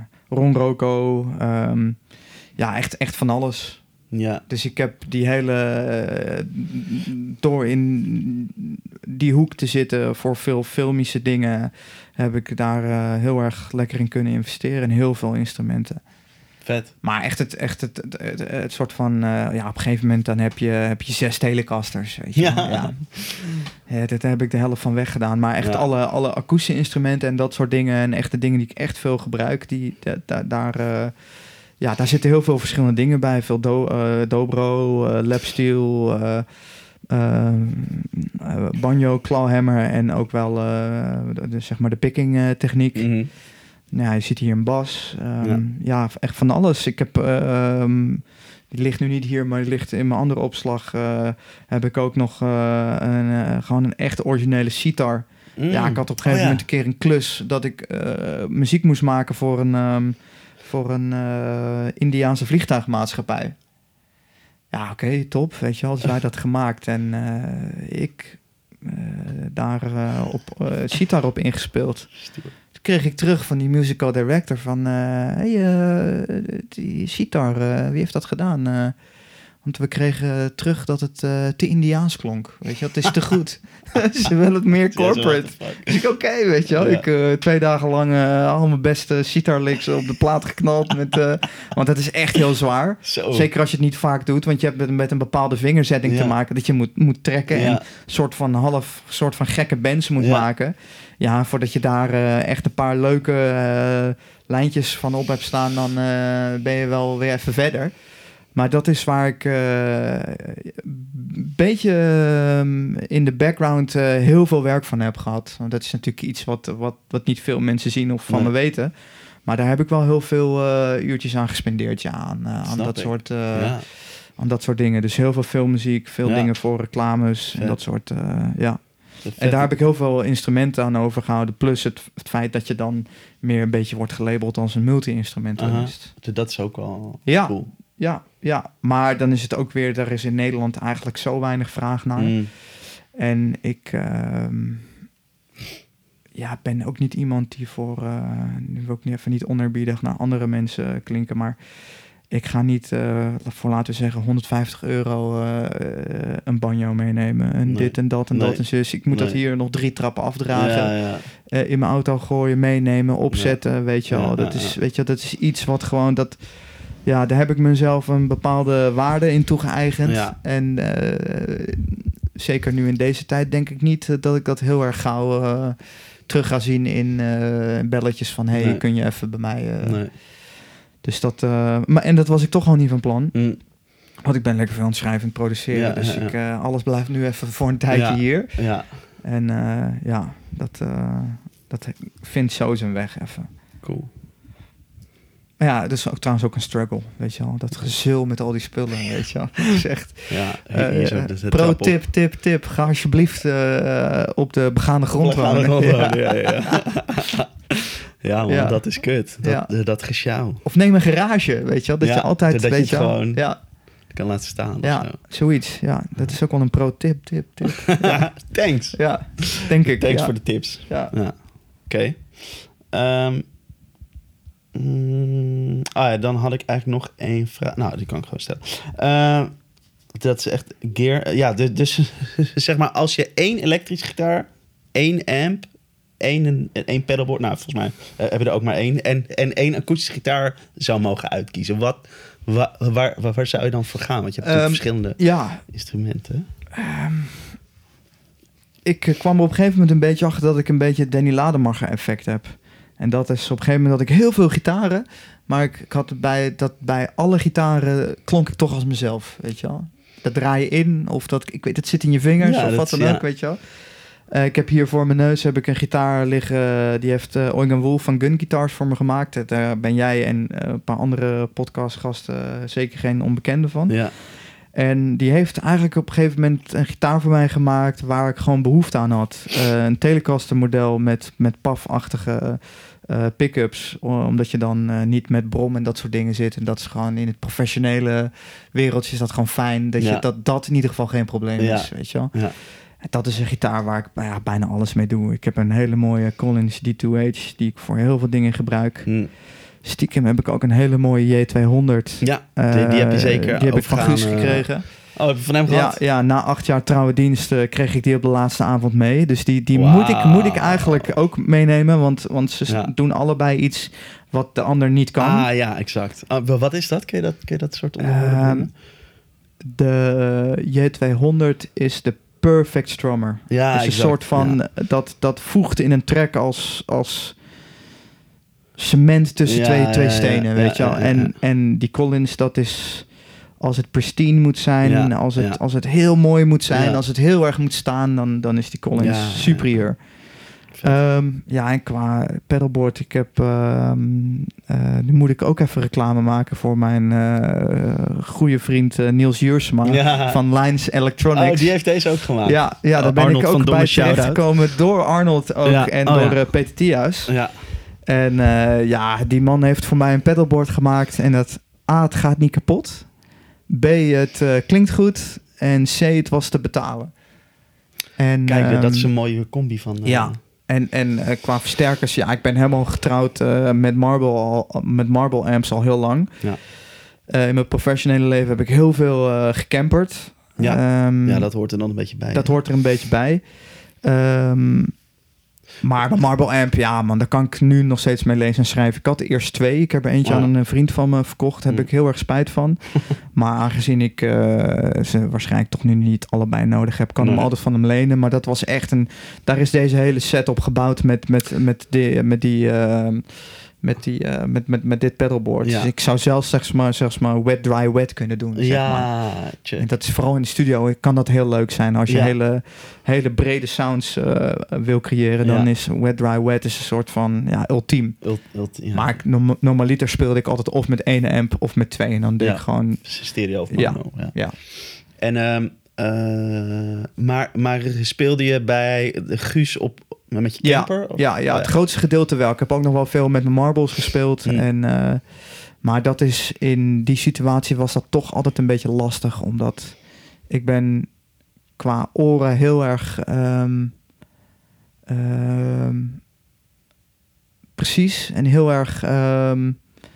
ronroco. Um, ja, echt, echt van alles. Ja. Dus ik heb die hele... Uh, door in die hoek te zitten voor veel filmische dingen... heb ik daar uh, heel erg lekker in kunnen investeren. En heel veel instrumenten. Vet. Maar echt het, echt het, het, het, het soort van... Uh, ja, op een gegeven moment dan heb je, heb je zes telecasters. Weet je? Ja. Ja. Ja, daar heb ik de helft van weggedaan. Maar echt ja. alle, alle akoestische instrumenten en dat soort dingen... en echte dingen die ik echt veel gebruik... die da, da, daar... Uh, Ja, daar zitten heel veel verschillende dingen bij. Veel do, uh, dobro, uh, lapsteel, uh, uh, uh, banjo, clawhammer en ook wel uh, de, de, zeg maar de picking uh, techniek. Mm-hmm. Ja, je ziet hier een bas. Um, ja. ja, echt van alles. Ik heb, uh, um, die ligt nu niet hier, maar die ligt in mijn andere opslag. Uh, heb ik ook nog uh, een, uh, gewoon een echt originele sitar. Mm. Ja, ik had op een gegeven oh, moment ja. een keer een klus dat ik uh, muziek moest maken voor een... Um, voor een uh, Indiaanse vliegtuigmaatschappij. Ja, oké, okay, top. Weet je wel, dus wij dat gemaakt. En uh, ik uh, daar uh, op uh, sitar op ingespeeld. Toen kreeg ik terug van die musical director van... Uh, hey, uh, die sitar, uh, wie heeft dat gedaan? Uh, want we kregen terug dat het uh, te Indiaans klonk. Weet je, het is te goed. Ze willen het meer corporate. Dus ik, oké, okay, weet je wel. Ja. Ik uh, twee dagen lang uh, al mijn beste sitar-licks op de plaat geknald. Met, uh, want het is echt heel zwaar. Zo. Zeker als je het niet vaak doet. Want je hebt met, met een bepaalde vingerzetting ja. te maken. Dat je moet, moet trekken. Ja. En een soort van half, soort van gekke bands moet ja. maken. Ja, voordat je daar uh, echt een paar leuke uh, lijntjes van op hebt staan. Dan uh, ben je wel weer even verder. Maar dat is waar ik uh, een beetje uh, in de background uh, heel veel werk van heb gehad. Want dat is natuurlijk iets wat, wat, wat niet veel mensen zien of van nee. me weten. Maar daar heb ik wel heel veel uh, uurtjes aan gespendeerd, ja, aan, uh, aan, dat soort, uh, ja. aan dat soort dingen. Dus heel veel filmmuziek, veel ja. dingen voor reclames ja. en dat soort, uh, ja. En daar heb ik heel veel instrumenten aan overgehouden. Plus het, het feit dat je dan meer een beetje wordt gelabeld als een multi-instrumentalist. Uh-huh. Dat is ook wel ja. cool. Ja, ja, maar dan is het ook weer... Er is in Nederland eigenlijk zo weinig vraag naar. Mm. En ik uh, ja, ben ook niet iemand die voor... Uh, nu wil ik niet even niet onerbiedig naar andere mensen klinken... maar ik ga niet uh, voor, laten we zeggen, honderdvijftig euro uh, een banjo meenemen. En nee. dit en dat en nee. dat en zus. Ik moet nee. dat hier nog drie trappen afdragen. Ja, ja. Uh, in mijn auto gooien, meenemen, opzetten, ja. weet je wel. Ja, dat, ja, is, ja. weet je, dat is iets wat gewoon... dat Ja, daar heb ik mezelf een bepaalde waarde in toegeëigend. Ja. En uh, zeker nu in deze tijd denk ik niet uh, dat ik dat heel erg gauw uh, terug ga zien in uh, belletjes van... hey, nee. kun je even bij mij... Uh, nee. Dus dat... Uh, maar, en dat was ik toch al niet van plan. Mm. Want ik ben lekker veel aan het schrijven en produceren. Ja, dus ja, ja. Ik, uh, alles blijft nu even voor een tijdje ja. hier. Ja. En uh, ja, dat, uh, dat vindt zo zijn weg even. Cool. Maar ja, dat is ook trouwens ook een struggle, weet je wel. Dat gezul met al die spullen, weet je wel. Dat is echt... Ja, uh, zo, dus pro tip, tip, tip. Ga alsjeblieft uh, op de begane grond wonen. Grond wonen. Ja, ja, ja. ja man, ja. dat is kut. Dat, ja. dat gesjouw. Of neem een garage, weet je wel. Dat ja, je altijd, dat weet je het je gewoon ja. kan laten staan. Ja, zo. zoiets. Ja, dat is ook wel een pro tip, tip, tip. Ja. Thanks. Ja, denk ik. Thanks ja. voor de tips. Ja. ja. Oké. Okay. Um, Mm, ah ja, dan had ik eigenlijk nog één vraag. Nou, die kan ik gewoon stellen. Uh, dat is echt gear. Ja, dus, dus zeg maar, als je één elektrische gitaar, één amp, één, één pedalboard, nou, volgens mij uh, hebben we er ook maar één, en, en één akoestische gitaar zou mogen uitkiezen. Wat, wa, waar, waar, waar zou je dan voor gaan? Want je hebt um, verschillende ja. instrumenten. Um, ik kwam er op een gegeven moment een beetje achter dat ik een beetje het Danny Lademacher effect heb. En dat is op een gegeven moment dat ik heel veel gitaren... maar ik, ik had bij, dat bij alle gitaren klonk ik toch als mezelf, weet je wel. Dat draai je in, of dat, ik weet, het zit in je vingers, ja, of wat dan ja. ook, weet je wel. Uh, ik heb hier voor mijn neus heb ik een gitaar liggen... die heeft uh, Eugen Wolf van Gun Guitars voor me gemaakt. Daar ben jij en uh, een paar andere podcastgasten uh, zeker geen onbekende van. Ja. En die heeft eigenlijk op een gegeven moment een gitaar voor mij gemaakt waar ik gewoon behoefte aan had. Uh, een Telecaster model met, met paf-achtige uh, pick-ups. Omdat je dan uh, niet met brom en dat soort dingen zit. En dat is gewoon in het professionele wereldje is dat gewoon fijn. Dat, ja. je, dat dat in ieder geval geen probleem ja. is, weet je wel. Ja. Dat is een gitaar waar ik ja, bijna alles mee doe. Ik heb een hele mooie Collins D twee H die ik voor heel veel dingen gebruik. Mm. Stiekem heb ik ook een hele mooie J tweehonderd. Ja, die, die heb je zeker. Die heb ik van Guus uh, gekregen. Oh, heb je van hem gehad? Ja, ja, na acht jaar trouwe dienst uh, kreeg ik die op de laatste avond mee. Dus die, die wow. moet, ik, moet ik eigenlijk ook meenemen. Want, want ze ja. doen allebei iets wat de ander niet kan. Ah ja, exact. Ah, wat is dat? Kun je dat, kun je dat soort onderwoorden uh, De J tweehonderd is de perfect strummer. Ja, dus exact. een soort van... Ja. Dat, dat voegt in een track als... als cement tussen ja, twee, twee stenen, ja, weet ja, je wel. Ja, ja, ja. En, en die Collins, dat is... Als het pristine moet zijn, ja, als, het, ja. als het heel mooi moet zijn, ja. als het heel erg moet staan, dan, dan is die Collins ja, superieur. Ja, um, ja, en qua pedalboard, ik heb... Um, uh, nu moet ik ook even reclame maken voor mijn uh, goede vriend uh, Niels Juursma ja. van Lines Electronics. Oh, die heeft deze ook gemaakt. Ja, ja daar oh, ben Arnold ik ook bij terechtgekomen door Arnold ook ja. en oh, door ja. uh, Peter Thiehuis. Ja. En uh, ja, die man heeft voor mij een pedalboard gemaakt en dat A, het gaat niet kapot. B, het uh, klinkt goed. En C, het was te betalen. En, Kijk, um, dat is een mooie combi van... Uh, ja, en, en uh, qua versterkers... Ja, ik ben helemaal getrouwd uh, met, Marble al, met Marble amps al heel lang. Ja. Uh, in mijn professionele leven heb ik heel veel uh, gecamperd. Ja. Um, ja, dat hoort er dan een beetje bij. Dat ja. hoort er een beetje bij. Um, Maar de Marble Amp, ja man, daar kan ik nu nog steeds mee lezen en schrijven. Ik had er eerst twee. Ik heb er eentje oh. aan een vriend van me verkocht. Daar heb mm. ik heel erg spijt van. Maar aangezien ik uh, ze waarschijnlijk toch nu niet allebei nodig heb, kan nee. hem altijd van hem lenen. Maar dat was echt een... Daar is deze hele set op gebouwd met, met, met, die, met die... Uh, Met, die, uh, met, met, met dit pedalboard. Ja. Dus ik zou zelfs zeg maar, zeg maar wet, dry, wet kunnen doen. Zeg ja, maar. En dat is vooral in de studio. Kan dat heel leuk zijn. Als je ja. hele, hele brede sounds uh, wil creëren, dan ja. is wet, dry, wet is een soort van ja, ultiem. Ult, ult, ja. Maar ik, norm, normaliter speelde ik altijd of met één amp of met twee. En dan deed ja. ik gewoon... Stereo of mono. Ja. Ja. ja. En, um, uh, maar, maar speelde je bij de Guus op... met je camper? Ja, ja, ja, het grootste gedeelte wel. Ik heb ook nog wel veel met mijn marbles gespeeld. Hmm. En, uh, maar dat is in die situatie was dat toch altijd een beetje lastig. Omdat ik ben qua oren heel erg um, um, precies en heel erg... Um,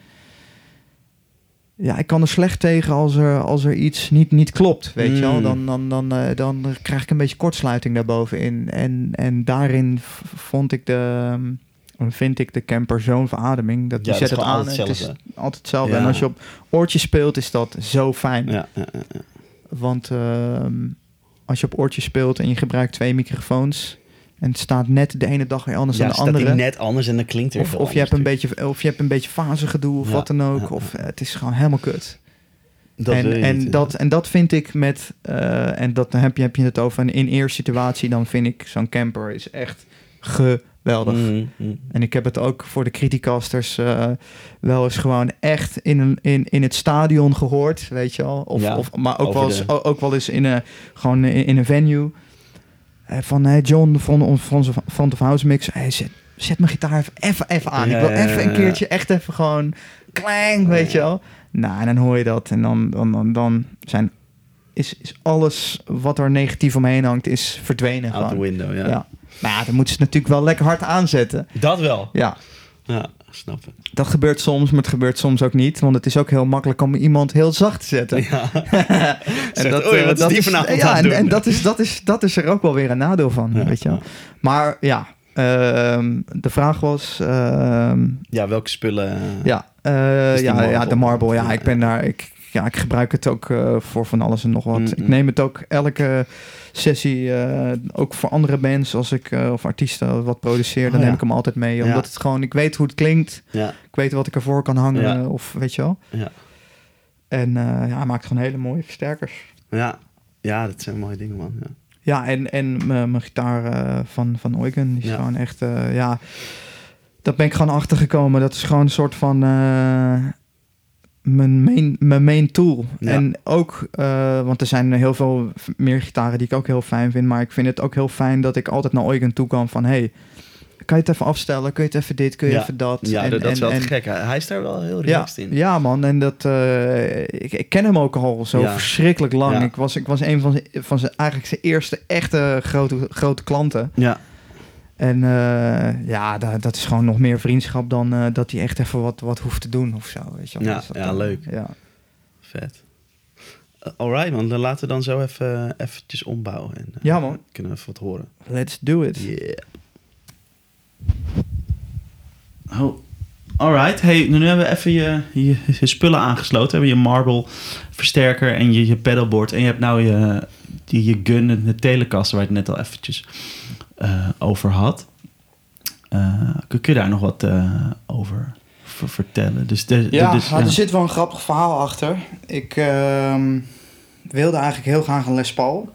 ja, ik kan er slecht tegen als er, als er iets niet, niet klopt, weet mm. je wel. Dan, dan, dan, uh, dan krijg ik een beetje kortsluiting daarbovenin. En, en daarin vond ik de, um, vind ik de camper zo'n verademing. Dat je ja, zet het aan en het is altijd hetzelfde. Ja. En als je op oortjes speelt, is dat zo fijn. Ja, ja, ja, ja. Want uh, als je op oortjes speelt en je gebruikt twee microfoons... En het staat net de ene dag weer anders ja, dan de andere. Ja, staat net anders en dan klinkt het Of, of, je hebt een beetje, of je hebt een beetje fasegedoe of ja, wat dan ook. ja, Of uh, het is gewoon helemaal kut. Dat en, en, niet, dat, en dat vind ik met... Uh, en dat heb je, heb je het over een in-ear situatie. Dan vind ik zo'n camper is echt geweldig. Mm, mm. En ik heb het ook voor de criticasters uh, wel eens gewoon echt in, een, in, in het stadion gehoord. Weet je wel. Of, ja, of, maar ook wel, eens, de... ook wel eens in een, gewoon in, in een venue... Van hey John van onze Front of House Mix. Hey, zet, zet mijn gitaar even, even, even aan. Ja, ik wil even een keertje echt even gewoon klang, weet je wel. Nou, en dan hoor je dat. En dan, dan, dan, dan zijn, is, is alles wat er negatief omheen hangt, is verdwenen. Out the window, ja. ja. Maar ja, dan moeten ze het natuurlijk wel lekker hard aanzetten. Dat wel. Ja. Ja, snap ik. Dat gebeurt soms, maar het gebeurt soms ook niet. Want het is ook heel makkelijk om iemand heel zacht te zetten. Ja. en dat, oei, wat dat is die vanavond ja, en, en dat is, dat, is, dat is er ook wel weer een nadeel van, ja, weet je wel. Ja. Maar ja, uh, de vraag was... Uh, ja, welke spullen... Uh, ja, uh, ja, ja, de Marble. Ja, ja, ik ben daar... Ik, ja, ik gebruik het ook uh, voor van alles en nog wat. Mm-hmm. Ik neem het ook elke sessie, uh, ook voor andere bands, als ik uh, of artiesten wat produceer, dan oh, neem ja. ik hem altijd mee. Omdat ja. het gewoon, ik weet hoe het klinkt. Ja. Ik weet wat ik ervoor kan hangen, ja. of weet je wel. Ja. En uh, ja, hij maakt gewoon hele mooie versterkers. Ja, ja dat zijn mooie dingen, man. Ja, ja en, en mijn gitaar uh, van, van Eugen, die is ja. gewoon echt, uh, ja, dat ben ik gewoon achtergekomen. Dat is gewoon een soort van... Uh, mijn main, mijn main tool. Ja. En ook, uh, want er zijn heel veel meer gitaren die ik ook heel fijn vind. Maar ik vind het ook heel fijn dat ik altijd naar Eugen toe kan van... hey, kan je het even afstellen? Kun je het even dit? Kun je ja. even dat? Ja, en, dat, dat is en, wel en, te gek. Hij, hij is daar wel heel ja, relaxed in. Ja, man. En dat, uh, ik, ik ken hem ook al zo ja. verschrikkelijk lang. Ja. Ik was, ik was een van zijn, van zijn, eigenlijk zijn eerste echte grote, grote klanten. Ja. En uh, ja, dat, dat is gewoon nog meer vriendschap dan uh, dat hij echt even wat, wat hoeft te doen of zo. Weet je wel. Ja, dus dat ja dan, leuk. Ja. Vet. Uh, alright man, dan laten we dan zo even eventjes ombouwen. En, uh, ja man. Kunnen we even wat horen. Let's do it. Yeah. Oh, alright. Hey, nu hebben we even je, je, je spullen aangesloten. We hebben je marble versterker en je, je pedalboard. En je hebt nou je, je, je gun en de Telecaster waar je het net al eventjes uh, over had. Uh, kun je daar nog wat uh, over v- vertellen? Dus de, ja, de, dus, nou, ja, er zit wel een grappig verhaal achter. Ik uh, wilde eigenlijk heel graag een Les Paul.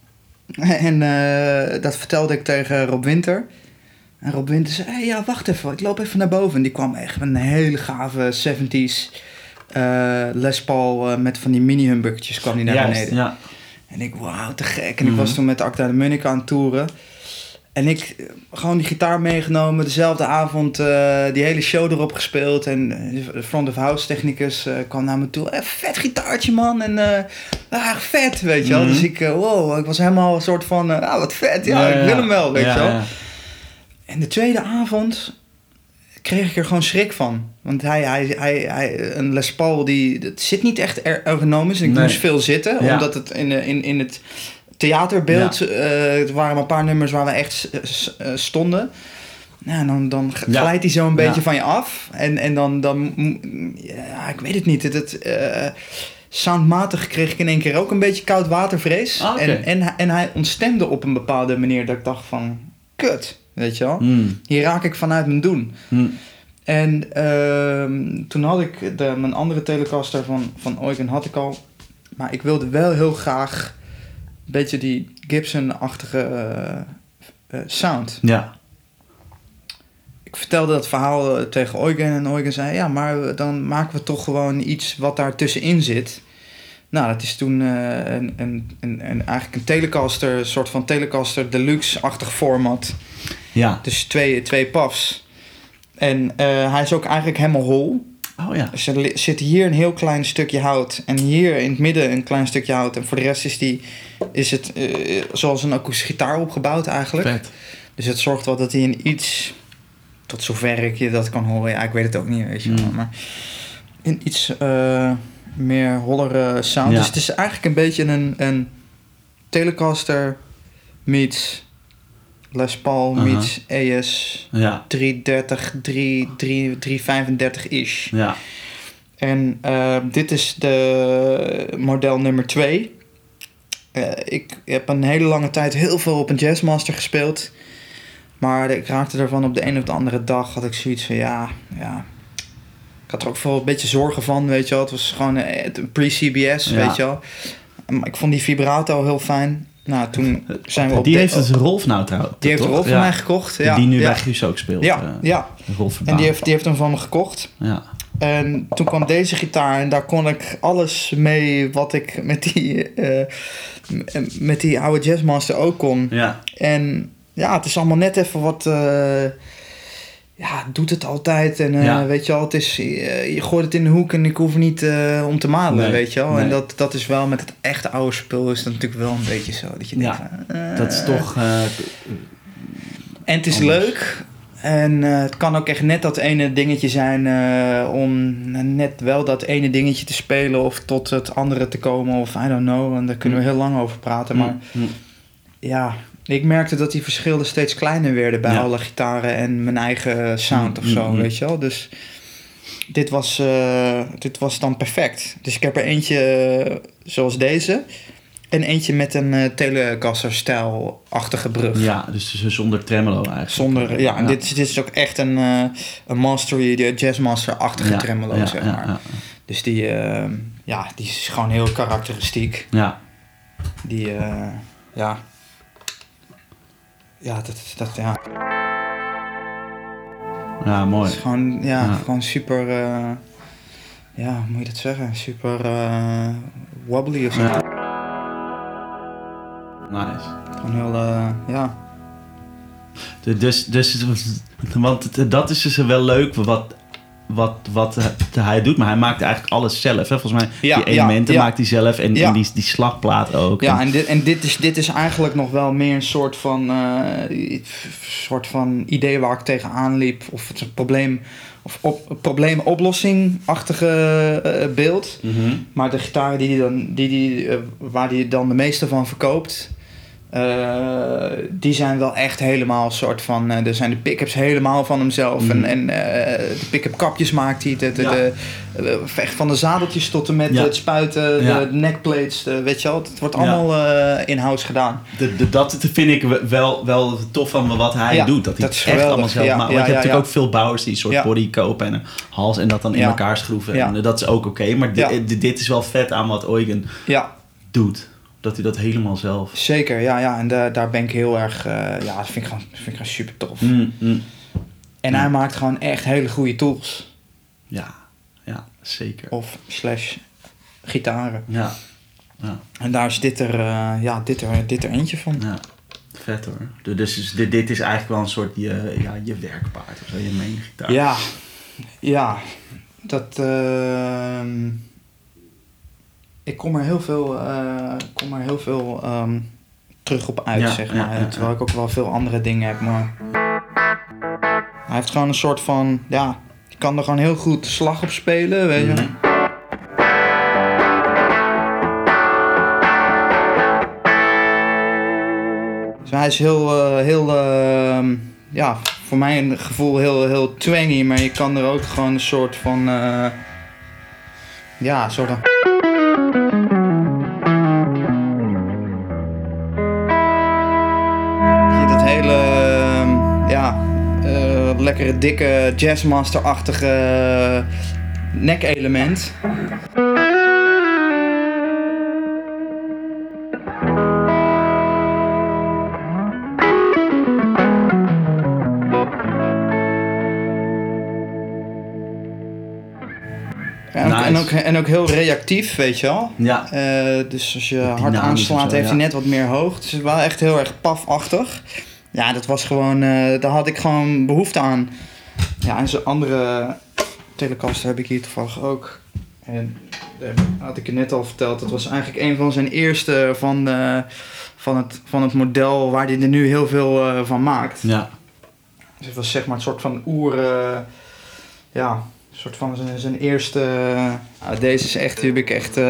En uh, dat vertelde ik tegen Rob Winter. En Rob Winter zei, hey, ja, wacht even, ik loop even naar boven. En die kwam echt met een hele gave zeventies uh, Les Paul uh, met van die mini-humbucketjes kwam die naar juist, beneden. Ja. En ik, wauw, te gek. En Mm-hmm. ik was toen met Acta de Munnik aan het toeren. En ik gewoon die gitaar meegenomen, dezelfde avond uh, die hele show erop gespeeld. En de front of house technicus uh, kwam naar me toe. Eh, vet gitaartje man, en uh, ah, vet, weet je wel. Mm-hmm. Dus ik, uh, wow, ik was helemaal een soort van, uh, ah, wat vet, ja, ja, ik wil hem wel, weet ja, je wel. Ja. En de tweede avond kreeg ik er gewoon schrik van. Want hij, hij, hij, hij een Les Paul, die, het zit niet echt ergonomisch. En ik nee. moest veel zitten, Ja. omdat het in, in, in het theaterbeeld... Ja. Uh, er waren maar een paar nummers waar we echt uh, stonden. Ja, dan, dan glijdt ja. hij zo een beetje ja. van je af. En, en dan, dan... Ja, ik weet het niet. Het, het, uh, soundmatig kreeg ik in één keer ook een beetje koud watervrees. Ah, okay. en, en, en hij ontstemde op een bepaalde manier dat ik dacht van... Kut, weet je wel. Mm. Hier raak ik vanuit mijn doen. Mm. En uh, toen had ik de, mijn andere Telecaster van, van Eugen had ik al. Maar ik wilde wel heel graag een beetje die Gibson-achtige uh, uh, sound. Ja. Ik vertelde dat verhaal tegen Eugen en Eugen zei... ja, maar dan maken we toch gewoon iets wat daar tussenin zit. Nou, dat is toen uh, een, een, een, een, eigenlijk een Telecaster, een soort van Telecaster Deluxe-achtig format. Ja. Dus twee, twee puffs. En uh, hij is ook eigenlijk helemaal hol. Oh ja. Dus er zit hier een heel klein stukje hout. En hier in het midden een klein stukje hout. En voor de rest is, die, is het uh, zoals een akoestische gitaar opgebouwd eigenlijk. Vet. Dus het zorgt wel dat hij een iets... Tot zover ik je dat kan horen. Ja, ik weet het ook niet, weet je wel. Mm. Maar een iets uh, meer hollere sound. Ja. Dus het is eigenlijk een beetje een, een Telecaster meets... Les Paul meets uh-huh. A S ja. driehonderddertig, driehonderdvijfendertig-ish. Ja. En uh, dit is de model nummer twee. Uh, ik heb een hele lange tijd heel veel op een Jazzmaster gespeeld. Maar ik raakte ervan op de een of de andere dag. Had ik zoiets van ja, ja. Ik had er ook veel een beetje zorgen van, weet je wel. Het was gewoon een pre-C B S, ja. weet je wel. Maar ik vond die vibrato heel fijn. Nou, toen zijn we op die de, heeft het Rolf nou trouwens. Die heeft toch? Rolf van ja. mij gekocht. Ja. Die nu ja. bij Guus ook speelt. Ja, uh, ja. Rolf en die heeft, die heeft hem van me gekocht. Ja. En toen kwam deze gitaar en daar kon ik alles mee wat ik met die, uh, met die oude Jazzmaster ook kon. Ja. En ja, het is allemaal net even wat... Uh, ja, doet het altijd. En uh, ja. weet je wel, het is, uh, je gooit het in de hoek en ik hoef niet uh, om te malen, nee, weet je wel. Nee. En dat, dat is wel met het echte oude spul is dat natuurlijk wel een beetje zo. Dat je denkt, ja, van, uh, dat is toch... Uh, en het is anders. Leuk. En uh, het kan ook echt net dat ene dingetje zijn uh, om net wel dat ene dingetje te spelen of tot het andere te komen of I don't know. En daar kunnen we heel lang over praten. Maar mm. ja... Ik merkte dat die verschillen steeds kleiner werden bij ja. alle gitaren en mijn eigen sound of zo, mm-hmm. weet je wel. Dus dit was, uh, dit was dan perfect. Dus ik heb er eentje uh, zoals deze en eentje met een uh, Telecaster-stijl-achtige brug. Ja, dus zonder tremolo eigenlijk. Zonder, ja, en ja. Dit, dit is ook echt een, uh, een Mastery, de Jazzmaster-achtige ja. tremolo, ja, zeg ja, maar. Ja, ja. Dus die, uh, ja, die is gewoon heel karakteristiek. Ja. Die, uh, ja... Ja, dat, dat, ja. Ja, mooi. Het is gewoon, ja, ja. gewoon super, uh, ja, hoe moet je dat zeggen? Super uh, wobbly of zo. Ja. Nice. Gewoon heel, uh, ja. Dus, dus, want dat is dus wel leuk wat, wat, wat hij doet. Maar hij maakt eigenlijk alles zelf. Hè? Volgens mij, ja, die elementen ja, ja. maakt hij zelf. En, ja. en die, die slagplaat ook. Ja, en dit, en dit, is, dit is eigenlijk nog wel meer een soort van, uh, soort van idee waar ik tegenaan liep. Of het is een probleem... Of op, probleemoplossing-achtige uh, beeld. Mm-hmm. Maar de gitaren die die dan, die die, uh, waar hij dan de meeste van verkoopt... Uh, die zijn wel echt helemaal een soort van... Uh, er zijn de pick-ups helemaal van hemzelf. Mm. En, en uh, de pick-up kapjes maakt hij. De, de, ja. de, de, echt van de zadeltjes tot en met ja. het spuiten. Ja. De neckplates. De, weet je wel, het wordt allemaal ja. uh, in-house gedaan. De, de, dat vind ik wel, wel tof van wat hij ja, doet. Dat hij dat het echt geweldig. Allemaal zelf ja, maakt. Ja, Want je ja, hebt ja, natuurlijk ja. ook veel bouwers die een soort ja. body kopen en een hals. En dat dan in ja. elkaar schroeven. Ja. En uh, dat is ook oké. Okay, maar ja. dit, dit is wel vet aan wat Eugen ja. doet. Dat hij dat helemaal zelf... Zeker, ja, ja. En de, daar ben ik heel erg... Uh, ja, dat vind ik gewoon, vind ik gewoon super tof. Mm, mm. En ja. hij maakt gewoon echt hele goede tools. Ja, ja, zeker. Of slash gitaren. Ja. ja. En daar is dit er, uh, ja, dit er, dit er eentje van. Ja, vet hoor. Dus dit, dit is eigenlijk wel een soort je, ja, je werkpaard of zo, je main gitaar. Ja, ja. Dat... Uh, Ik kom er heel veel, uh, kom er heel veel um, terug op uit, ja, zeg maar. Ja, ja, terwijl ja. ik ook wel veel andere dingen heb, maar... Hij heeft gewoon een soort van... Ja, je kan er gewoon heel goed slag op spelen, weet je. Mm-hmm. Dus hij is heel... Uh, heel uh, ja, voor mijn gevoel heel, heel twangy, maar je kan er ook gewoon een soort van... Uh, ja, een soort van... lekkere, dikke, jazzmaster-achtige nek-element. En, nice. en, ook, en ook heel reactief, weet je wel. Ja. Uh, dus als je hard aanslaat, zo, heeft ja. hij net wat meer hoogte. Het is wel echt heel erg pafachtig. Ja, dat was gewoon... Uh, daar had ik gewoon behoefte aan. Ja, en zo'n andere Telecaster heb ik hier toevallig ook. En dat had ik je net al verteld. Dat was eigenlijk een van zijn eerste van, de, van, het, van het model waar hij er nu heel veel uh, van maakt. Ja. Dus het was zeg maar een soort van oer... Uh, ja, een soort van zijn, zijn eerste... Uh, deze is echt... Die heb ik echt... Uh,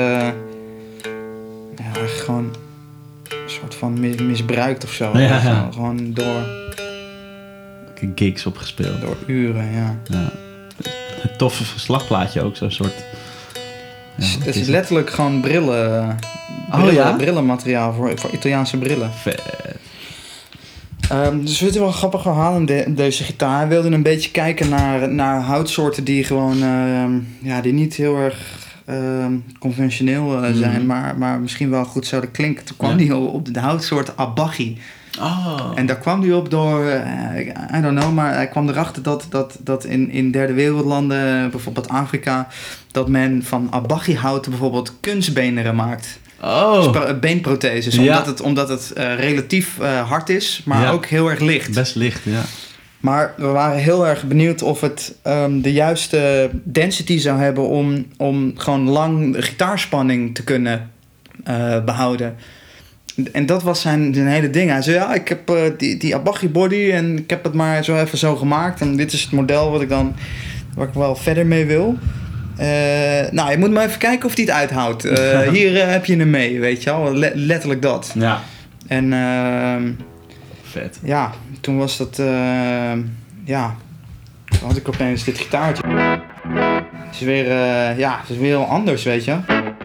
ja, gewoon... een soort van mis, misbruikt of zo. Ja, ja. Gewoon, gewoon door... gigs opgespeeld. Door uren, ja. ja. Een toffe slagplaatje ook, zo'n soort... Ja, het is, is letterlijk het? gewoon brillen... brillen oh ja? Brillenmateriaal voor, voor Italiaanse brillen. Vet. Um, dus het is wel een grappig verhaal in de, deze gitaar. Hij wilde een beetje kijken naar, naar houtsoorten die gewoon... Uh, ja, die niet heel erg... Uh, conventioneel uh, zijn, mm. maar, maar misschien wel goed zouden klinken. Toen kwam ja. hij op, op de houtsoort Abachi. Oh. En daar kwam hij op door, uh, I don't know, maar hij kwam erachter dat, dat, dat in, in derde wereldlanden, bijvoorbeeld Afrika, dat men van Abachi houten bijvoorbeeld kunstbeenderen maakt. Oh. Sp- beenprotheses, ja. omdat het, omdat het uh, relatief uh, hard is, maar ja. ook heel erg licht. Best licht, ja. Maar we waren heel erg benieuwd of het um, de juiste density zou hebben om, om gewoon lang de gitaarspanning te kunnen uh, behouden. En dat was zijn, zijn hele ding. Hij zei, ja, ik heb uh, die, die Abachi body en ik heb het maar zo even zo gemaakt. En dit is het model wat ik dan, waar ik wel verder mee wil. Uh, nou, je moet maar even kijken of hij het uithoudt. Uh, hier uh, heb je hem mee, weet je wel. Le- letterlijk dat. Ja. En... Uh, vet. Ja, toen was dat... Uh, ja, toen had ik opeens dit gitaartje. Het is weer... Uh, ja, het is weer heel anders, weet je.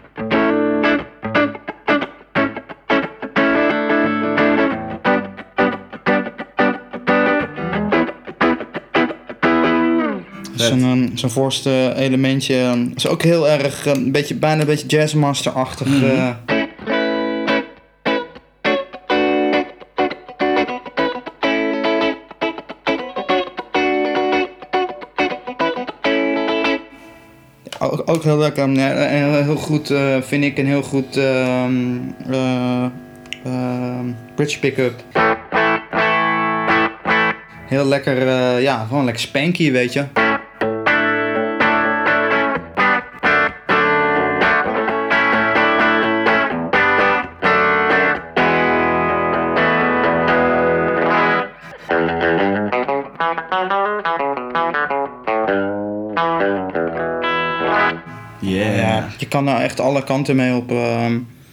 Zo'n, zo'n voorste elementje is ook heel erg, een beetje, bijna een beetje jazzmaster-achtig. Mm-hmm. Uh, ook, ook heel lekker. Ja, heel, heel goed uh, vind ik een heel goed uh, uh, uh, bridge pick-up. Heel lekker, uh, ja, gewoon lekker spanky, weet je. Yeah. Ja, je kan nou echt alle kanten mee op. Uh,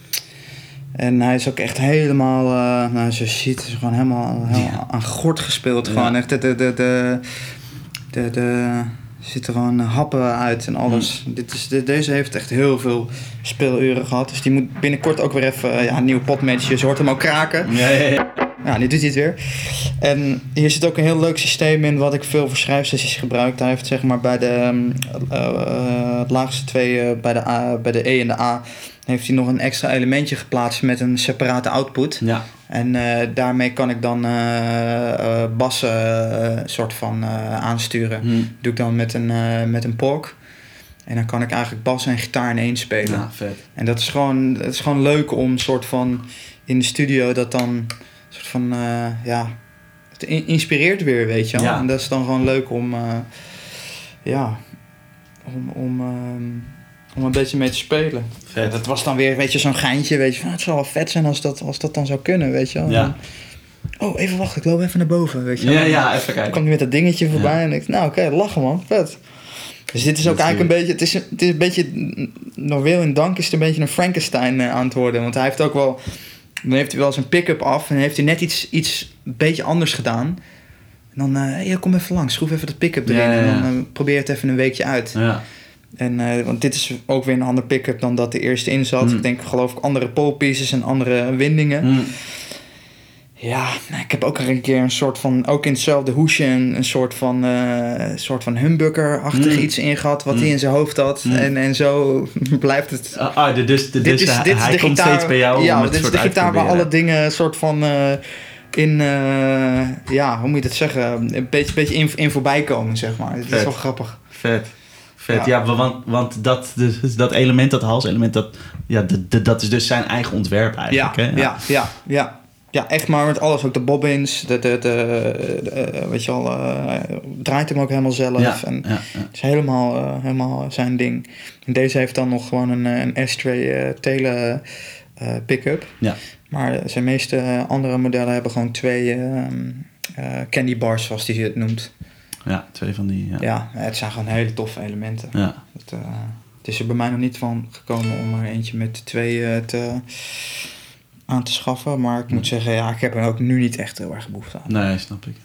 en hij is ook echt helemaal, uh, nou, zoals je ziet, is gewoon helemaal, helemaal ja. aan gort gespeeld. Ja. Gewoon echt, de, de, de, de, de, de, er zitten gewoon happen uit en alles. Mm. Dit is, de, deze heeft echt heel veel speeluren gehad. Dus die moet binnenkort ook weer even, uh, ja, een nieuwe potmatch. Je hoort hem ook kraken. Ja, ja, ja. Ja, nu doet hij het weer. En hier zit ook een heel leuk systeem in wat ik veel voor schrijfsessies gebruik. Hij heeft zeg maar bij de uh, uh, het laagste twee, uh, bij, de A, bij de E en de A, heeft hij nog een extra elementje geplaatst met een separate output. Ja. En uh, daarmee kan ik dan uh, uh, bassen uh, soort van uh, aansturen. Hmm. Doe ik dan met een, uh, met een P O C. En dan kan ik eigenlijk bas en gitaar in één spelen. Ja, vet. En dat is gewoon, dat is gewoon leuk om soort van in de studio dat dan soort van, uh, ja, het inspireert weer, weet je wel. Ja. En dat is dan gewoon leuk om, uh, ja, om, om, um, om een beetje mee te spelen. Vet. Ja, dat was dan weer, weet je, zo'n geintje, weet je, van, het zou wel vet zijn als dat, als dat dan zou kunnen, weet je wel. Ja. Dan, oh, even wachten, ik loop even naar boven, weet je wel. Ja, ja, even kijken. Dan kwam hij met dat dingetje voorbij, ja. En ik nou oké, okay, lachen man, vet. Dus dit is ook eigenlijk een beetje, het is, het is een beetje, nog wil in dank is het een beetje een Frankenstein uh, aan het worden. Want hij heeft ook wel, dan heeft hij wel zijn pick-up af en heeft hij net iets, iets een beetje anders gedaan. En dan, uh, hey, kom even langs, schroef even de pick-up erin, ja, ja, ja. En dan uh, probeer het even een weekje uit. Ja. En, uh, want dit is ook weer een ander pick-up dan dat de eerste in zat. Mm. Ik denk geloof ik andere pole pieces en andere windingen. Mm. Ja, nou, ik heb ook er een keer een soort van, ook in hetzelfde hoesje, een, een soort van, uh, soort van humbucker-achtig mm. iets in gehad, wat mm. hij in zijn hoofd had. Mm. En, en zo blijft het. Ah, ah dus, dus, dit is, dit hij is de komt gitaar, steeds bij jou. Ja, om het dit is de gitaar waar alle dingen soort van uh, in, uh, ja, hoe moet je dat zeggen, een beetje, beetje in, in voorbij komen, zeg maar. Het is wel grappig. Vet. Vet, ja, ja want, want dat, dus, dat element, dat halselement, dat, ja, de, de, dat is dus zijn eigen ontwerp eigenlijk. Ja, hè? Ja. ja, ja, ja. Ja, echt maar met alles. Ook de bobbins, de, de, de, de weet je wel, uh, draait hem ook helemaal zelf. Ja, en ja, ja. Het is helemaal, uh, helemaal zijn ding. En deze heeft dan nog gewoon een, een Ashtray uh, tele uh, pick-up. Ja. Maar zijn meeste andere modellen hebben gewoon twee uh, uh, candy bars, zoals hij het noemt. Ja, twee van die, ja. Ja, het zijn gewoon hele toffe elementen. Ja. Het, uh, het is er bij mij nog niet van gekomen om er eentje met twee uh, te... aan te schaffen, maar ik moet zeggen, ja, ik heb er ook nu niet echt heel erg behoefte aan. Nee, snap ik.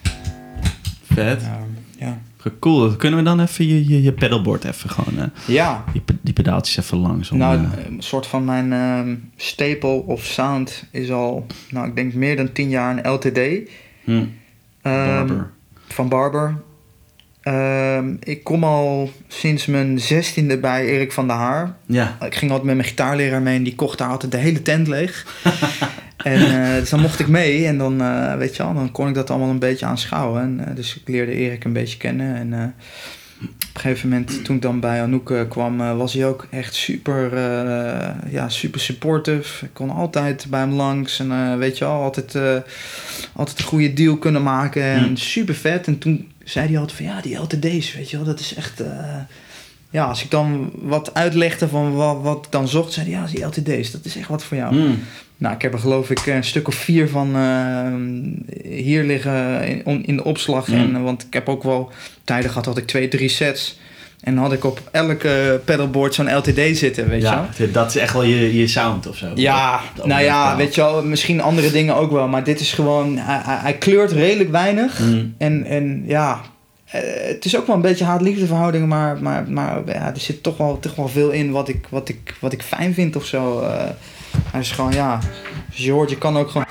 Vet. Uh, ja. Cool. Kunnen we dan even je, je, je pedalboard even gewoon, uh, ja. die, die pedaaltjes even langs? Om, nou, uh... een soort van mijn uh, staple of sound is al, nou, ik denk meer dan tien jaar een L T D. Hm. Um, Barber. Van Barber. Um, ik kom al sinds mijn zestiende bij Erik van der Haar. Ja. Ik ging altijd met mijn gitaarleraar mee en die kocht daar altijd de hele tent leeg. en, uh, dus dan mocht ik mee en dan, uh, weet je wel, dan kon ik dat allemaal een beetje aanschouwen. En, uh, dus ik leerde Erik een beetje kennen. En uh, op een gegeven moment, toen ik dan bij Anouk uh, kwam, uh, was hij ook echt super, uh, ja, super supportive. Ik kon altijd bij hem langs en uh, weet je wel, altijd, uh, altijd een goede deal kunnen maken. En mm. super vet. En toen zei hij altijd van, ja, die L T D's, weet je wel, dat is echt... Uh, ja, als ik dan wat uitlegde van wat, wat ik dan zocht, zei hij, ja, die L T D's, dat is echt wat voor jou. Mm. Nou, ik heb er geloof ik een stuk of vier van uh, hier liggen in, in de opslag. Mm. En, want ik heb ook wel tijden gehad, had ik twee, drie sets. En dan had ik op elke pedalboard zo'n L T D zitten, weet ja, je wel. Dat is echt wel je, je sound of zo. Ja, nou ja, weet je wel, misschien andere dingen ook wel. Maar dit is gewoon, hij, hij kleurt redelijk weinig. Mm. En, en ja... Uh, het is ook wel een beetje haat-liefde verhouding, maar, maar, maar ja, er zit toch wel, toch wel veel in wat ik, wat ik, wat ik fijn vind of zo. Uh, hij is gewoon, ja, dus je hoort, je kan ook gewoon...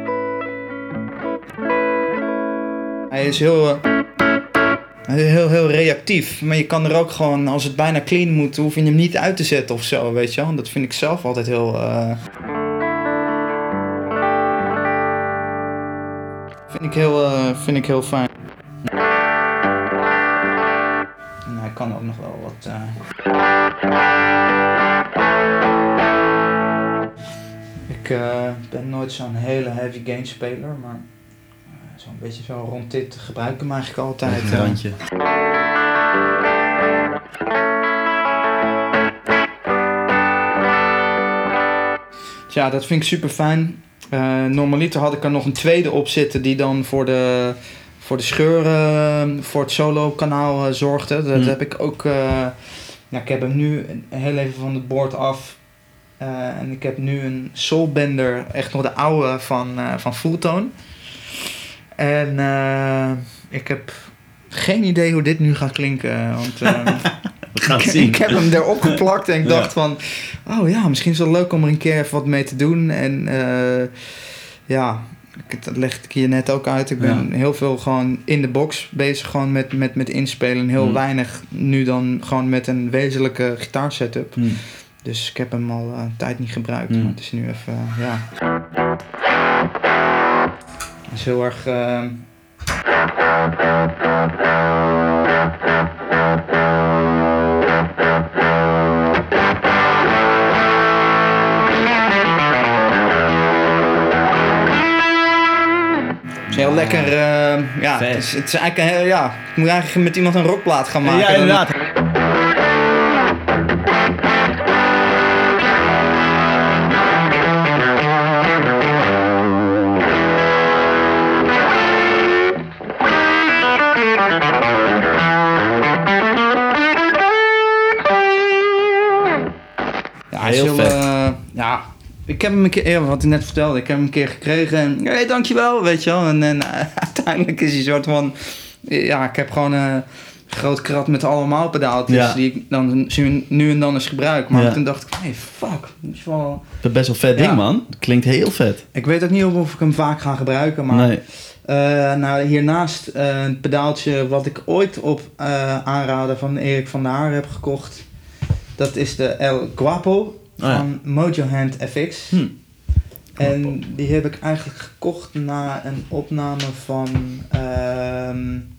Hij is heel, uh, heel, heel reactief, maar je kan er ook gewoon, als het bijna clean moet, hoef je hem niet uit te zetten of zo, weet je wel. Dat vind ik zelf altijd heel... Uh, vind ik heel, uh, vind ik heel fijn. kan ook nog wel wat... Uh... Ik uh, ben nooit zo'n hele heavy gain speler, maar uh, zo'n beetje zo rond dit gebruik ik hem eigenlijk altijd. Een randje. Ja, dat vind ik super fijn. Uh, normaliter had ik er nog een tweede op zitten die dan voor de, voor de scheur, uh, voor het solo kanaal uh, zorgde. Dat hmm. heb ik ook, uh, ja, ik heb hem nu heel even van het board af. Uh, en ik heb nu een Soulbender, echt nog de oude van, uh, van Fulltone. En uh, ik heb geen idee hoe dit nu gaat klinken, want... Uh, We gaan ik, zien. ik heb hem erop geplakt en ik dacht ja. van... Oh ja, misschien is het wel leuk om er een keer even wat mee te doen. En uh, ja, dat legde ik hier net ook uit. Ik ben ja. heel veel gewoon in de box bezig gewoon met, met, met inspelen. Heel mm. weinig nu dan gewoon met een wezenlijke gitaarsetup. Mm. Dus ik heb hem al uh, een tijd niet gebruikt. Mm. Maar het is nu even, uh, ja... Het is heel erg... Uh, Het is heel lekker, uh, ja, het is, het is eigenlijk een heel, ja, ik moet eigenlijk met iemand een rockplaat gaan maken. Ja, inderdaad. Ja, heel, heel vet. Uh, ja. Ik heb hem een keer, ja, wat ik net vertelde, ik heb hem een keer gekregen en hé, hey, dankjewel, weet je wel. En, en uh, uiteindelijk is hij soort van, ja, ik heb gewoon een groot krat met allemaal pedaaltjes ja. die ik dan nu en dan eens gebruik. Maar ja. toen dacht ik, hé, hey, fuck. Dat is wel... Dat is best wel vet ja. ding, man. Dat klinkt heel vet. Ik weet ook niet of ik hem vaak ga gebruiken, maar... Nee. Uh, nou, hiernaast uh, een pedaaltje wat ik ooit op uh, aanraden van Erik van der Haar heb gekocht. Dat is de El Guapo. Van oh ja. Mojo Hand F X. Hm. En die heb ik eigenlijk gekocht na een opname van uh,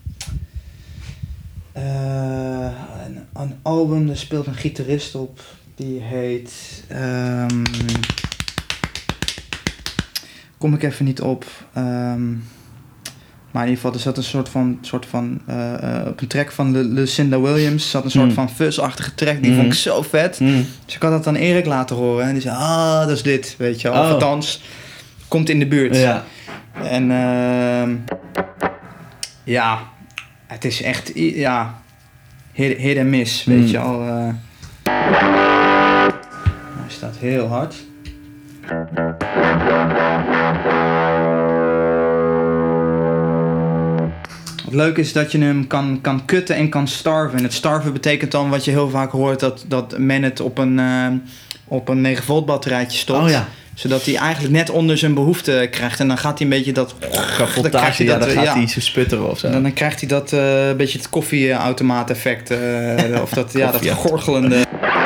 uh, een, een album. Daar speelt een gitarist op. Die heet... Um, kom ik even niet op. Um, Maar in ieder geval, er zat een soort van, soort van uh, uh, op een track van Lu- Lucinda Williams zat een soort mm. van fuzz-achtige track. Die mm. vond ik zo vet. Mm. Dus ik had dat aan Erik laten horen. En die zei, ah, dat is dit, weet je wel. Oh. Of althans, komt in de buurt. Ja. En uh, ja, het is echt, ja, hit, hit en miss, weet mm. je al. Uh, hij staat heel hard. Het leuke is dat je hem kan, kan kutten en kan starven. En het starven betekent dan wat je heel vaak hoort... dat, dat men het op een, uh, op een negen volt batterijtje stopt. Oh, ja. Zodat hij eigenlijk net onder zijn behoefte krijgt. En dan gaat hij een beetje dat... Dan, krijgt hij ja, dat, dan gaat ja. hij zo sputteren of zo. En dan krijgt hij dat uh, beetje het koffieautomaat effect. Uh, of dat, ja, dat gorgelende...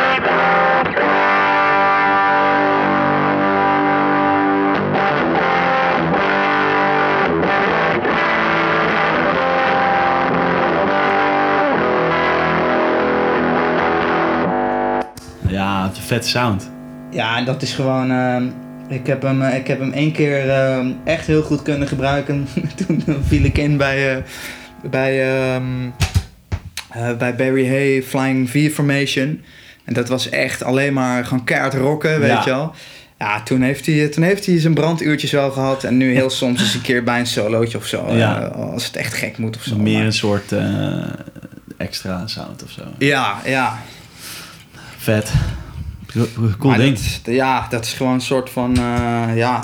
Ja, een vet sound. Ja, en dat is gewoon... Uh, ik, heb hem, uh, ik heb hem één keer uh, echt heel goed kunnen gebruiken. Toen viel ik in bij, uh, bij, um, uh, bij Barry Hay Flying V Formation. En dat was echt alleen maar gewoon keihard rocken, weet ja. je wel. Ja, toen heeft, hij, toen heeft hij zijn branduurtjes wel gehad. En nu heel soms eens een keer bij een solootje of zo. Ja. Uh, als het echt gek moet of zo. Meer maar. een soort uh, extra sound of zo. Ja, ja. Vet. Cool ding. Dat, ja, dat is gewoon een soort van, uh, ja...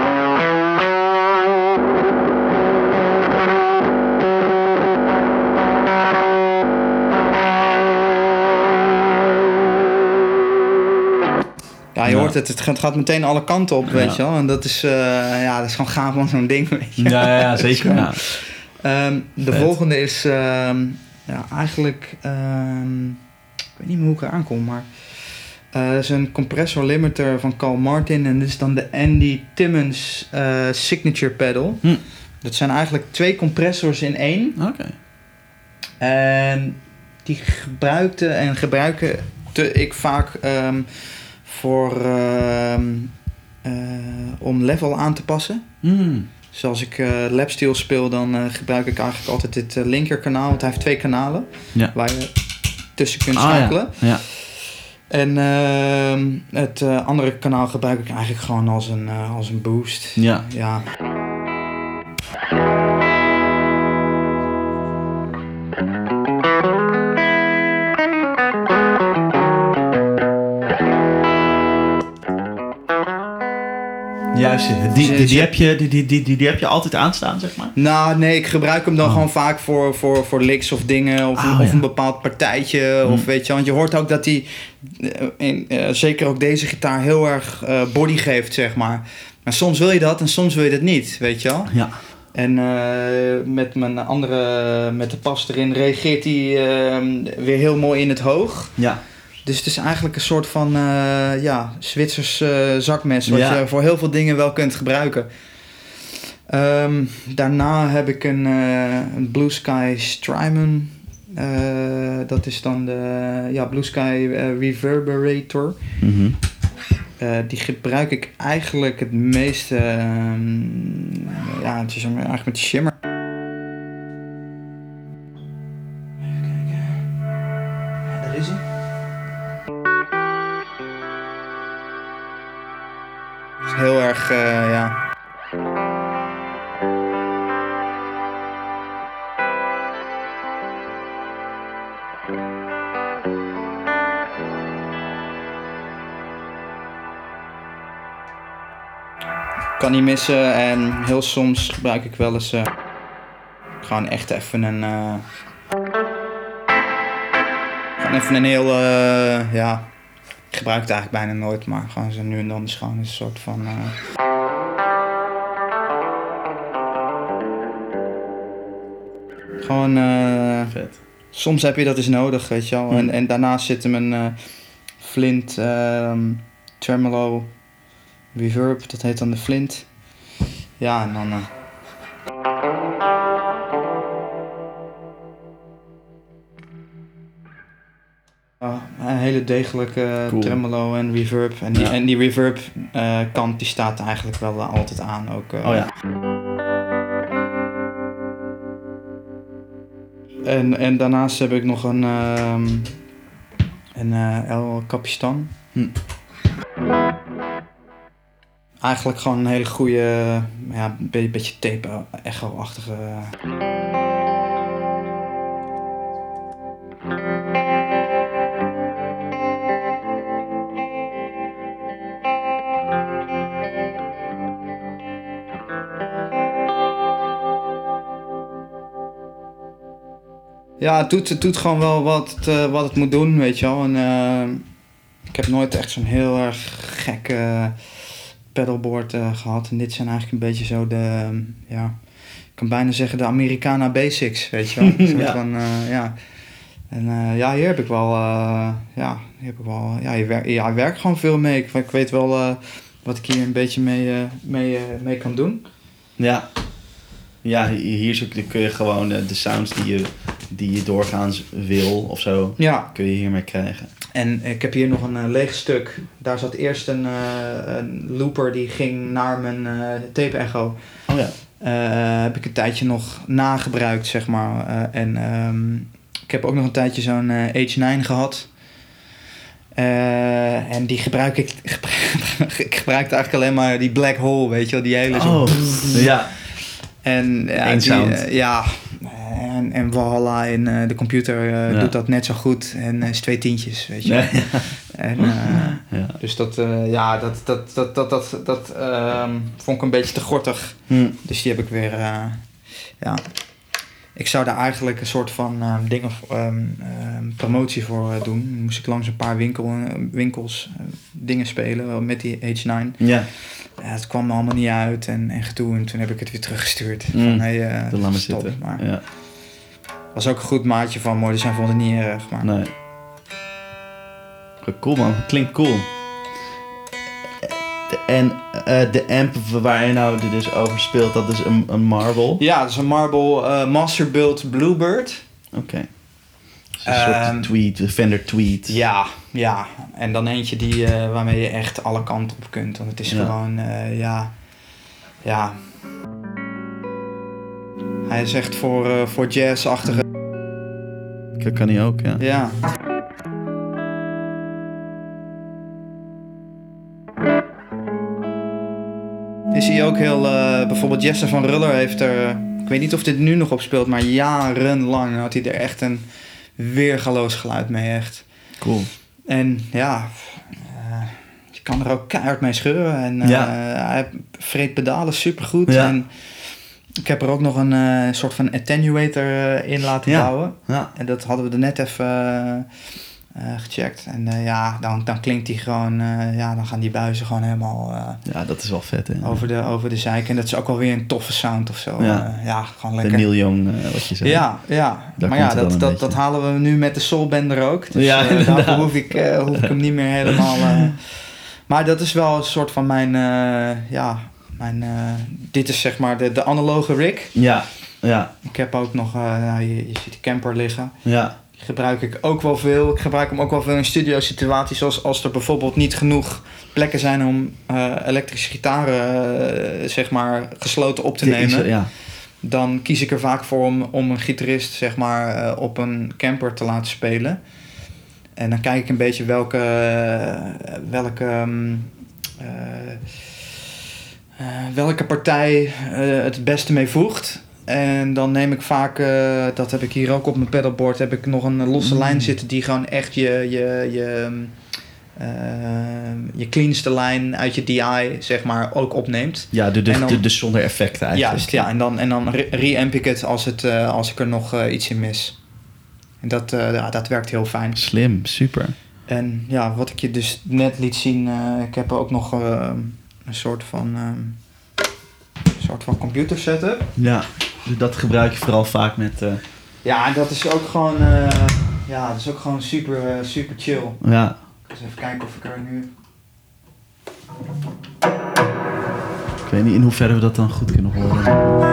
Ja, je ja. hoort het, het gaat, gaat meteen alle kanten op, weet ja. je wel. En dat is, uh, ja, dat is gewoon gaaf van zo'n ding, weet je. Ja, ja, zeker. Ja. Um, de Vet. volgende is, um, ja, eigenlijk, um, ik weet niet meer hoe ik eraan kom, maar... Uh, dat is een compressor limiter van Carl Martin en dit is dan de Andy Timmons uh, Signature Pedal. Hm. Dat zijn eigenlijk twee compressors in één. Oké. Okay. En die gebruikte en gebruikte ik vaak um, voor um, uh, om level aan te passen. Mm. Dus als ik uh, lapsteel speel, dan uh, gebruik ik eigenlijk altijd dit uh, linkerkanaal, want hij heeft twee kanalen ja. waar je tussen kunt ah, schakelen. Ja. Ja. En uh, het uh, andere kanaal gebruik ik eigenlijk gewoon als een, uh, als een boost. Ja. ja. Juist, die, die, die, heb je, die, die, die, die heb je altijd aanstaan, zeg maar? Nou, nee, ik gebruik hem dan oh. gewoon vaak voor, voor, voor licks of dingen. Of, oh, of ja. een bepaald partijtje. Mm. Of weet je, want je hoort ook dat hij, uh, uh, zeker ook deze gitaar, heel erg uh, body geeft, zeg maar. Maar soms wil je dat en soms wil je dat niet, weet je wel? Ja. En uh, met mijn andere, met de pas erin, reageert hij uh, weer heel mooi in het hoog. Ja. Dus het is eigenlijk een soort van uh, ja, Zwitsers uh, zakmes, wat ja. je voor heel veel dingen wel kunt gebruiken. Um, daarna heb ik een, uh, een Blue Sky Strymon. Uh, dat is dan de ja, Blue Sky uh, Reverberator. Mm-hmm. Uh, die gebruik ik eigenlijk het meeste. Um, ja, het is eigenlijk met shimmer. Even kijken. Daar is hij. Heel erg, uh, ja. Kan niet missen en heel soms gebruik ik wel eens uh, gewoon echt even een, uh, gewoon even een heel, uh, ja. Ik gebruik het eigenlijk bijna nooit, maar gewoon zo nu en dan is gewoon een soort van... Uh... Gewoon... Uh... Vet. Soms heb je dat eens nodig, weet je wel. Mm. En, en daarnaast zit hem een uh, Flint um, Tremolo Reverb, dat heet dan de Flint. Ja, en dan... Uh... Uh, een hele degelijke cool. Tremolo en reverb. En die, ja. en die reverb uh, kant die staat eigenlijk wel uh, altijd aan. Ook, uh, oh ja. En, en daarnaast heb ik nog een, uh, een uh, El Capistan. Hm. Eigenlijk gewoon een hele goede, ja, een beetje tape echo-achtige... Ja, het doet, het doet gewoon wel wat het, uh, wat het moet doen, weet je wel. En, uh, ik heb nooit echt zo'n heel erg gekke uh, pedalboard uh, gehad. En dit zijn eigenlijk een beetje zo de, uh, ja, ik kan bijna zeggen de Americana Basics, weet je wel. Een ja. Van, uh, ja. En uh, ja, hier heb ik wel, uh, ja, hier heb ik wel, ja, je, wer- ja, je werkt gewoon veel mee. Ik, ik weet wel uh, wat ik hier een beetje mee, uh, mee, uh, mee kan doen. Ja. Ja, hier kun je gewoon de sounds die je, die je doorgaans wil of zo, ja. kun je hiermee krijgen. En ik heb hier nog een uh, leeg stuk. Daar zat eerst een, uh, een looper die ging naar mijn uh, tape echo. Oh ja. Uh, heb ik een tijdje nog nagebruikt, zeg maar. Uh, en um, ik heb ook nog een tijdje zo'n uh, H nine gehad. Uh, en die gebruik ik... ik gebruikte eigenlijk alleen maar die black hole, weet je wel. Die hele zo... Oh, ja. En ja, Eén die, sound. Uh, ja, en, en voilà, en uh, de computer uh, ja. doet dat net zo goed. En uh, is twee tientjes, weet je. Ja. En, uh, ja. Dus dat, uh, ja, dat, dat, dat, dat, dat, dat uh, vond ik een beetje te gortig. Hm. Dus die heb ik weer, uh, ja. Ik zou daar eigenlijk een soort van uh, dingen, um, um, promotie voor uh, doen. Dan moest ik langs een paar winkel, winkels uh, dingen spelen met die H nine. Ja. Ja, het kwam me allemaal niet uit en, en gedoe. En toen heb ik het weer teruggestuurd. Mm. Van, hey, uh, Dan laat me stop, zitten. Maar ja. was ook een goed maatje van mooi. Dus hij vond het niet erg. Maar... Nee. Cool man, klinkt cool. En uh, de amp waar je nou dus over speelt, dat is een, een Marble? Ja, dat is een Marble uh, Masterbuilt Bluebird. Oké. Okay. Een soort Um, tweet, Fender tweet. Ja, ja. En dan eentje die, uh, waarmee je echt alle kanten op kunt. Want het is Ja. gewoon, uh, ja... Ja... Hij is echt voor, uh, voor jazz-achtige... Dat kan hij ook, ja. Ja. Is hij ook heel... Uh, bijvoorbeeld Jesse van Ruller heeft er... Ik weet niet of dit nu nog op speelt, maar jarenlang had hij er echt een weergaloos geluid mee, echt. Cool. En ja... Uh, je kan er ook keihard mee scheuren. En uh, Ja. hij vreet pedalen supergoed. Ja. En ik heb er ook nog een uh, soort van attenuator uh, in laten Ja. bouwen. Ja. En dat hadden we er net even uh, uh, gecheckt. En uh, ja, dan, dan klinkt die gewoon... Uh, ja, dan gaan die buizen gewoon helemaal uh, Ja, dat is wel vet, hè. over, de, over de zeik. En dat is ook wel weer een toffe sound of zo. Ja. Uh, ja, gewoon De lekker. Neil Young, uh, wat je zei. Ja, ja. Daar maar komt ja, het dan dat, een dat, beetje. dat halen we nu met de Soulbender ook. Dus Ja, uh, inderdaad. daarvoor hoef ik, uh, hoef ik hem niet meer helemaal... Uh, maar dat is wel een soort van mijn... Uh, ja, mijn... Uh, dit is zeg maar de, de analoge rig. Ja, ja, Ik heb ook nog... Uh, nou, je, je ziet de camper liggen. ja. Die gebruik ik ook wel veel. Ik gebruik hem ook wel veel in studio situaties. Zoals als er bijvoorbeeld niet genoeg plekken zijn om uh, elektrische gitaren uh, zeg maar gesloten op te Dit is- nemen. Ja, Dan kies ik er vaak voor om, om een gitarist zeg maar uh, op een camper te laten spelen. En dan kijk ik een beetje welke, uh, welke, um, uh, uh, welke partij uh, het beste mee voegt. En dan neem ik vaak, uh, dat heb ik hier ook op mijn pedalboard, heb ik nog een losse Mm. lijn zitten die gewoon echt je, je, je, uh, je cleanste lijn uit je D I zeg maar ook opneemt. ja de, de, En dan- de, de zonder effecten eigenlijk. Juist, ja. En dan, en dan re- re-amp ik het als, het, uh, als ik er nog uh, iets in mis. En dat, uh, ja, dat werkt heel fijn. Slim, super. En ja, wat ik je dus net liet zien, uh, ik heb ook nog uh, een soort van, um, een soort van computer setup. Ja, dus dat gebruik je vooral vaak met... Uh, Ja, en dat is ook gewoon, uh, ja, dat is ook gewoon super, uh, super chill. ja, Dus even kijken of ik er nu... ik weet niet in hoeverre we dat dan goed kunnen horen.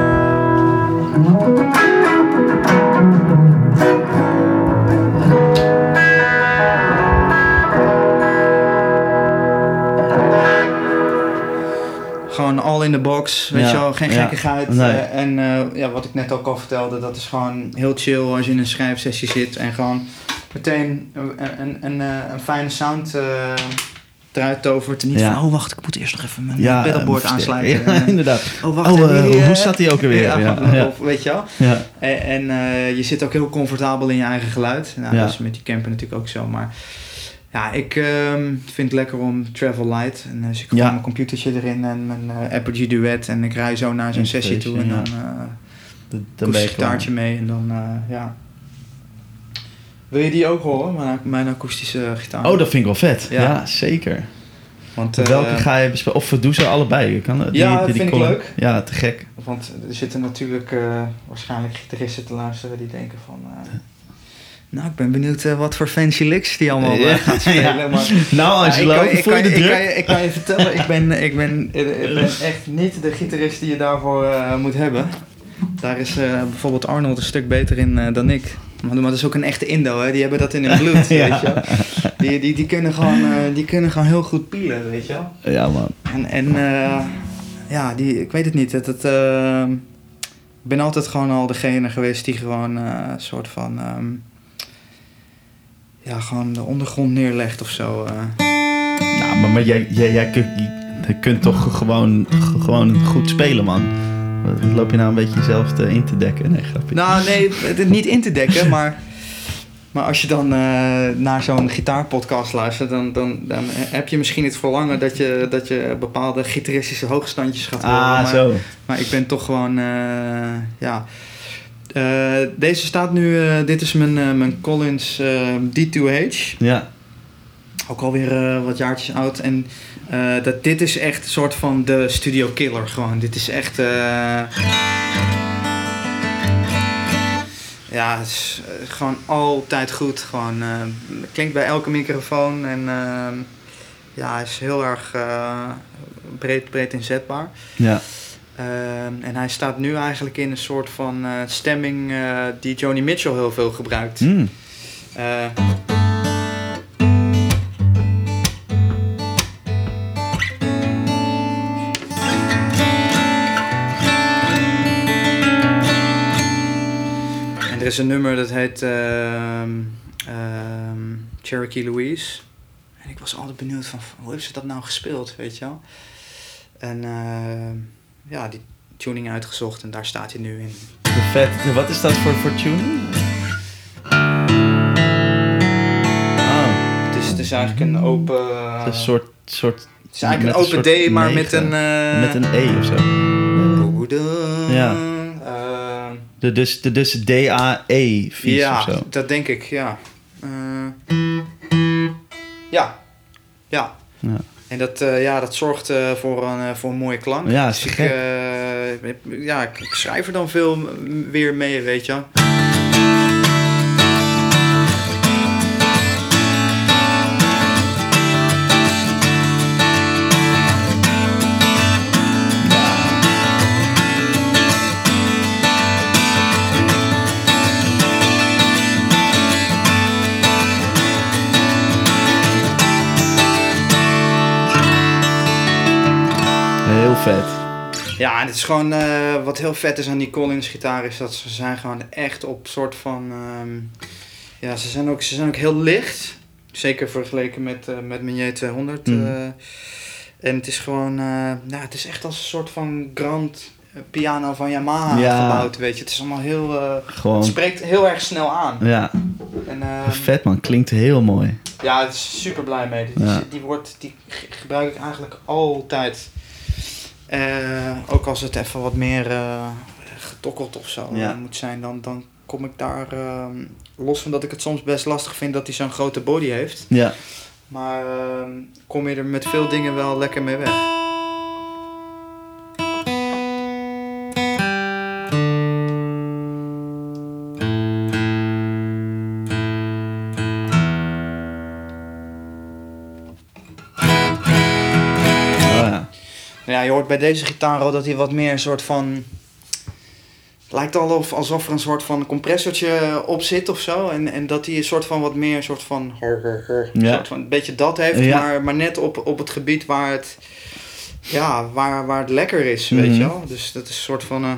Gewoon all in the box, weet Ja, je wel, geen ja. gekkigheid. Nee. Uh, en uh, ja, wat ik net ook al vertelde, dat is gewoon heel chill als je in een schrijfsessie zit en gewoon meteen een, een, een, een fijne sound uh, eruit tovert. En niet Ja. van, oh wacht, ik moet eerst nog even mijn Ja, pedalboard uh, aansluiten. Ja, En, inderdaad. oh wacht, Oh, en uh, die, uh, hoe staat die ook alweer? Ja, Ja, van, ja. Of, weet je wel. Ja, En, en uh, je zit ook heel comfortabel in je eigen geluid. Nou, Ja. dat is met die camper natuurlijk ook zo, maar... Ja, ik um, vind het lekker om travel light. En dus ik gooi Ja. mijn computertje erin en mijn uh, Apogee Duet. En ik rij zo naar zo'n sessie toe. En Ja. dan uh, dan koest ben een je klaar. gitaartje mee. En dan, uh, ja. Wil je die ook horen? Mijn, mijn akoestische gitaar. Oh, dat vind ik wel vet. Ja, Ja. zeker. Want, uh, Welke ga je bespelen? Of doe ze allebei? Je kan, die, Ja, dat die, die vind ik column- leuk. Ja, te gek. Want er zitten natuurlijk uh, waarschijnlijk gitaristen te luisteren die denken van... Uh, nou, ik ben benieuwd uh, wat voor fancy licks die allemaal uh, Ja. gaat spelen. Ja. Maar, Nou, Angelo, ja, ik, kan, ik, voel je kan, de ik, druk? kan, je- ik kan je vertellen, ik ben, ik, ben, ik ben echt niet de gitarist die je daarvoor uh, moet hebben. Daar is uh, bijvoorbeeld Arnold een stuk beter in uh, dan ik. Maar, maar dat is ook een echte Indo, hè? Die hebben dat in hun bloed, Ja. weet je wel. Die, die, die, kunnen gewoon, uh, die kunnen gewoon heel goed pielen, weet je wel. Ja, man. En, en uh, ja, die, ik weet het niet. Het, het, uh, ik ben altijd gewoon al degene geweest die gewoon uh, een soort van... Um, ja, gewoon de ondergrond neerlegt of zo. Uh. Nou, maar, maar jij, jij, jij kunt, je kunt toch gewoon, gewoon goed spelen, man. Dan loop je nou een beetje jezelf te, in te dekken. Nee, grapje. Nou, nee, het niet in te dekken, maar... Maar als je dan uh, naar zo'n gitaarpodcast luistert, dan, dan, dan heb je misschien het verlangen dat je, dat je bepaalde gitaristische hoogstandjes gaat horen. ah, maar, zo. maar ik ben toch gewoon, uh, ja... Uh, deze staat nu, uh, dit is mijn, uh, mijn Collins uh, D twee H. Ja. Ook alweer uh, wat jaartjes oud. En uh, dat, dit is echt een soort van de studio killer gewoon. Dit is echt... Uh, ja, het is uh, gewoon altijd goed. Gewoon, uh, klinkt bij elke microfoon. En uh, ja, hij is heel erg uh, breed, breed inzetbaar. Ja. Uh, en hij staat nu eigenlijk in een soort van uh, stemming uh, die Joni Mitchell heel veel gebruikt. Mm. Uh, en er is een nummer dat heet uh, uh, Cherokee Louise. En ik was altijd benieuwd van, hoe heeft ze dat nou gespeeld, weet je wel? En uh, ja, die tuning uitgezocht en daar staat hij nu in. De vet. Wat is dat voor, voor tuning? Oh. Het, is, het is eigenlijk een open... Uh, een soort... soort het is eigenlijk een open D, maar met een... Uh, met een E of zo. Uh, ja. Uh, de, dus, de, dus D A E vies ja, of zo. Dat denk ik, ja. Uh, ja. Ja. Ja. En dat, uh, ja, dat zorgt uh, voor, een, uh, voor een mooie klank. Ja, dus ik, uh, ja, ik, ik schrijf er dan veel weer mee, weet je. Heel vet. Ja, en het is gewoon, uh, wat heel vet is aan die Collins gitaar is dat ze zijn gewoon echt op soort van, um, ja, ze zijn ook, ze zijn ook heel licht. Zeker vergeleken met, uh, met mijn J tweehonderd. Mm. Uh, en het is gewoon, uh, nou, het is echt als een soort van grand piano van Yamaha ja. gebouwd, weet je. Het is allemaal heel, uh, gewoon... het spreekt heel erg snel aan. Ja. En, uh, vet man, klinkt heel mooi. Ja, ik is super blij mee. Die, ja. die, wordt, die gebruik ik eigenlijk altijd. Uh, ook als het even wat meer uh, getokkeld of zo ja. uh, moet zijn, dan, dan kom ik daar, uh, los van dat ik het soms best lastig vind dat hij zo'n grote body heeft. Ja. Maar uh, kom je er met veel dingen wel lekker mee weg. Ja, je hoort bij deze gitaar al dat hij wat meer een soort van... Het lijkt al alsof er een soort van compressortje op zit of zo. En, en dat hij een soort van wat meer een soort van... Ja. Soort van een beetje dat heeft, ja. maar, maar net op, op het gebied waar het... Ja, waar, waar het lekker is, mm-hmm. weet je wel. Dus dat is een soort van... Uh...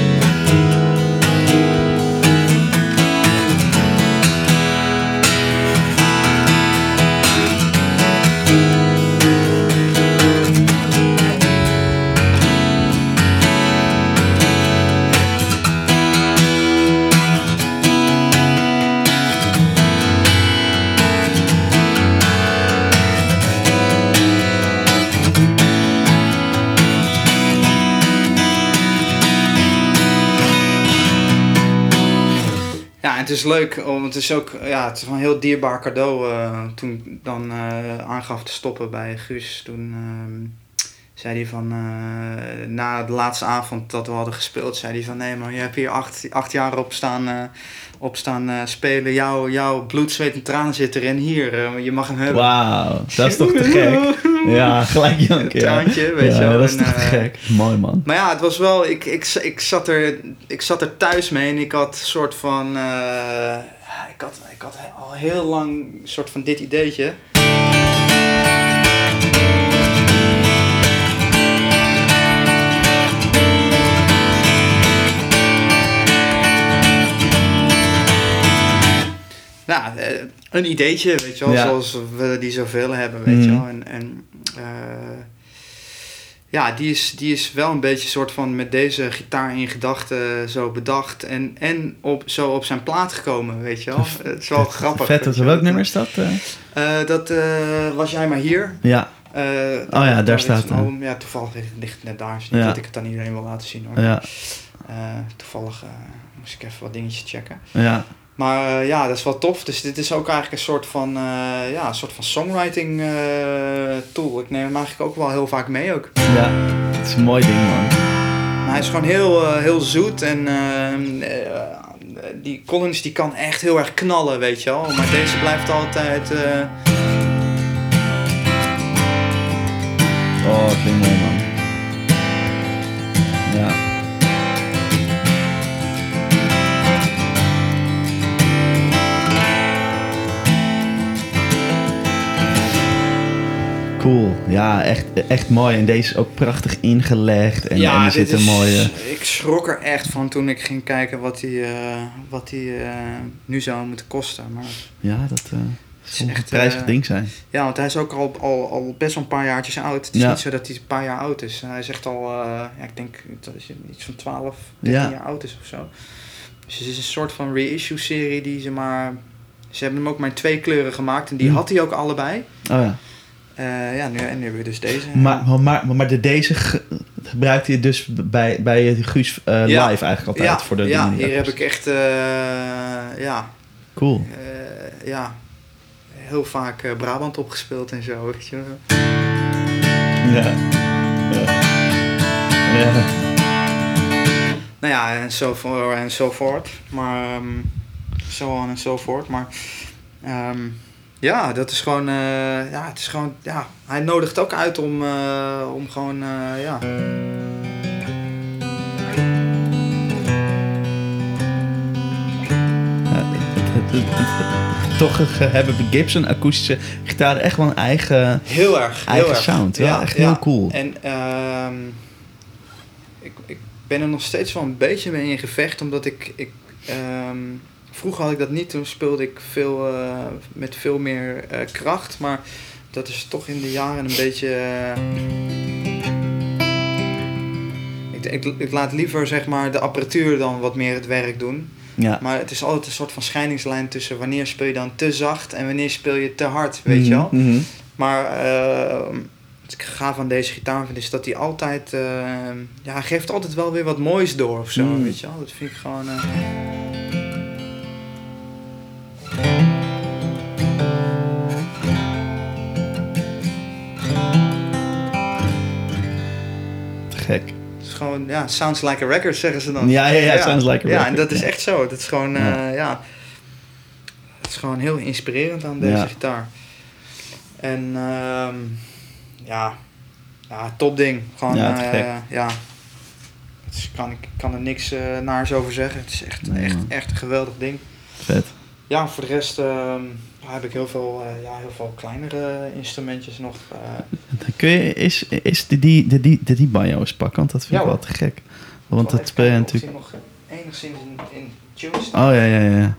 Het is leuk, want het is ook ja, het is een heel dierbaar cadeau. Uh, toen ik dan uh, aangaf te stoppen bij Guus, toen uh, zei hij van, uh, na de laatste avond dat we hadden gespeeld, zei hij van nee man, je hebt hier acht, acht jaar op staan, uh, op staan uh, spelen, jouw, jouw bloed, zweet en tranen zit erin, hier, uh, je mag hem hebben. Wauw, dat is toch te gek. Ja, gelijk janken. Ja. Traantje, weet ja, je wel. dat is en, toch te uh, gek. Mooi man. Maar ja, het was wel, ik, ik, ik, zat er, ik zat er thuis mee en ik had een soort van, uh, ik, had, ik had al heel lang een soort van dit ideetje. Nou, een ideetje, weet je wel, ja. zoals we die zoveel hebben, weet mm. je wel. En, en uh, ja, die is, die is wel een beetje soort van met deze gitaar in gedachten zo bedacht en, en op, zo op zijn plaat gekomen, weet je wel. Het is wel vet, grappig. Vet, dat, welk nummer is dat? Uh? Uh, dat uh, Was jij maar hier. Ja. Uh, oh ja, daar, daar staat het. Album. Ja, toevallig ligt het net daar, dus niet ja. dat ik het aan iedereen wil laten zien hoor. Ja. Uh, toevallig uh, moest ik even wat dingetjes checken. Ja. Maar uh, ja, dat is wel tof. Dus dit is ook eigenlijk een soort van, uh, ja, een soort van songwriting uh, tool. Ik neem hem eigenlijk ook wel heel vaak mee ook. Ja, het is een mooi ding man. Maar hij is gewoon heel, uh, heel zoet en uh, uh, die Collins die kan echt heel erg knallen, weet je wel. Maar deze blijft altijd... Uh... Oh, dat klinkt mooi man. Ja. Cool. Ja, echt, echt mooi. En deze is ook prachtig ingelegd. En, ja, en er dit zit een is, mooie... ik schrok er echt van toen ik ging kijken wat die, uh, wat die uh, nu zou moeten kosten. Maar ja, dat uh, zal echt, een prijzig uh, ding zijn. Ja, want hij is ook al, al, al best wel een paar jaartjes oud. Het is ja. niet zo dat hij een paar jaar oud is. Hij is echt al, uh, ja, ik denk dat hij iets van twaalf, dertien ja. jaar oud is of zo. Dus het is een soort van reissue serie die ze maar... Ze hebben hem ook maar in twee kleuren gemaakt en die mm. had hij ook allebei. Oh ja. Uh, ja, nu, en nu hebben we dus deze. Maar, maar, maar, maar de, deze ge, gebruikte je dus bij, bij Guus uh, ja. live eigenlijk altijd? Ja, voor de ja hier heb ik echt... Uh, ja. Cool. Uh, ja. Heel vaak uh, Brabant opgespeeld en zo, weet je. Ja. Ja. Ja. Nou ja, en zo voor en zo voort. Maar... Um, zo on en zo voort. Maar... Um, ja, dat is gewoon... Uh, ja, het is gewoon... Ja, hij nodigt ook uit om... Uh, om gewoon... Uh, ja... Toch hebben Gibson akoestische gitaren echt wel een eigen, heel erg, eigen heel sound. Erg. Ja, ja, echt ja. heel cool. En uh, ik, ik ben er nog steeds wel een beetje mee in gevecht, omdat ik... ik um, vroeger had ik dat niet, toen speelde ik veel, uh, met veel meer uh, kracht, maar dat is toch in de jaren een beetje... Uh, ik, ik, ik laat liever zeg maar de apparatuur dan wat meer het werk doen. Ja. Maar het is altijd een soort van scheidingslijn tussen wanneer speel je dan te zacht en wanneer speel je te hard, weet mm-hmm, je wel. Mm-hmm. Maar uh, wat ik gaaf aan deze gitaar vind is dat hij altijd, uh, ja, hij geeft altijd wel weer wat moois door of zo, mm. weet je wel. Dat vind ik gewoon... Uh... Te gek. Gewoon, ja, sounds like a record, zeggen ze dan. Ja, ja, ja, ja. sounds like a record. Ja, en dat is echt zo. Dat is gewoon, uh, ja. ja. Het is gewoon heel inspirerend aan deze ja. gitaar. En, uh, ja, ja, top ding. Gewoon, ja, uh, ja. Het is, kan, ik kan er niks uh, naars over zeggen. Het is echt, nee, echt, echt een geweldig ding. Vet. Ja, voor de rest uh, heb ik heel veel, uh, ja, heel veel kleinere instrumentjes nog. Uh. Dan kun je is, is de die de die de die banjo eens pakken, want dat vind ja, ik wel te gek. Want dat speel je natuurlijk. Nog enigszins in, in tunes. Oh ja ja ja.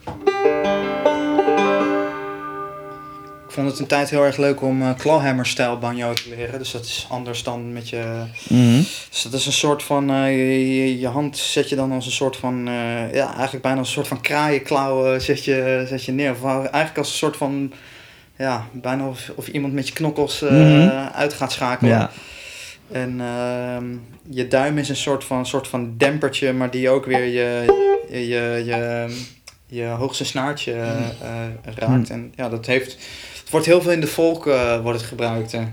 Ik vond het een tijd heel erg leuk om uh, clawhammer-stijl banjo te leren. Dus dat is anders dan met je... Mm-hmm. Dus dat is een soort van... Uh, je, je hand zet je dan als een soort van... Uh, ja, eigenlijk bijna als een soort van kraaienklauw uh, zet, je, zet je neer. Of eigenlijk als een soort van... Ja, bijna of, of iemand met je knokkels uh, mm-hmm. uit gaat schakelen. Ja. En uh, je duim is een soort van, soort van dempertje, maar die ook weer je... je, je, je je hoogste snaartje uh, uh, raakt. En ja, dat heeft... Het wordt heel veel in de folk uh, wordt het gebruikt. Hè.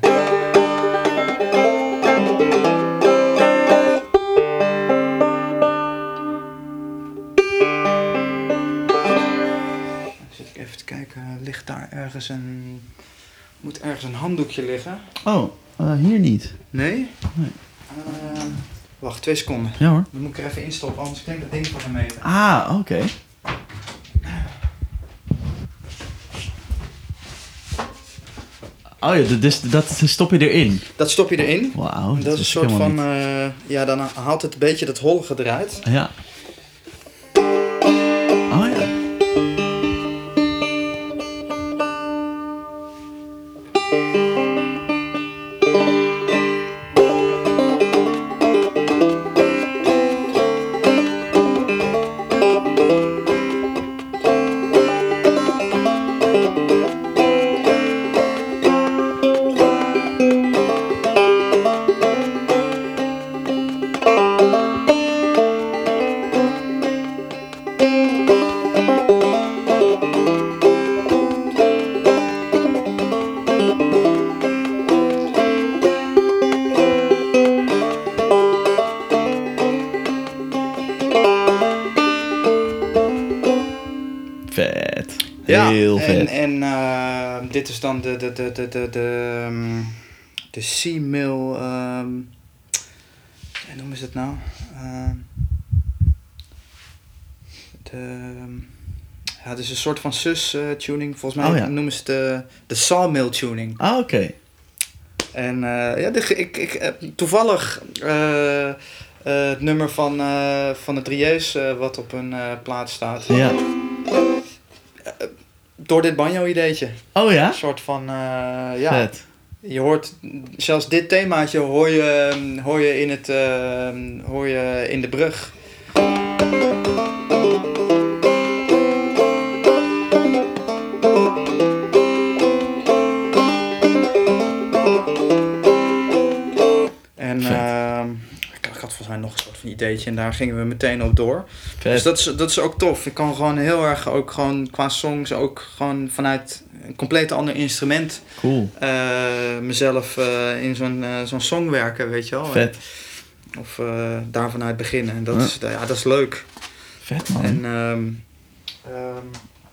Zit ik even te kijken, ligt daar ergens een... Moet ergens een handdoekje liggen? Oh, uh, hier niet. Nee? Nee. Uh, wacht, twee seconden. Ja hoor. Dan moet ik er even instoppen, anders denk ik dat ding van hem mee. Ah, oké. Okay. Oh ja, dus dat stop je erin? Dat stop je erin. Wauw. Dat, dat is een soort van... Uh, ja, dan haalt het een beetje dat hollige eruit. Ja. Oh ja. Heel vet. En, en uh, dit is dan de, de, de, de, de, de, um, de C-mill, um, hoe noemen ze het nou? Uh, de, ja, het is een soort van sus uh, tuning. Volgens mij oh, ja. noemen ze het de, de sawmill tuning. Ah, oké. Okay. En uh, ja, de, ik, ik, toevallig uh, uh, het nummer van, uh, van de Drieërs uh, wat op hun uh, plaat staat. Ja. Uh, door dit banjo-ideetje. Oh ja? Een soort van, uh, ja. Vet. Je hoort, zelfs dit themaatje hoor je, hoor je, in, het, uh, hoor je in de brug. En uh, ik, ik had volgens mij nog een soort van ideetje en daar gingen we meteen op door. Vet. Dus dat is, dat is ook tof. Ik kan gewoon heel erg ook gewoon qua songs ook gewoon vanuit een compleet ander instrument Cool. uh, mezelf uh, in zo'n, uh, zo'n song werken, weet je wel. Vet. Of uh, daar vanuit beginnen. En dat, Ja. is, ja, dat is leuk. Vet man. En um, um,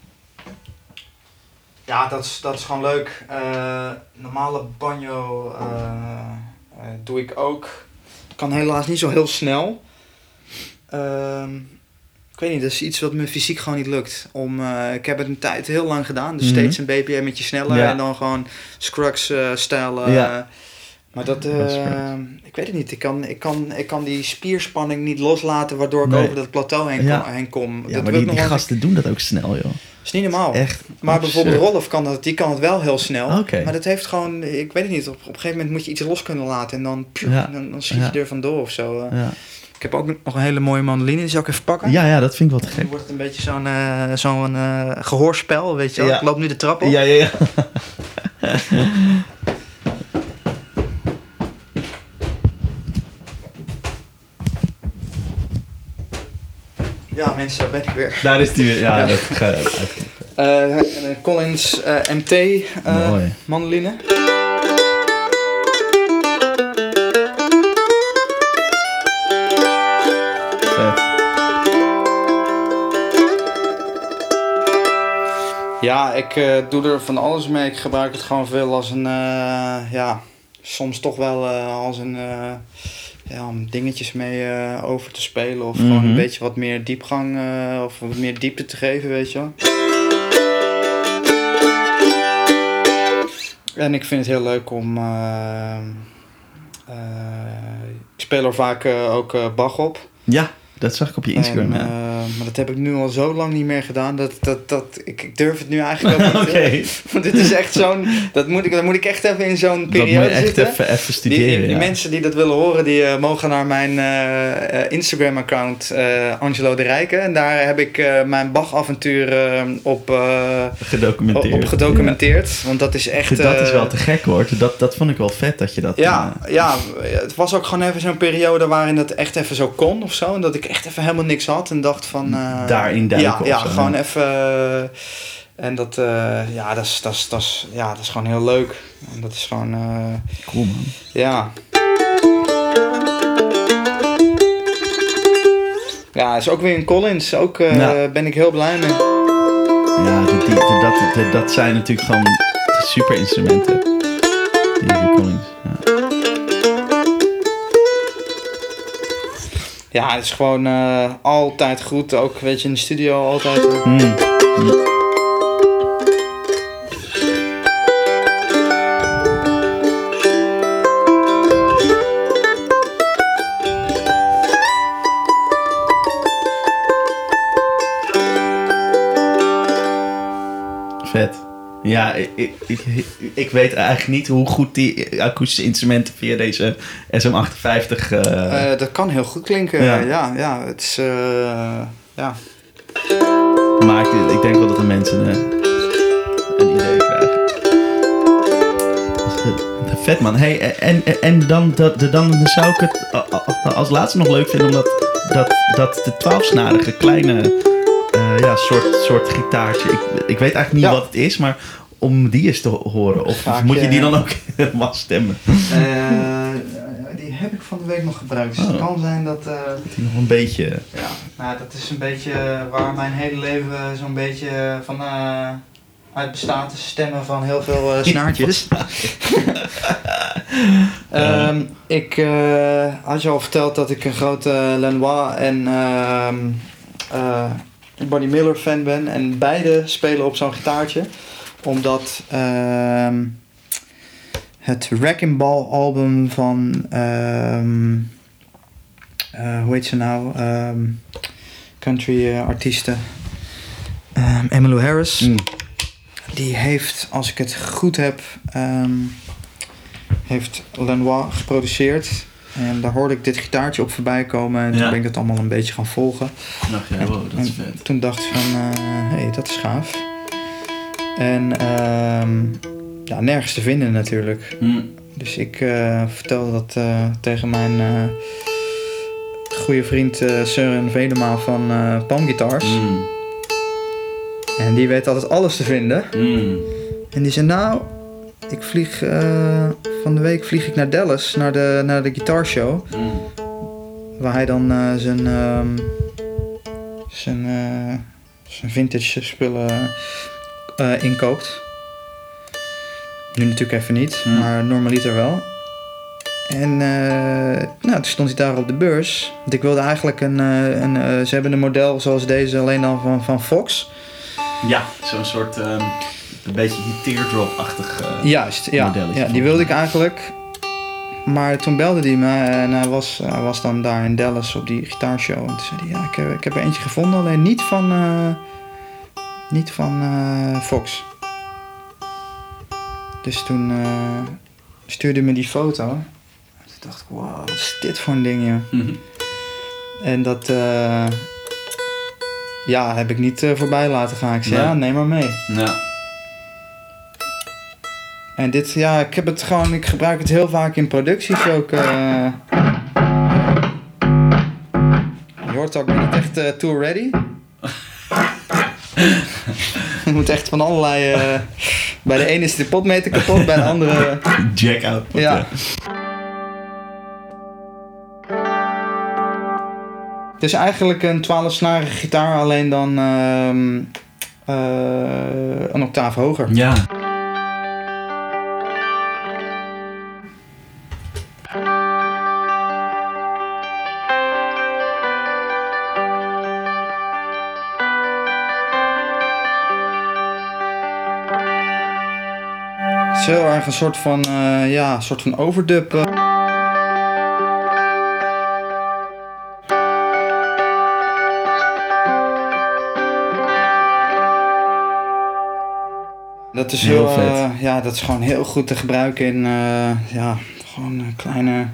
ja, dat is, dat is gewoon leuk. Uh, normale banjo uh, uh, doe ik ook. Kan helaas niet zo heel snel. Um, ik weet niet, dat is iets wat me fysiek gewoon niet lukt. Om, uh, ik heb het een tijd heel lang gedaan. Dus Mhm. steeds een B P M'tje sneller Ja. en dan gewoon Scruggs uh, stijl. Uh, Ja. Maar dat, uh, Dat is correct. ik weet het niet. Ik kan, ik, kan, ik kan die spierspanning niet loslaten waardoor ik Nee. over dat plateau heen, Ja. kom, heen kom. Ja, dat maar wil die, ik die nog wel- gasten doen dat ook snel, joh. is niet normaal. Echt. Maar bijvoorbeeld absurd. Rolf kan dat, die kan het wel heel snel. Oké. Maar dat heeft gewoon, ik weet het niet, op, op een gegeven moment moet je iets los kunnen laten en dan, pjoe, Ja. dan, dan schiet je Ja. er vandoor of zo. Ja. Ik heb ook nog een hele mooie mandoline, die zal ik even pakken. Ja, ja, dat vind ik wel te Dan gek. wordt het een beetje zo'n uh, zo'n uh, gehoorspel, weet je wel. Ja. Ik loop nu de trap op. Ja, ja, ja. Ja, mensen, daar ben ik weer. Daar is die weer. Ja, Ja. dat ga ik Uh, een Collins uh, M T uh, Mooi. mandoline. Vet. Ja, ik uh, doe er van alles mee. Ik gebruik het gewoon veel als een, uh, ja, soms toch wel uh, als een, uh, ja, om dingetjes mee uh, over te spelen. Of Mhm. gewoon een beetje wat meer diepgang uh, of wat meer diepte te geven, weet je wel. En ik vind het heel leuk om, uh, uh, ik speel er vaak uh, ook uh, Bach op. Ja, dat zag ik op je Instagram. En, Ja. uh, maar dat heb ik nu al zo lang niet meer gedaan. Dat, dat, dat, ik, ik durf het nu eigenlijk ook niet. Oké. Want dit is echt zo'n... Dat moet ik, dat moet ik echt even in zo'n Dat periode moet je echt zitten. even, even Die, studeren. die, die ja. mensen die dat willen horen, die uh, mogen naar mijn uh, uh, Instagram-account uh, Angelo de Rijke. En daar heb ik uh, mijn Bach-avontuur uh, op, uh, Gedocumenteerd. op gedocumenteerd. Want dat is echt... Dat is uh, wel te gek hoor. Dat, dat vond ik wel vet dat je dat... Ja, uh, ja, het was ook gewoon even zo'n periode waarin het echt even zo kon of zo. En dat ik echt even helemaal niks had en dacht van... Uh, Daarin duiken Ja, of ja zo, gewoon ja. even... Uh, en dat, uh, ja, dat is, dat, is, dat, is, ja, dat is gewoon heel leuk. En dat is gewoon... Uh, cool man. ja. Ja, is ook weer een Collins. Ook uh, Ja. ben ik heel blij mee. Ja, die, die, dat, dat, dat zijn natuurlijk gewoon super instrumenten. Die die Collins. Ja. Ja, het is gewoon uh, altijd goed. Ook, weet je, in de studio altijd... Uh, Mm. Mm. Vet. Ja, ik, ik, ik, ik weet eigenlijk niet hoe goed die akoestische instrumenten via deze S M achtenvijftig... Uh... uh, dat kan heel goed klinken. Ja. Ja, ja, ja het is... Uh, ja. Maar ik, ik denk wel dat de mensen uh, een idee krijgen. Vet man. Hey, en, en dan, dat, dan zou ik het als laatste nog leuk vinden, omdat dat, dat de twaalfsnarige kleine uh, ja, soort, soort gitaartje. Ik, ik weet eigenlijk niet Ja. wat het is, maar om die eens te horen. Of, Ga of ik, moet je die uh, dan ook helemaal stemmen? Uh, die heb ik van de week nog gebruikt. Dus het Oh. kan zijn dat... Uh, Die nog een beetje... ja, nou, dat is een beetje waar mijn hele leven zo'n beetje van uh, uit bestaat. De stemmen van heel veel uh, snaartjes. um, ik uh, had je al verteld dat ik een grote Lanois en um, uh, Buddy Miller fan ben. En beide spelen op zo'n gitaartje. Omdat... Um, het Wrecking Ball album van... Um, uh, hoe heet ze nou? Um, country uh, artiesten. Um, Emmylou Harris. Mm. Die heeft, als ik het goed heb... Um, heeft Lanois geproduceerd. En daar hoorde ik dit gitaartje op voorbij komen. En ja. toen ben ik dat allemaal een beetje gaan volgen. Dacht jij, wow, dat is vet. Toen dacht ik van, hé, uh, hey, dat is gaaf. En um, ja, nergens te vinden natuurlijk. Mm. Dus ik uh, vertelde dat uh, tegen mijn uh, goede vriend uh, Søren Vedema van uh, Palm Guitars. Mm. En die weet altijd alles te vinden. Mm. En die zei, nou, ik vlieg uh, van de week vlieg ik naar Dallas, naar de, naar de Guitar Show. Mm. Waar hij dan uh, zijn, um, zijn, uh, zijn vintage spullen uh, inkoopt. Nu natuurlijk even niet, mm. maar normaliter wel. En uh, nou, toen stond hij daar op de beurs. Want ik wilde eigenlijk een... Uh, een uh, ze hebben een model zoals deze alleen dan van, van Fox. Ja, zo'n soort... Um, een beetje teardrop-achtig uh, Juist, ja, ja, die wilde ik eigenlijk. Maar toen belde hij me en hij was, hij was dan daar in Dallas op die gitaarshow. En toen zei hij, ja, ik heb, ik heb er eentje gevonden, alleen niet van, uh, niet van uh, Fox. Dus toen uh, stuurde hij me die foto. En toen dacht ik, wow, wat is dit voor een ding, joh. Mm-hmm. En dat uh, ja, heb ik niet uh, voorbij laten gaan. Ik zei, nee. ja, neem maar mee. Ja. En dit, ja, ik heb het gewoon, ik gebruik het heel vaak in producties ook. Uh, je hoort ook, ik ben niet echt uh, tour ready. Je moet echt van allerlei, uh, bij de ene is de potmeter kapot, bij de andere... Jack out. Ja. Het is eigenlijk een twaalfsnarige gitaar, alleen dan uh, uh, een octaaf hoger. Ja. Het is heel erg een soort van, uh, ja, een soort van overdub. Uh. Dat is heel, heel vet. Uh, ja, dat is gewoon heel goed te gebruiken in, uh, ja, gewoon een kleine...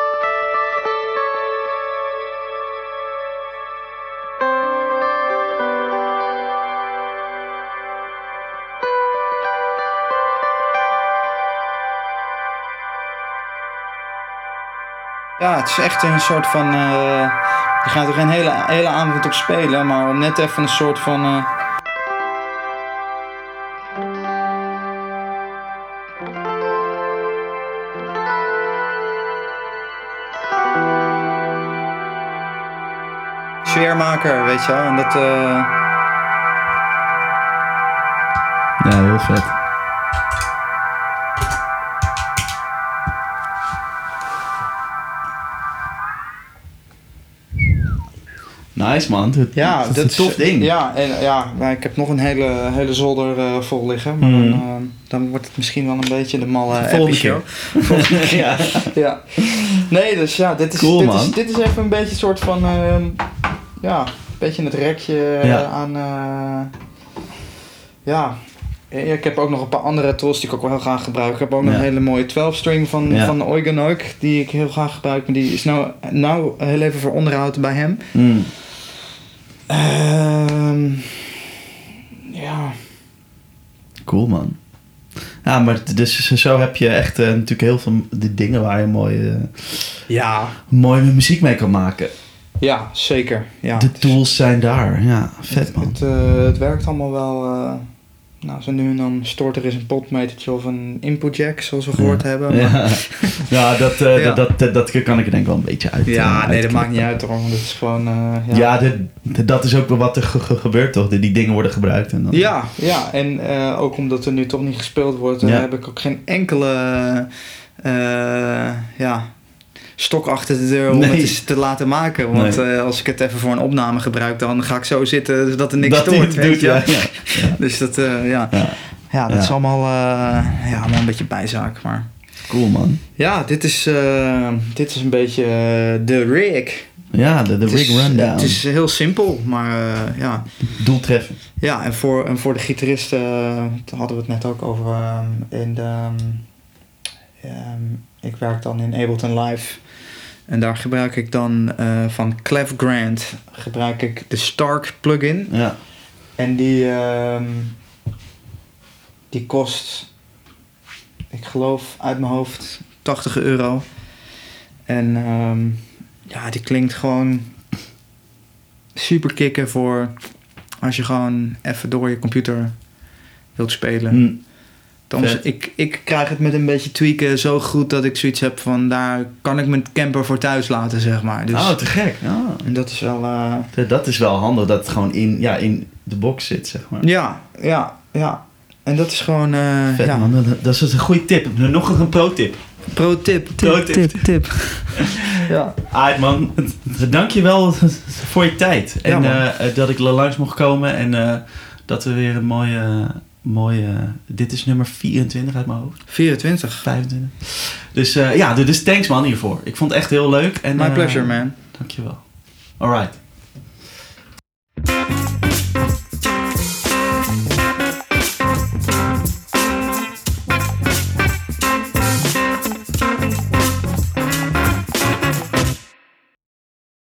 Ja, het is echt een soort van... Uh, je gaat er geen hele, hele avond op spelen, maar om net even een soort van... Uh, sfeermaker, weet je wel. En dat... Uh... Ja, heel vet. Nice man, dat, ja, dat is dat een tof is, ding. Ja, en, ja, ik heb nog een hele, hele zolder uh, vol liggen. Maar mm. dan, uh, dan wordt het misschien wel een beetje de malle Appie show. ja. ja. Nee, dus ja, dit is, cool, dit, man. is, dit is even een beetje een soort van... Uh, ja, een beetje het rekje uh, ja. aan... Uh, ja... Ik heb ook nog een paar andere tools die ik ook wel heel graag gebruik. Ik heb ook nog ja. een hele mooie twaalf-string van, ja. van Eugen ook, die ik heel graag gebruik. Maar die is nou, nou heel even voor onderhoud bij hem. Mm. Uh, ja. Cool man. Ja, maar dus zo heb je echt uh, natuurlijk heel veel de dingen waar je mooie, uh, ja. mooie muziek mee kan maken. Ja, zeker. Ja, de tools is, zijn daar. Ja, vet het, man. Het, uh, het werkt allemaal wel... Uh, Nou, zo nu en dan stoort er eens een potmetertje of een input jack, zoals we gehoord ja. hebben. Maar... Ja, ja, dat, uh, ja. Dat, dat, dat kan ik er denk ik wel een beetje uit. Ja, uh, nee, dat maakt niet uit hoor. Dat is gewoon... Uh, ja, ja de, de, dat is ook wel wat er ge- ge- gebeurt toch? Die, die dingen worden gebruikt. En dan... Ja, ja, en uh, ook omdat er nu toch niet gespeeld wordt, ja. heb ik ook geen enkele... Uh, ja... stok achter de deur om nee. het eens te laten maken. Want nee. uh, als ik het even voor een opname gebruik, dan ga ik zo zitten zodat er niks dat stoort. Weet doet, je? Ja, ja. Ja. Dus dat, uh, ja. Ja. ja, dat ja. is allemaal, uh, ja, allemaal een beetje bijzaak. Maar Cool, man. Ja, dit is, uh, dit is een beetje uh, de rig. Ja, de, de Het rig is- rundown. Het is heel simpel, maar uh, ja. Doeltreffend. Ja, en voor, en voor de gitaristen, uh, daar hadden we het net ook over. Um, in de, um, um, ik werk dan in Ableton Live. En daar gebruik ik dan uh, van Clef Grant gebruik ik de Stark plugin. Ja. En die, um, die kost, ik geloof uit mijn hoofd, tachtig euro. En um, ja, die klinkt gewoon super kicken voor als je gewoon even door je computer wilt spelen. Hm. Dan, Vet. ik, ik krijg het met een beetje tweaken zo goed dat ik zoiets heb van daar kan ik mijn camper voor thuis laten, zeg maar. Dus, Oh, te gek. Ah. en dat is wel... Uh, Dat is wel handig dat het gewoon in, ja, in de box zit, zeg maar. ja, ja, ja. En dat is gewoon... Uh, Vet, ja. man. Dat, dat is een goede tip. Nog een pro-tip. Pro tip, Pro tip, tip. tip, tip. ja. Alright, man. Dank je wel voor je tijd. Ja, En man. uh, dat ik er langs mocht komen. En uh, dat we weer een mooie... mooie dit is nummer vierentwintig uit mijn hoofd. vierentwintig. vijfentwintig. Dus uh, ja, dus thanks man hiervoor. Ik vond het echt heel leuk. En, My uh, pleasure, man. Dank je wel. Alright.